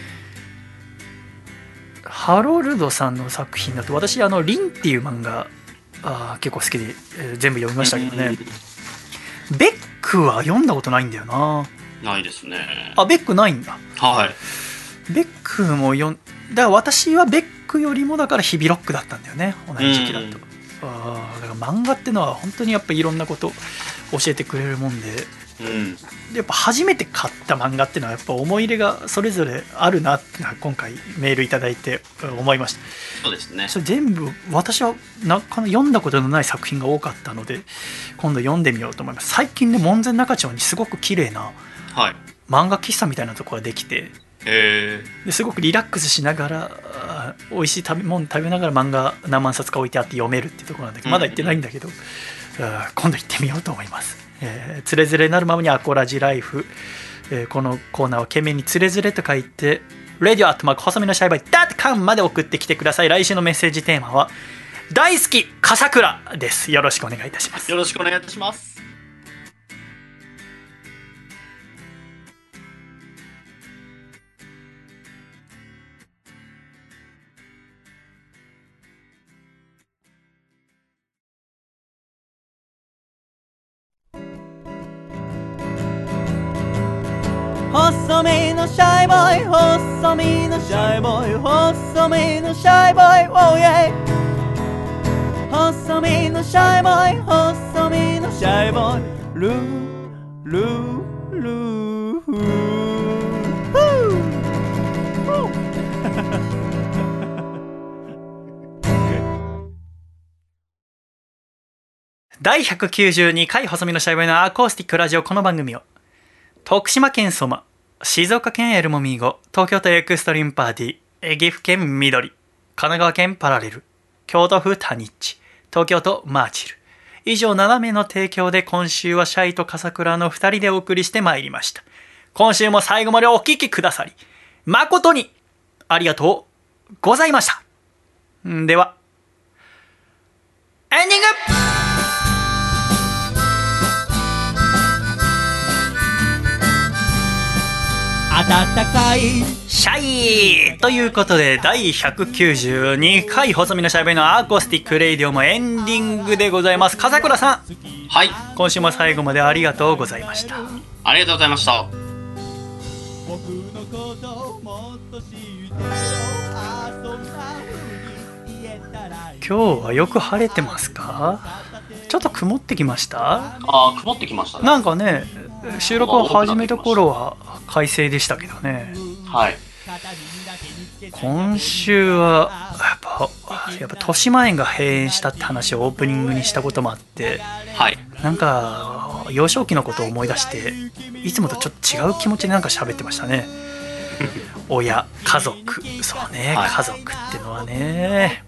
ハロルドさんの作品だと私リンっていう漫画結構好きで、全部読みましたけどね。ベックは読んだことないんだよな。 ないですね。 ベックないんだ。 はい。 ベックもだから私はベックよりもだからヒビロックだったんだよね、同じ時期だと。だから漫画ってのは本当にやっぱいろんなこと教えてくれるもんで、でやっぱ初めて買った漫画っていうのはやっぱ思い入れがそれぞれあるなって今回メールいただいて思いました。 そうですね。 それ全部私はなかなか読んだことのない作品が多かったので今度読んでみようと思います。最近ね門前仲町にすごく綺麗な漫画喫茶みたいなところができて、ですごくリラックスしながら美味しいもの食べながら漫画何万冊か置いてあって読めるっていうところなんだけど、まだ行ってないんだけど、今度行ってみようと思います。つれづれなるままにアコラジライフ、このコーナーは懸命につれづれと書いてラジオアットマーク細身のシャイボーイ.comまで送ってきてください。来週のメッセージテーマは大好き笠倉です。よろしくお願いいたします。 よろしくお願いいたします。 細身のシャイボーイ、細身のシャイボーイ、細身のシャイボーイ、oh yeah。細身のシャイボーイ、細身のシャイボーイ、ルールールーフー第192回細身のシャイボーイのアコースティックラジオ。この番組を徳島県ソマ、静岡県エルモミーゴ、東京都エクストリームパーティー、岐阜県緑、神奈川県パラレル、京都府タニッチ、東京都マーチル、以上7名の提供で今週はシャイと笠倉の2人でお送りしてまいりました。今週も最後までお聞きくださり誠にありがとうございました。ではエンディング。 暖かいシャイということで第192回細身のシャイボーイのアーコースティックレイディオもエンディングでございます。笠倉さん、 はい、 今週も最後までありがとうございました。 ありがとうございました。 今日はよく晴れてますか？ ょっと曇ってきました。 ああ、曇ってきましたね。 なんかね、収録を始めた頃は快晴でしたけどね。 はい。 今週はやっぱ豊島園が閉園したって話をオープニングにしたこともあって、 はい、 なんか幼少期のことを思い出して、いつもとちょっと違う気持ちでなんか喋ってましたね。親、家族、そうね、はい、家族ってのはね、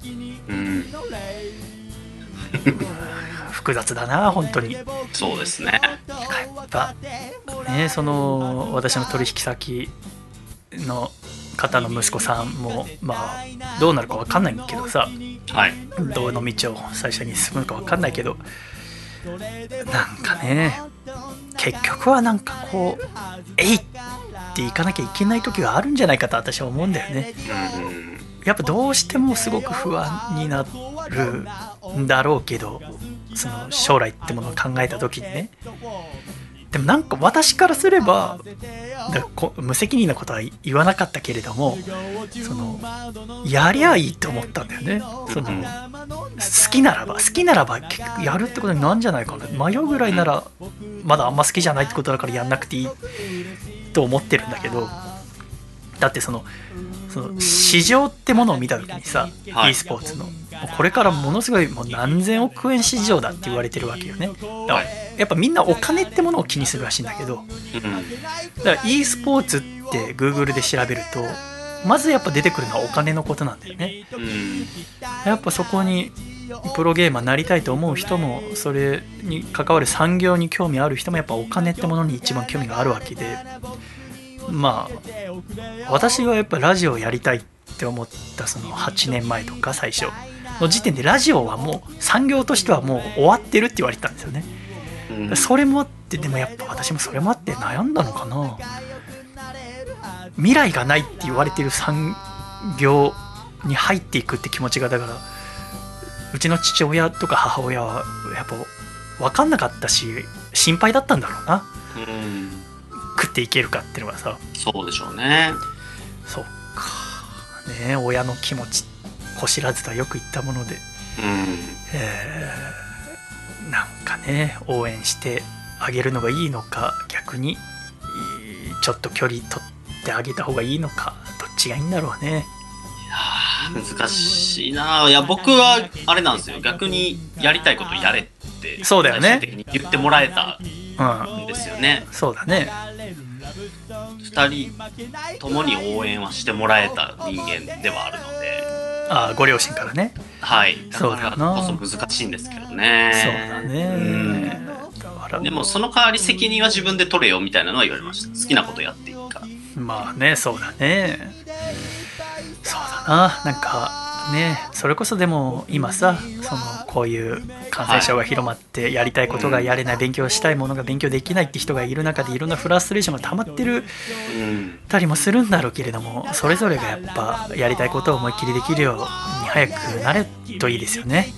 複雑だな本当に。 そうですね。 やっぱね、その私の取引先の方の息子さんもまあどうなるか分かんないけどさ、 はい、 どの道を最初に進むのか分かんないけど、なんかね、結局はなんかこうえいっていかなきゃいけない時があるんじゃないかと私は思うんだよね。やっぱどうしてもすごく不安になるんだろうけど、その将来ってものを考えた時にね。でもなんか私からすれば無責任なことは言わなかったけれども、そのやりゃいいと思ったんだよね。その好きならば結局やるってことになんじゃないかな。迷うぐらいならまだあんま好きじゃないってことだからやんなくていいと思ってるんだけど、だってその市場ってものを見た時にさ、 はい、 e スポーツのこれからものすごいもう何千億円市場だって言われてるわけよね。だからやっぱみんなお金ってものを気にするらしいんだけど、だから e スポーツって Google で調べるとまずやっぱ出てくるのはお金のことなんだよね。やっぱそこにプロゲーマーになりたいと思う人も、それに関わる産業に興味ある人もやっぱお金ってものに一番興味があるわけで、まあ私はやっぱラジオをやりたいって思ったその8年前とか最初の時点でラジオはもう産業としてはもう終わってるって言われてたんですよね。それもあって、でもやっぱ私もそれもあって悩んだのかな。未来がないって言われてる産業に入っていくって気持ちが、だからうちの父親とか母親はやっぱ分かんなかったし心配だったんだろうな。食っていけるかっていうのがさ。 そうでしょうね。 そっかね、親の気持ちこ知らずとはよく言ったもので、なんかね応援してあげるのがいいのか、逆にちょっと距離取ってあげた方がいいのか、どっちがいいんだろうね。 いや難しいな。いや僕はあれなんですよ、逆にやりたいことやれってそうだよね、 最終的に言ってもらえたんですよね。 そうだね。 2人ともに応援はしてもらえた人間ではあるので、 ご両親からね。 はい、だからこそ難しいんですけどね。 そうだね。 でもその代わり責任は自分で取れよみたいなのは言われました。好きなことやっていいから。 まあね、そうだね。そうだな。なんかね、それこそでも今さ、こういう感染症が広まってやりたいことがやれない、勉強したいものが勉強できないって人がいる中で、いろんなフラストレーションが溜まってるたりもするんだろうけれども、それぞれがやっぱやりたいことを思いっきりできるように早くなれといいですよね。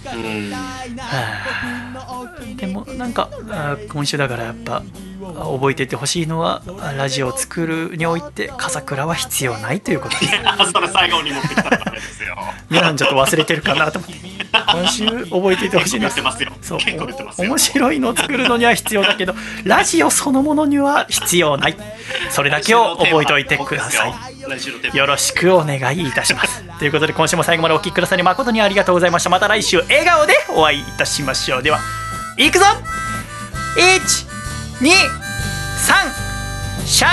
でもなんか今週だからやっぱ覚えていてほしいのは、ラジオを作るにおいて笠倉は必要ないということです。 いやそれ最後に持ってきたらダメですよ。 皆さんちょっと忘れてるかなと思って今週覚えていてほしいです。そう、面白いのを作るのには必要だけどラジオそのものには必要ない、それだけを覚えておいてください。よろしくお願いいたしますということで、今週も最後までお聞きくださり誠にありがとうございました。また来週笑顔でお会いいたしましょう。ではいくぞ、1、2、3、シャ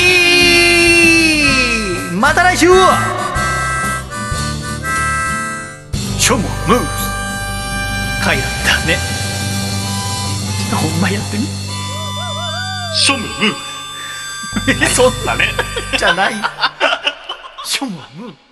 イ。また来週。ショモムーズ回だったね。ほんまやってみ。 ショムムーそんだねじゃない。ショモムー